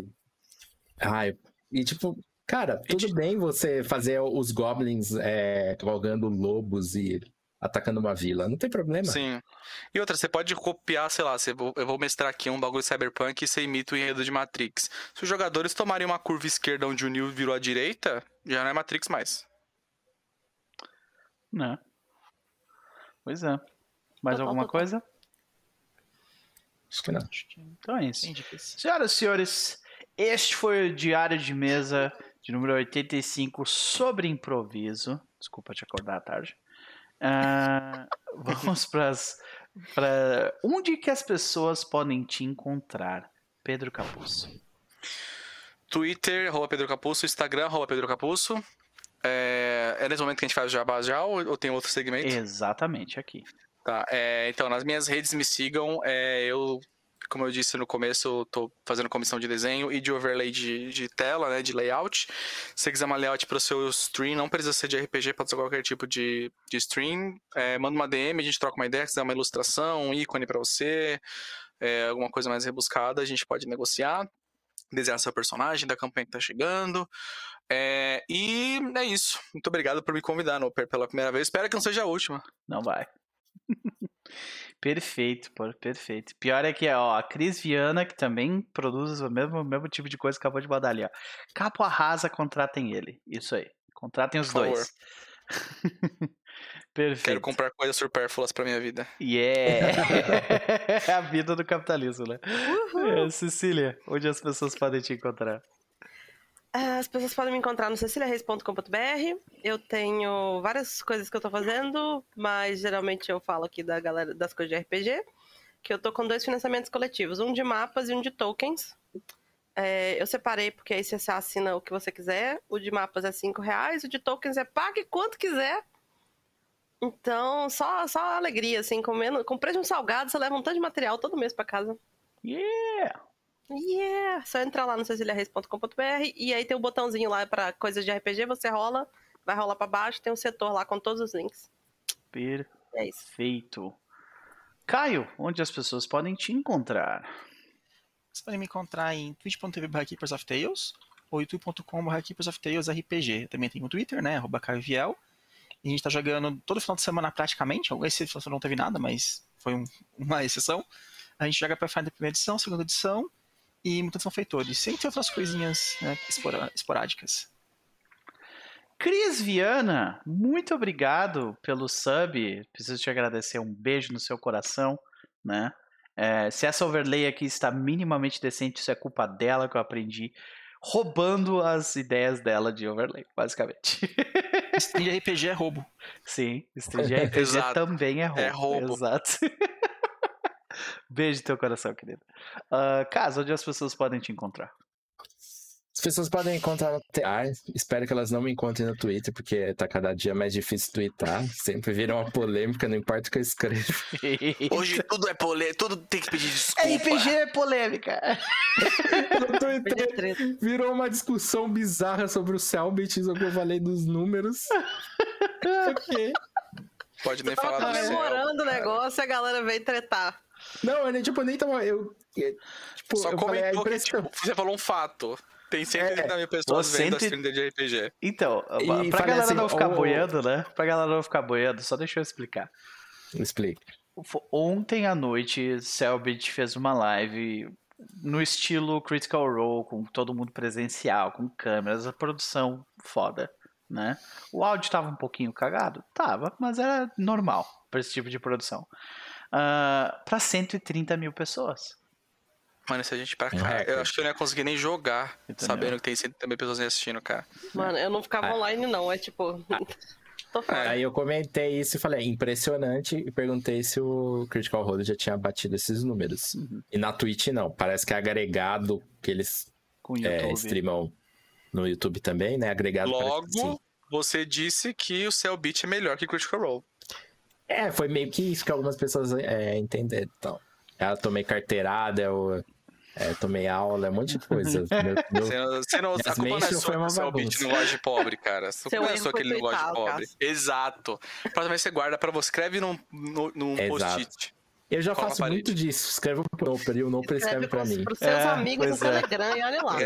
e tipo, cara, tudo bem você fazer os goblins cavalgando lobos e atacando uma vila, não tem problema. Sim. E outra, você pode copiar, sei lá, eu vou mestrar aqui um bagulho cyberpunk e você imita o enredo de Matrix. Se os jogadores tomarem uma curva esquerda onde o Neo virou à direita, já não é Matrix mais. Não. Pois é. Mais alguma coisa? Acho que não. Então é isso. Senhoras e senhores, este foi o Diário de Mesa de número 85 sobre improviso. Desculpa te acordar à tarde. Vamos para onde que as pessoas podem te encontrar, Pedro Capuz? Twitter, @PedroCapuço, Instagram, @PedroCapuço. É nesse momento que a gente faz o jabá já ou tem outro segmento? Exatamente, aqui. Tá, então nas minhas redes me sigam, como eu disse no começo, eu tô fazendo comissão de desenho e de overlay de tela, né, de layout. Se você quiser uma layout para o seu stream, não precisa ser de RPG, pode ser qualquer tipo de stream, manda uma DM, a gente troca uma ideia, se quiser uma ilustração, um ícone para você, alguma coisa mais rebuscada, a gente pode negociar, desenhar seu personagem da campanha que tá chegando. E é isso. Muito obrigado por me convidar, Noper, pela primeira vez. Espero que não seja a última. Não vai. Perfeito, pô, perfeito. Pior é que a Cris Viana, que também produz o mesmo tipo de coisa que acabou de mandar ali, ó. Capo Arrasa, contratem ele. Isso aí. Contratem os dois. Perfeito. Quero comprar coisas supérfluas pra minha vida. É a vida do capitalismo, né? Cecília, onde as pessoas podem te encontrar? As pessoas podem me encontrar no ceciliareis.com.br. Eu tenho várias coisas que eu tô fazendo, mas geralmente eu falo aqui da galera das coisas de RPG, que eu tô com 2 financiamentos coletivos, um de mapas e um de tokens. Eu separei porque aí você assina o que você quiser. O de mapas é R$5, o de tokens pague quanto quiser. Então, só alegria, assim, com preço de um salgado, você leva um tanto de material todo mês pra casa. Só entrar lá no ceciliareis.com.br e aí tem um botãozinho lá pra coisas de RPG, você rola, vai rolar pra baixo, tem um setor lá com todos os links. Perfeito. Caio, onde as pessoas podem te encontrar? Vocês podem me encontrar em twitch.tv/KeepersOfTales ou youtube.com/KeepersOfTalesRPG. Também tem o Twitter, né, @CaioViel. E a gente tá jogando todo final de semana praticamente. Esse não teve nada, mas foi uma exceção. A gente joga Pathfinder primeira edição, segunda edição e Mutantes Malfeitores. Sempre tem outras coisinhas, né, esporádicas. Cris Viana, muito obrigado pelo sub. Preciso te agradecer. Um beijo no seu coração, né? Se essa overlay aqui está minimamente decente, isso é culpa dela, que eu aprendi roubando as ideias dela de overlay, basicamente. Stream de RPG é roubo. Sim, stream de RPG também é roubo. É roubo. Exato. Beijo no teu coração, querido. Caso, onde as pessoas podem te encontrar? As pessoas podem encontrar no Twitter. Espero que elas não me encontrem no Twitter, porque tá cada dia mais difícil twittar. Sempre vira uma polêmica, não importa o que eu escrevo. Hoje tudo é polêmica, tudo tem que pedir desculpa. RPG é polêmica. No Twitter virou uma discussão bizarra sobre o Selbit, o que eu falei dos números. Ok. Pode nem falar do céu. Comemorando o negócio e a galera veio tretar. Não, eu nem tava... Só comentou que você falou um fato. Tem 130 mil pessoas vendo a stream de RPG. Então, pra galera não ficar boiando, né? Pra galera não ficar boiando, só deixa eu explicar. Explica. Ontem à noite, Selbit fez uma live no estilo Critical Role, com todo mundo presencial, com câmeras, a produção foda, né? O áudio tava um pouquinho cagado? Tava, mas era normal pra esse tipo de produção. Pra 130 mil pessoas. Mano, se a gente pra cá, eu acho que eu não ia conseguir nem jogar, sabendo que tem 130 mil pessoas assistindo, cara. Mano, eu não ficava online, não. Tô fora. Aí eu comentei isso e falei, impressionante, e perguntei se o Critical Role já tinha batido esses números. E na Twitch não, parece que é agregado que eles streamam no YouTube também, né? Agregado. Logo, você disse que o Selbit é melhor que o Critical Role. Foi meio que isso que algumas pessoas entenderam. Então, eu tomei carteirada, eu tomei aula, um monte de coisa. Você não a culpa não é sua que o Selbit não gosta de pobre, cara. A culpa não é sua que ele não gosta de pobre. Exato. Próxima vez você guarda pra você. Escreve num post-it. Eu já faço muito disso. Escrevo pro Noper e o Noper escreve pra mim. Pros seus amigos no Telegram e olha lá.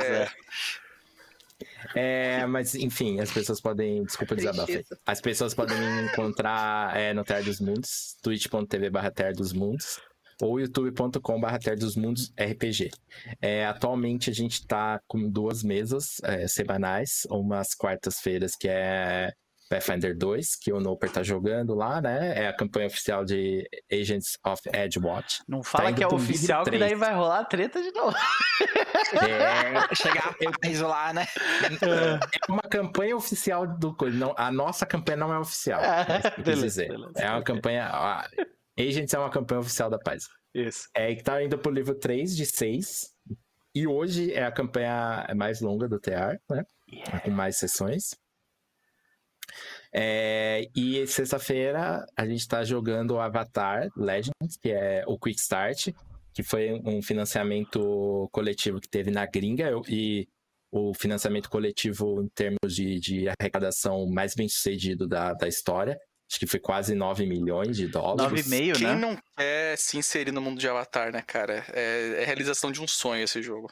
Mas enfim, as pessoas podem... Desculpa o desabafo. As pessoas podem me encontrar no Terra dos Mundos, twitch.tv/Terra dos Mundos ou youtube.com/Terra dos Mundos RPG. Atualmente a gente tá com 2 mesas semanais, umas quartas-feiras que é Pathfinder 2, que o Noper tá jogando lá, né? É a campanha oficial de Agents of Edgewatch. Não fala que é oficial, que daí vai rolar treta de novo. Chegar a isolar, né? É uma campanha oficial do coisa. Não, a nossa campanha não é oficial. Beleza. É uma campanha... Agents é uma campanha oficial da paz. Isso. Que tá indo pro livro 3 de 6. E hoje é a campanha mais longa do TR, né? Com mais sessões. E sexta-feira a gente tá jogando o Avatar Legends, que é o Quick Start, que foi um financiamento coletivo que teve na gringa, e o financiamento coletivo em termos de arrecadação mais bem sucedido da história. Acho que foi quase 9 milhões de dólares. 9,5, né? Quem não quer se inserir no mundo de Avatar, né, cara? É a realização de um sonho esse jogo.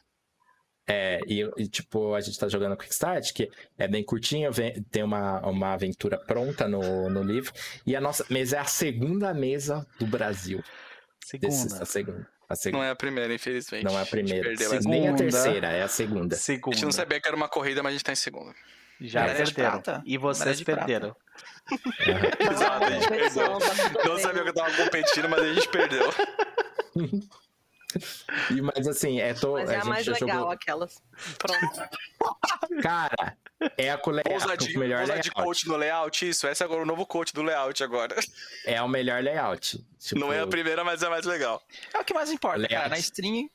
Tipo, a gente tá jogando Quick Start, que é bem curtinho, tem uma aventura pronta no livro. E a nossa mesa é a segunda mesa do Brasil. Segunda. A segunda. Não é a primeira, infelizmente. Não é a primeira. Nem a Segunda. terceira, é a segunda. A gente não sabia que era uma corrida, mas a gente tá em segunda. Já perderam. E vocês perderam. Exato, a gente perdeu. Não sabia que eu tava competindo, mas a gente perdeu. Mas assim, Mas é a mais legal, aquelas. Pronto. Cara, é a colher com o melhor layout. De coach no layout, isso. Esse é agora o novo coach do layout agora. É o melhor layout. Tipo... Não é a primeira, mas é a mais legal. É o que mais importa, cara. Na stream...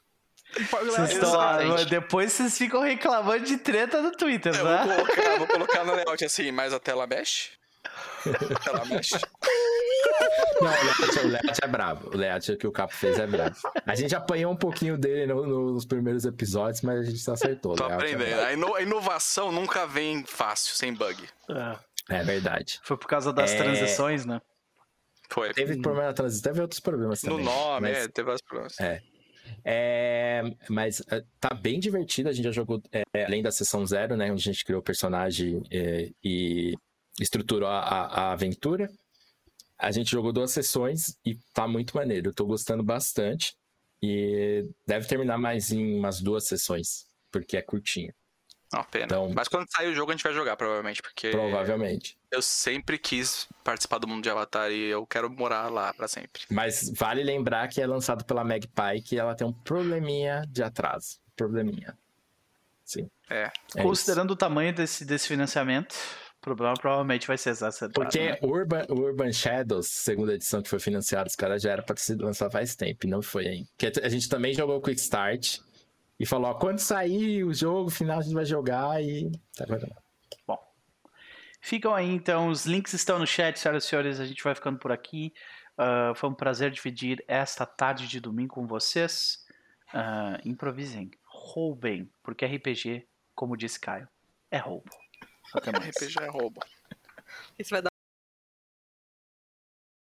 Depois vocês ficam reclamando de treta no Twitter, né? Vou colocar no layout assim, mais a tela mesh. Tela mesh. Não, o layout é brabo. O layout que o Capo fez é brabo. A gente apanhou um pouquinho dele nos primeiros episódios, mas a gente acertou. Tô aprendendo. A inovação nunca vem fácil, sem bug. É verdade. Foi por causa das transições, né? Foi. Teve problema na transição, teve outros problemas também. No nome, teve vários problemas. Mas tá bem divertido. A gente já jogou, além da sessão 0, né? Onde a gente criou o personagem e estruturou a aventura. A gente jogou 2 sessões e tá muito maneiro. Eu tô gostando bastante. E deve terminar mais em umas 2 sessões, porque é curtinho. Uma pena. Então, mas quando sair o jogo a gente vai jogar, provavelmente. Porque provavelmente. Eu sempre quis participar do mundo de Avatar e eu quero morar lá pra sempre. Mas vale lembrar que é lançado pela Magpie, que ela tem um probleminha de atraso. Probleminha. Sim. Considerando o tamanho desse financiamento, o problema provavelmente vai ser exagerado. Porque o Urban Shadows, segunda edição que foi financiado, os caras já era pra se lançar faz tempo, e não foi ainda. Porque a gente também jogou Quick Start e falou, ó, quando sair o jogo final a gente vai jogar e... Bom, ficam aí então, os links estão no chat, senhoras e senhores, a gente vai ficando por aqui. Foi um prazer dividir esta tarde de domingo com vocês. Improvisem, roubem, porque RPG, como disse Caio, é roubo. Até mais. RPG é roubo. Isso vai dar